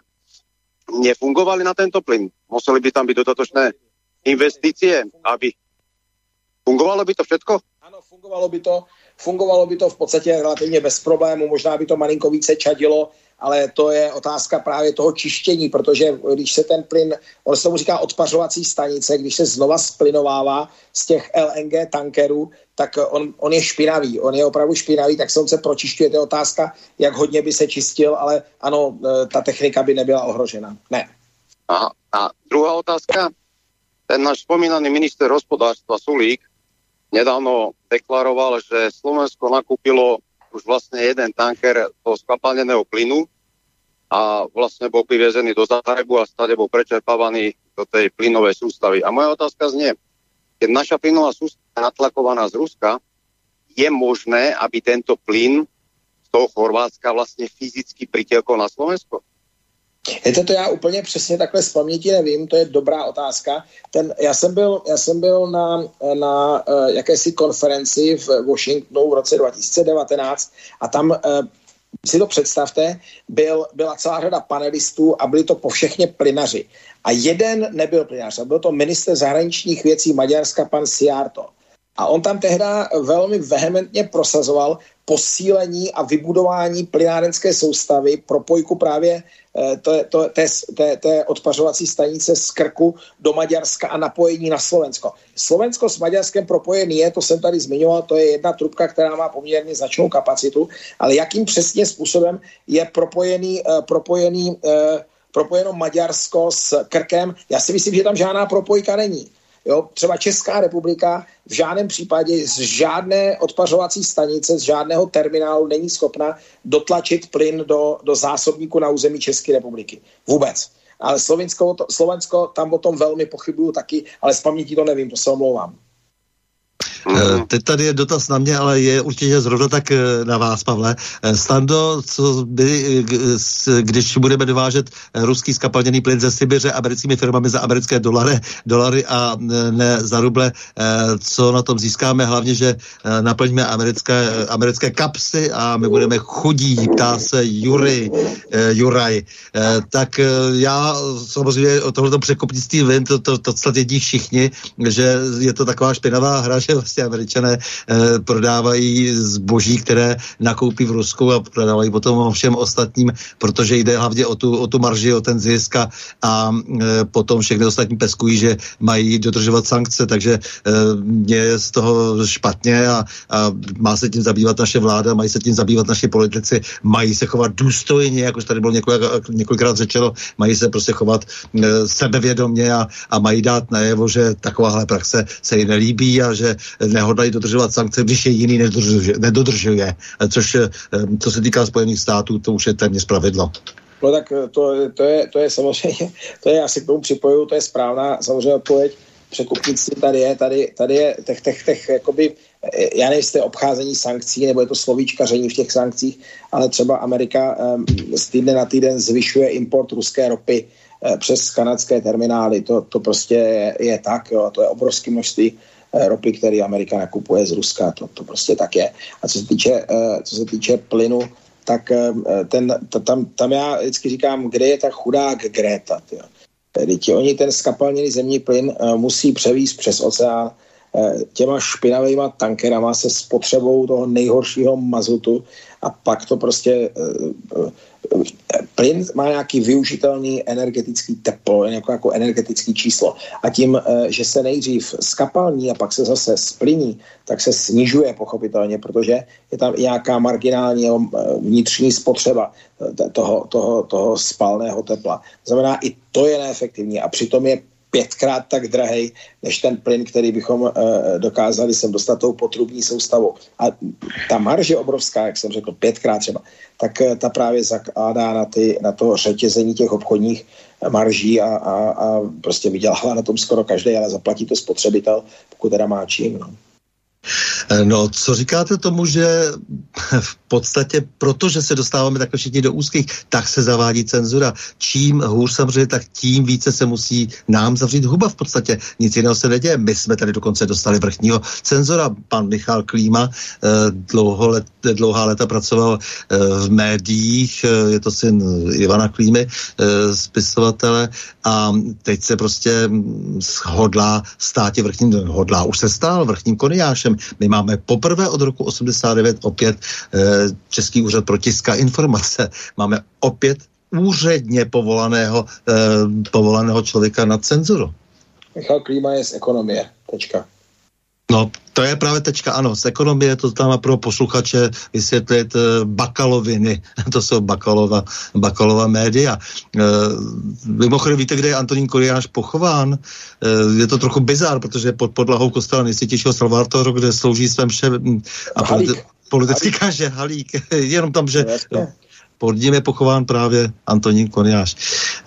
nefungovali na tento plyn. Museli by tam byť dodatočné investície, aby Fungovalo by to všetko?
Ano, fungovalo by to v podstatě relativně bez problému, možná by to malinko více čadilo, ale to je otázka právě toho čištění, protože když se ten plyn, on se tomu říká odpařovací stanice, když se znova splinovává z těch LNG tankerů, tak on je špinavý, on je opravdu špinavý, tak se on se pročišťuje. To je otázka, jak hodně by se čistil, ale ano, ta technika by nebyla ohrožena. Ne.
Aha. A druhá otázka, ten náš spomínaný minister hospodárstva Sulík nedávno deklaroval, že Slovensko nakúpilo už vlastne jeden tanker toho skvapalneného plynu a vlastne bol privezený do Zahrebu a stade bol prečerpávaný do tej plynovej sústavy. A moja otázka znie, keď naša plynová sústava je natlakovaná z Ruska, je možné, aby tento plyn z toho Chorvátska vlastne fyzicky pritiekol na Slovensko?
To já úplně přesně takhle z paměti nevím, to je dobrá otázka. Já jsem byl na jakési konferenci v Washingtonu v roce 2019 a tam si to představte, byla celá řada panelistů a byli to povšechně plynaři. A jeden nebyl plynař, a byl to ministr zahraničních věcí Maďarska, pan Szijjártó. A on tam tehda velmi vehementně prosazoval posílení a vybudování plynárenské soustavy, propojku právě té odpařovací stanice z Krku do Maďarska a napojení na Slovensko. Slovensko s Maďarskem propojený je, to jsem tady zmiňoval, to je jedna trubka, která má poměrně značnou kapacitu, ale jakým přesně způsobem je propojeno Maďarsko s Krkem, já si myslím, že tam žádná propojka není. Jo, třeba Česká republika v žádném případě z žádné odpařovací stanice, z žádného terminálu není schopna dotlačit plyn do zásobníku na území České republiky. Vůbec. Ale Slovensko tam o tom velmi pochybuju taky, ale z paměti to nevím, to se omlouvám.
Teď tady je dotaz na mě, ale je určitě zrovna tak na vás, Pavle. Stando, když budeme dovážet ruský skapalněný plyn ze Sibiře americkými firmami za americké dolary a ne za ruble, co na tom získáme? Hlavně, že naplníme americké kapsy a my budeme chudí, ptá se Juraj. Tak já samozřejmě o tohleto překupnictví vím, to snad vědí všichni, že je to taková špinavá hra, že vlastně Američané prodávají zboží, které nakoupí v Rusku a prodávají potom všem ostatním, protože jde hlavně o tu marži, o ten zisk a potom všechny ostatní peskují, že mají dodržovat sankce, takže mě je z toho špatně a má se tím zabývat naše vláda, mají se tím zabývat naši politici, mají se chovat důstojně, jak už tady bylo několikrát řečeno, mají se prostě chovat sebevědomě a mají dát najevo, že takováhle praxe se jim nelíbí a že nehodlají dodržovat sankce, když je jiný nedodržuje. Což, co se týká Spojených států, to už je téměř pravidlo.
No tak to je samozřejmě, to je asi k tomu připoju, to je správná samozřejmě odpověď. Překupnictví tady je těch jakoby, já nevím, jestli je obcházení sankcí, nebo je to slovíčkaření v těch sankcích, ale třeba Amerika z týdne na týden zvyšuje import ruské ropy přes kanadské terminály. To prostě je tak, jo, to je obrovské množství ropy, který Amerika nakupuje z Ruska, to prostě tak je. A co se týče plynu, tak tam já vždycky říkám, kde je ta chudák Greta, tyjo. Teď oni ten skapalněný zemní plyn musí převízt přes oceán těma špinavýma tankerama se spotřebou toho nejhoršího mazutu a pak to prostě plyn má nějaký využitelný energetický teplo, jako energetický číslo. A tím, že se nejdřív skapalní a pak se zase spliní, tak se snižuje pochopitelně, protože je tam i nějaká marginální vnitřní spotřeba toho spalného tepla. Znamená, i to je neefektivní a přitom je 5krát tak drahej, než ten plyn, který bychom dokázali sem dostat tou potrubní soustavou. A ta marže je obrovská, jak jsem řekl, 5krát třeba, tak ta právě zakládá na to řetězení těch obchodních marží a prostě vydělává na tom skoro každý, ale zaplatí to spotřebitel, pokud teda má čím.
No, co říkáte tomu, že v podstatě, protože se dostáváme takhle všichni do úzkých, tak se zavádí cenzura. Čím hůř samozřejmě, tak tím více se musí nám zavřít huba v podstatě. Nic jiného se neděje. My jsme tady dokonce dostali vrchního cenzora, pan Michal Klíma, dlouhá léta pracoval v médiích, je to syn Ivana Klímy, spisovatele, a teď se prostě hodlá stát už se stal vrchním koniášem. My máme poprvé od roku 89 opět Český úřad pro tisk a informace. Máme opět úředně povolaného člověka na cenzuru.
Michal Klíma je z ekonomie. Tečka.
No, to je právě tečka, ano, z ekonomie, to tam má pro posluchače vysvětlit bakaloviny, to jsou bakalova média. Mimochodem, víte, kde je Antonín Koniáš pochován? Je to trochu bizár, protože pod podlahou kostela Nejsvětějšího Salvatoru, kde slouží svém šéfem a politicky kaže Halík, jenom tam, že pod ním je pochován právě Antonín Koniáš.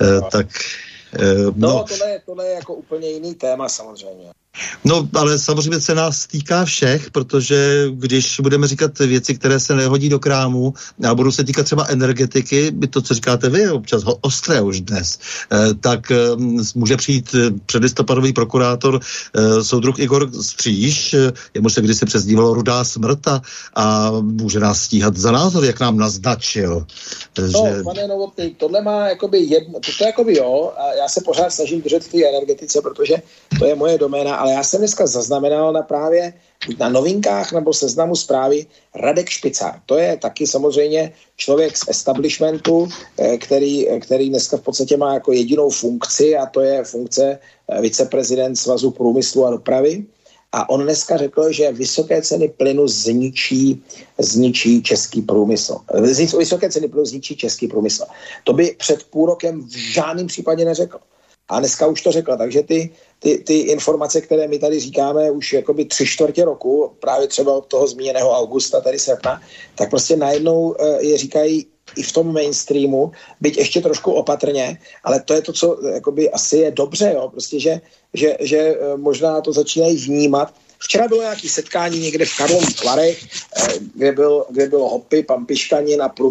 Tohle je jako úplně jiný téma samozřejmě.
No, ale samozřejmě se nás týká všech, protože když budeme říkat věci, které se nehodí do krámu a budou se týkat třeba energetiky, to, co říkáte vy, občas ostré už dnes, tak může přijít předlistopadový prokurátor soudruh Igor Stříž, jemu se kdysi přezdívalo Rudá smrt, a může nás stíhat za názor, jak nám naznačil.
Pane Novotný, tohle má jakoby jo, a já se pořád snažím držet v té energetice, protože to je moje doména, ale já jsem dneska zaznamenal na novinkách nebo Seznamu Zprávy Radek Špicák. To je taky samozřejmě člověk z establishmentu, který dneska v podstatě má jako jedinou funkci, a to je funkce viceprezident Svazu průmyslu a dopravy. A on dneska řekl, že vysoké ceny plynu zničí český průmysl. Vysoké ceny plynu zničí český průmysl. To by před půl rokem v žádném případě neřekl. A dneska už to řekla, takže ty informace, které my tady říkáme už jakoby 3/4 roku, právě třeba od toho zmíněného augusta, tady srpna, tak prostě najednou je říkají i v tom mainstreamu, byť ještě trošku opatrně, ale to je to, co jakoby asi je dobře, jo, prostě, že možná to začínají vnímat. Včera bylo nějaké setkání někde v Karlových Varech, kde bylo Hopy, pan Piškanin a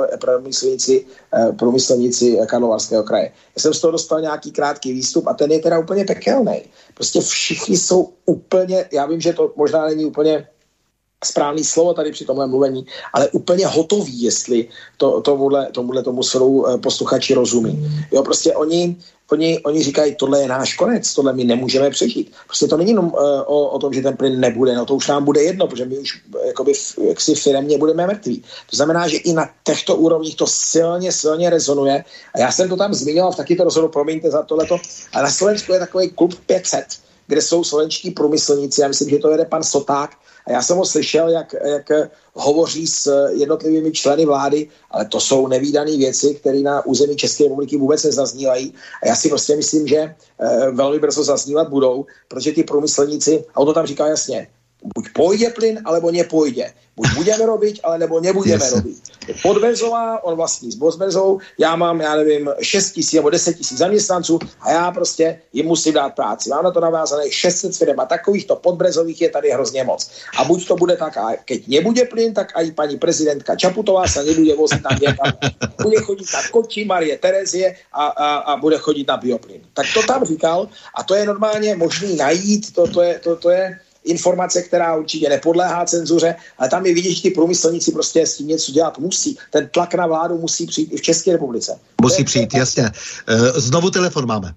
průmyslníci Karlovarského kraje. Já jsem z toho dostal nějaký krátký výstup a ten je teda úplně pekelný. Prostě všichni jsou úplně, já vím, že to možná není úplně správný slovo tady při tomhle mluvení, ale úplně hotový, jestli tomu svou posluchači rozumí. Jo, prostě oni říkají, tohle je náš konec, tohle my nemůžeme přežít. Prostě to není jenom o tom, že ten plyn nebude, no to už nám bude jedno, protože my už jaksi firemně budeme mrtví. To znamená, že i na těchto úrovních to silně rezonuje. A já jsem to tam zmiňoval v takyto rozhodu, promiňte za tohleto, a na Slovensku je takový klub 500, kde jsou slovenští průmyslníci, já myslím, že to jede pan Soták, a já jsem ho slyšel, jak hovoří s jednotlivými členy vlády, ale to jsou nevídané věci, které na území České republiky vůbec nezaznívají. A já si prostě myslím, že velmi brzo zaznívat budou, protože ty průmyslníci, a on to tam říká jasně, buď pôjde plyn, alebo nepôjde. Buď budeme robiť, alebo nebudeme robiť. Podbenzová, on vlastní s Bozbenzou, já mám, 6 000 nebo 10 000 zaměstnanců a já prostě jim musím dát práci. Mám na to navázané 600 firm a takovýchto podbrezových je tady hrozně moc. A buď to bude tak, a keď nebude plyn, tak aj paní prezidentka Čaputová sa nebude vozit tam někam. Bude chodit na Koči Marie Terezie a bude chodit na bioplyn. Tak to tam říkal a to je normálně možný najít, to je informace, která určitě nepodléhá cenzuře, ale tam je vidět, že ty průmyslníci prostě s tím něco dělat musí. Ten tlak na vládu musí přijít i v České republice.
Musí přijít, jasně. Znovu telefon máme.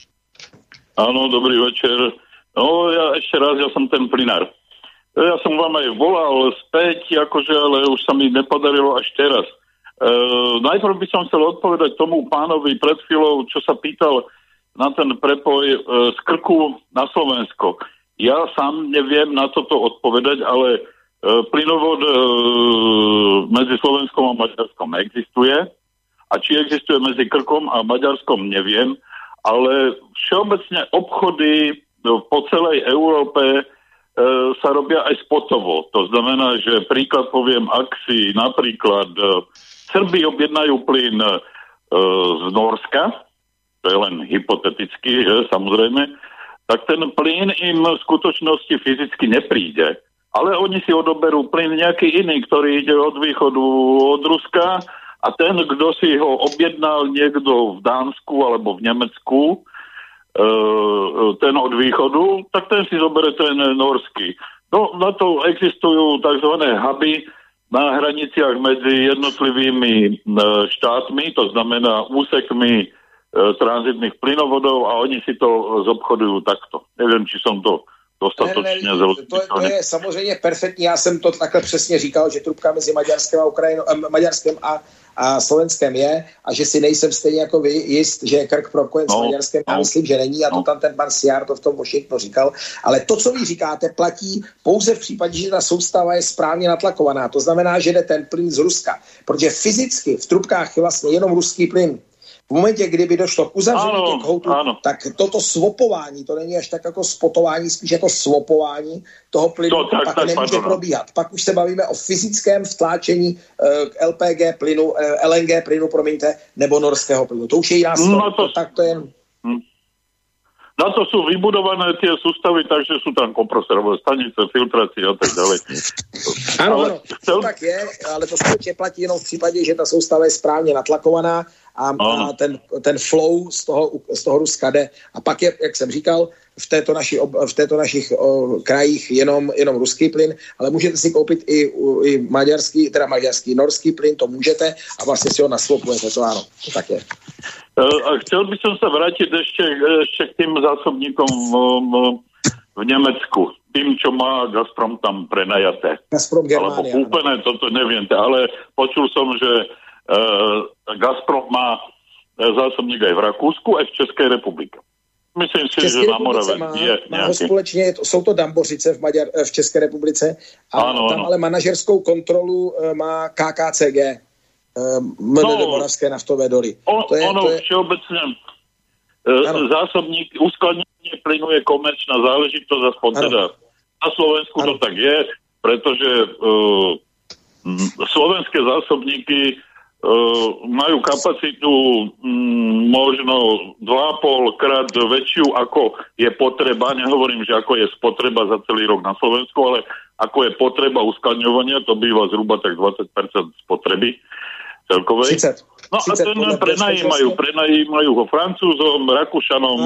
Áno, dobrý večer. No, ja ešte raz, ja som ten plynár. Ja som vám aj volal späť, akože, ale už sa mi nepodarilo až teraz. Najprv by som chcel odpovedať tomu pánovi pred chvíľou, čo sa pýtal na ten prepoj z Krku na Slovensko. Ja sám neviem na toto odpovedať, ale plynovod medzi Slovenskom a Maďarskom existuje. A či existuje medzi Krkom a Maďarskom, neviem. Ale všeobecne obchody po celej Európe sa robia aj spotovo. To znamená, že príklad poviem, ak si napríklad Srbi objednajú plyn z Norska, to je len hypoteticky, že samozrejme, tak ten plyn im v skutočnosti fyzicky nepríde. Ale oni si odoberú plyn nejaký iný, ktorý ide od východu, od Ruska, a ten, kto si ho objednal niekto v Dánsku alebo v Nemecku, ten od východu, tak ten si zobere ten norský. No, na to existujú tzv. Huby, na hraniciach medzi jednotlivými štátmi, to znamená úsekmi tranzitných plynovodov a oni si to zobchodujú takto. Neviem, či som to dostatečně
to je samozřejmě perfektní. Já jsem to takhle přesně říkal, že trubka mezi Maďarskem a Slovenskem je a že si nejsem stejně jako vy jist, že je krk propojen s Maďarskem. Já myslím, že není a to tam ten pan Siar to v tom Washingtonu říkal. Ale to, co vy říkáte, platí pouze v případě, že ta soustava je správně natlakovaná. To znamená, že jde ten plyn z Ruska. Protože fyzicky v trubkách je vlastně jenom ruský plyn. V momentě, kdyby došlo k uzavření těch kohoutů, tak toto swopování, to není až tak jako spotování, spíš jako swopování toho plynu, pak nemůže probíhat. Pak už se bavíme o fyzickém vtláčení LPG plynu, LNG plynu, promiňte, nebo norského plynu. To už je jiná strana. Tak to je...
Na to sú vybudované tie sústavy, takže sú tam kompresorové stanice, filtrácie a tak ďalej.
Áno, to tak je, ale to skutečne platí jenom v prípade, že tá soustava je správne natlakovaná a ten flow z toho Ruska jde. A pak je, jak jsem říkal, v této našich krajích jenom ruský plyn, ale můžete si koupit i norský plyn, to můžete a vlastně si ho nasvopujete, to ano, to tak je.
Chcel by som sa vrátiť ešte k tým zásobníkom v Nemecku. Tým, čo má Gazprom tam prenajaté.
Gazprom Germánia.
Alebo kúpené, toto neviem, ale počul som, že Gazprom má zásobník aj v Rakúsku, aj v Českej republike. Myslím si, že na Morave je nejaký.
Společně, jsou to Dambořice v České republice a tam ale manažerskou kontrolu má KKCG. Moravské naftové doly.
Všeobecne zásobník, uskladnenie plynu je komerčná záležitosť, aspoň teda na Slovensku to tak je, pretože slovenské zásobníky majú kapacitu možno 2,5 krát väčšiu, ako je potreba. Nehovorím, že ako je spotreba za celý rok na Slovensku, ale ako je potreba uskladňovania, to býva zhruba tak 20% spotreby celkovej.
30.
No a ten prenajímajú ho Francúzom, Rakúšanom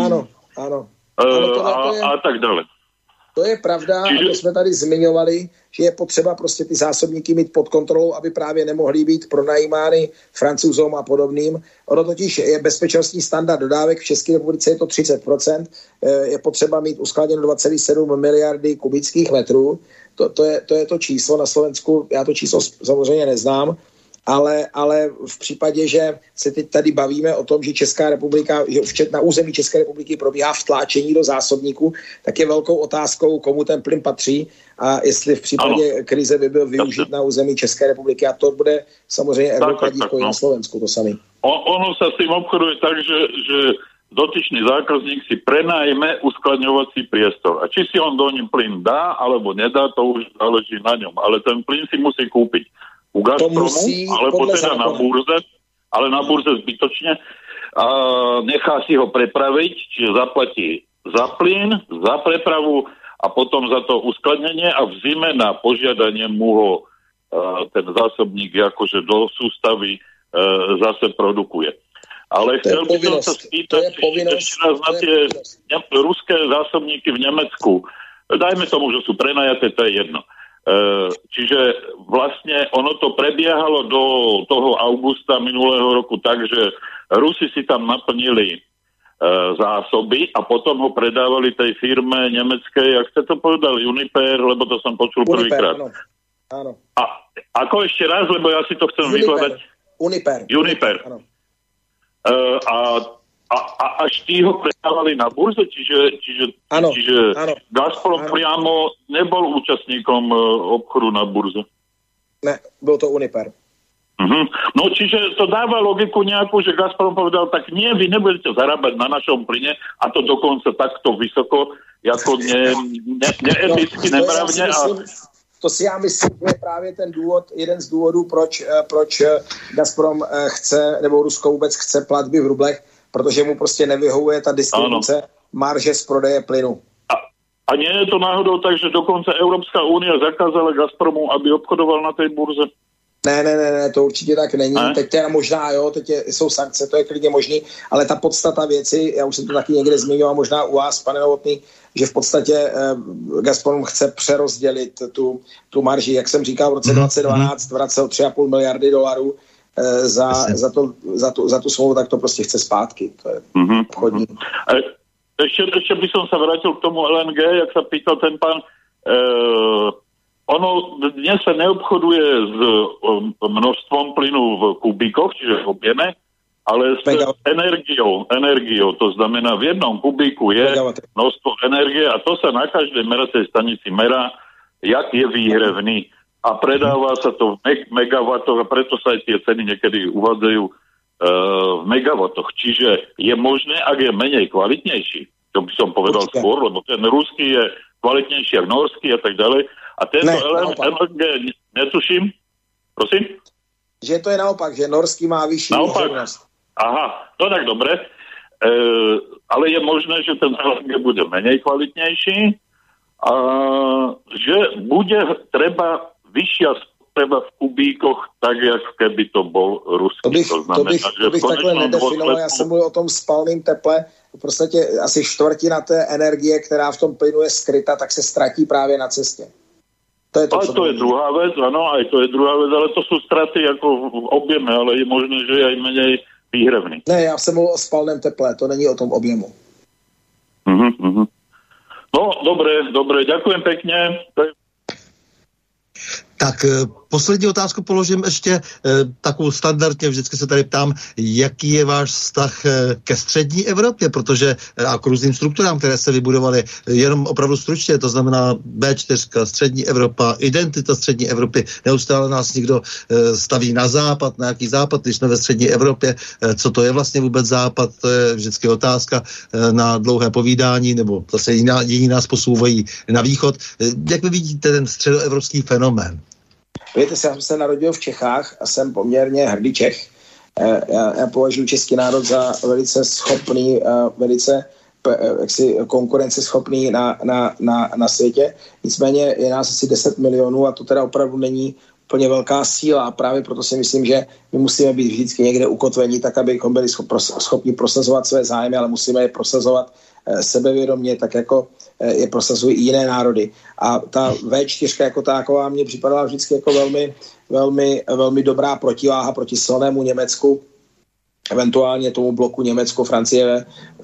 a tak dále.
To je pravda, a to jsme tady zmiňovali, že je potřeba prostě ty zásobníky mít pod kontrolou, aby právě nemohly být pronajímány Francouzům a podobným. Ono totiž je bezpečnostní standard dodávek, v České republice je to 30%, je potřeba mít uskladněno 2,7 miliardy kubických metrů. To je to číslo na Slovensku, já to číslo samozřejmě neznám, ale v případě, že se teď tady bavíme o tom, že Česká republika, že na území České republiky probíhá vtláčení do zásobníku, tak je velkou otázkou, komu ten plyn patří a jestli v případě krize by byl využit na území České republiky a to bude samozřejmě eurokladítko i na Slovensku to samé.
Ono sa s tým obchoduje tak, že dotyčný zákazník si prenajme uskladňovací priestor. A či si on do ním plyn dá alebo nedá, to už záleží na ňom. Ale ten plyn si musí kúpiť u Gazpromu, alebo teda na burze, ale na burze zbytočne a nechá si ho prepraviť, čiže zaplatí za plyn, za prepravu a potom za to uskladnenie a v zime na požiadanie mu ho ten zásobník akože do sústavy zase produkuje. Ale chcel by som sa spýtať ešte raz na tie ruské zásobníky v Nemecku. Dajme tomu, že sú prenajaté, to je jedno. Čiže vlastne ono to prebiehalo do toho augusta minulého roku tak, že Rusi si tam naplnili zásoby a potom ho predávali tej firme nemeckej, jak ste to povedali, Uniper, lebo to som počul prvýkrát.
Áno.
A ako ešte raz, lebo ja si to chcem vykladať. Uniper. Áno. A až tí ho predávali na burze, čiže Gazprom priamo nebol účastníkom obchodu na burze.
Ne, bol to Uniper.
No čiže to dáva logiku nejakú, že Gazprom povedal, tak nie, vy nebudete zarábať na našom plyne a to dokonca takto vysoko, ako neeticky, nemravne.
To si já myslím, že je právě ten důvod, jeden z důvodů, proč Gazprom chce, nebo Rusko vůbec chce platby v rublech, protože mu prostě nevyhovuje ta distribuce marže z prodeje plynu.
A nie je to náhodou tak, že dokonce Európska únia zakázala Gazpromu, aby obchodoval na tej burze?
Ne, to určitě tak není. Teď teda možná, jsou sankce, to je klidně možný, ale ta podstata věci, já už jsem to taky někde zmiňoval, možná u vás, pane Novotný, že v podstatě Gazprom chce přerozdělit tu marži. Jak jsem říkal, v roce 2012 vracel 3,5 miliardy dolarů za tu smlouvu, tak to prostě chce zpátky. To je obchodní.
Ešte by som sa vrátil k tomu LNG, jak sa pýtal ten pán. Ono dnes sa neobchoduje s množstvom plynu v kubíkoch, čiže v objeme, ale s energiou. To znamená, v jednom kubíku je množstvo energie a to sa na každej meracej stanici merá, jak je výhrevný. A predáva sa to v megawattoch a preto sa aj tie ceny niekedy uvádzajú v megawattoch. Čiže je možné, ak je menej kvalitnejší, to by som povedal skôr, lebo ten ruský je kvalitnejší ako norský a tak ďalej. A tento LNG netuším. Prosím?
Že to je naopak, že norský má vyšší výhrevnosť. Aha,
no tak dobre. Ale je možné, že ten LNG bude menej kvalitnejší a že bude treba vyššia spotreba v kubíkoch, tak jak keby to bol ruský.
To bych takhle nedefinoval. Já jsem mluvil o tom spalném teple. V podstatě asi čtvrtina té energie, která v tom plynu je skryta, tak se ztratí právě na cestě.
To je druhá vec, áno, aj to je druhá vec, ale to sú straty ako v objeme, ale je možné, že je aj menej výhrevný.
Ne, já jsem mluvil o spalném teple, to není o tom objemu.
No, dobre, ďakujem pekne.
Tak poslední otázku položím ještě takovou standardně, vždycky se tady ptám, jaký je váš vztah ke střední Evropě, protože a k různým strukturám, které se vybudovaly, jenom opravdu stručně, to znamená B4, střední Evropa, identita střední Evropy, neustále nás někdo staví na západ, na jaký západ, když jsme ve střední Evropě, co to je vlastně vůbec západ, to je vždycky otázka na dlouhé povídání, nebo zase jiní nás posouvají na východ. Jak vy vidíte ten středoevropský fenomén?
Víte, já jsem se narodil v Čechách a jsem poměrně hrdý Čech. Já považuji český národ za velice schopný, velice konkurenceschopný na světě. Nicméně je nás asi 10 milionů a to teda opravdu není úplně velká síla a právě proto si myslím, že my musíme být vždycky někde ukotvení, tak abychom byli schopni prosazovat své zájmy, ale musíme je prosazovat sebevědomě, tak jako je prosazují i jiné národy. A ta V4 jako taková mě připadala vždycky jako velmi dobrá protiváha proti silnému Německu, eventuálně tomu bloku Německo-Francie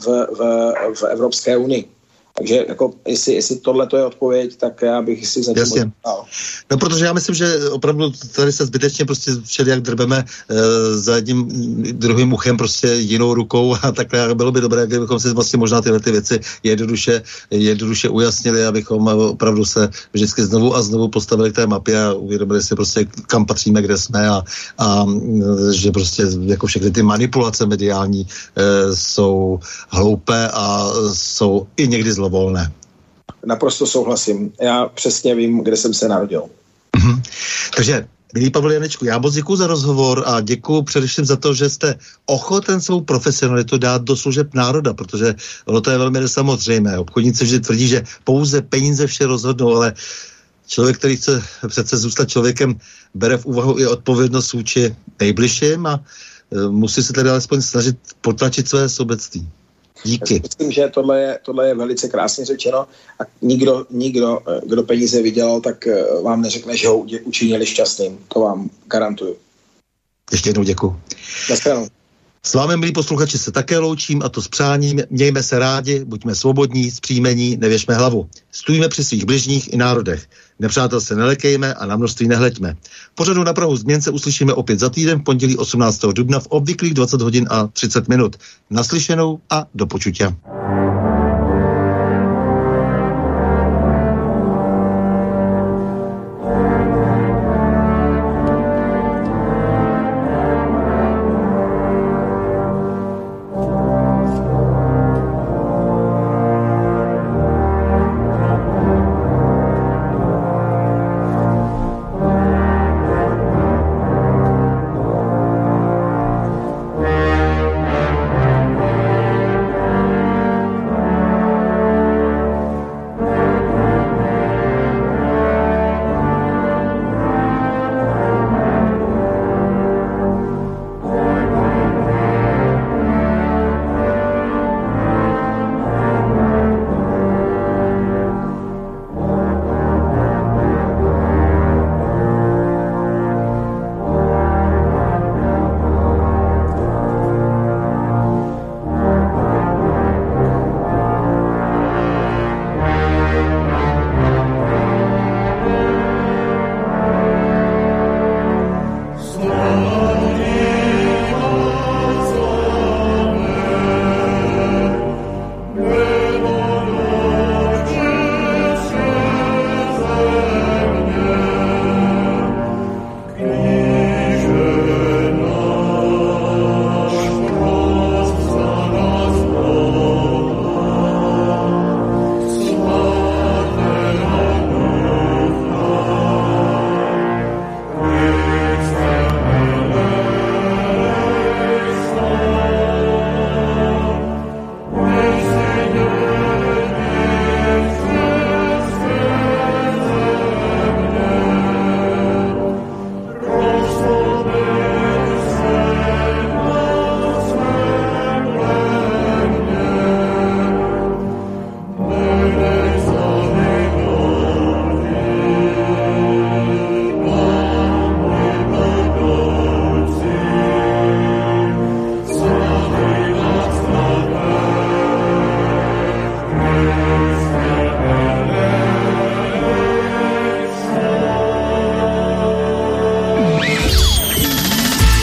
v Evropské unii. Takže jako, jestli tohle je odpověď, tak já bych si zatím
dal. No, protože já myslím, že opravdu tady se zbytečně prostě všelijak drbeme za jedním druhým uchem prostě jinou rukou a takhle bylo by dobré, kdybychom si vlastně možná tyhle ty věci jednoduše ujasnili, abychom opravdu se vždycky znovu a znovu postavili k té mapě a uvědomili si prostě, kam patříme, kde jsme a že prostě jako všechny ty manipulace mediální jsou hloupé a jsou i někdy zlovolné.
Naprosto souhlasím. Já přesně vím, kde jsem se narodil.
Takže, milý Pavel Janečku, já moc děkuji za rozhovor a děkuji především za to, že jste ochoten svou profesionalitu dát do služeb národa, protože ono to je velmi nesamozřejmé. Obchodníci vždy tvrdí, že pouze peníze vše rozhodnou, ale člověk, který chce přece zůstat člověkem, bere v úvahu i odpovědnost vůči nejbližším a musí se tedy alespoň snažit potlačit své sobectví. Díky.
Myslím, že tohle je velice krásně řečeno a nikdo, kdo peníze vydělal, tak vám neřekne, že ho učinili šťastným. To vám garantuju.
Ještě jednou děkuji.
Naschledanou.
S vámi, milí posluchači, se také loučím a to s přáním. Mějme se rádi, buďme svobodní, zpříjmení, nevěšme hlavu. Stůjme při svých bližních i národech. Nepřátel se nelekejme a na množství nehleďme. Pořadu Na prahu změn se uslyšíme opět za týden v pondělí 18. dubna v obvyklých 20 hodin a 30 minut. Naslyšenou a do počutia.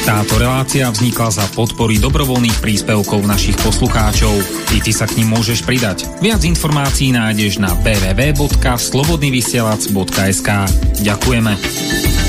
Táto relácia vznikla za podpory dobrovoľných príspevkov našich poslucháčov. I ty sa k nim môžeš pridať. Viac informácií nájdeš na www.slobodnyvysielac.sk. Ďakujeme.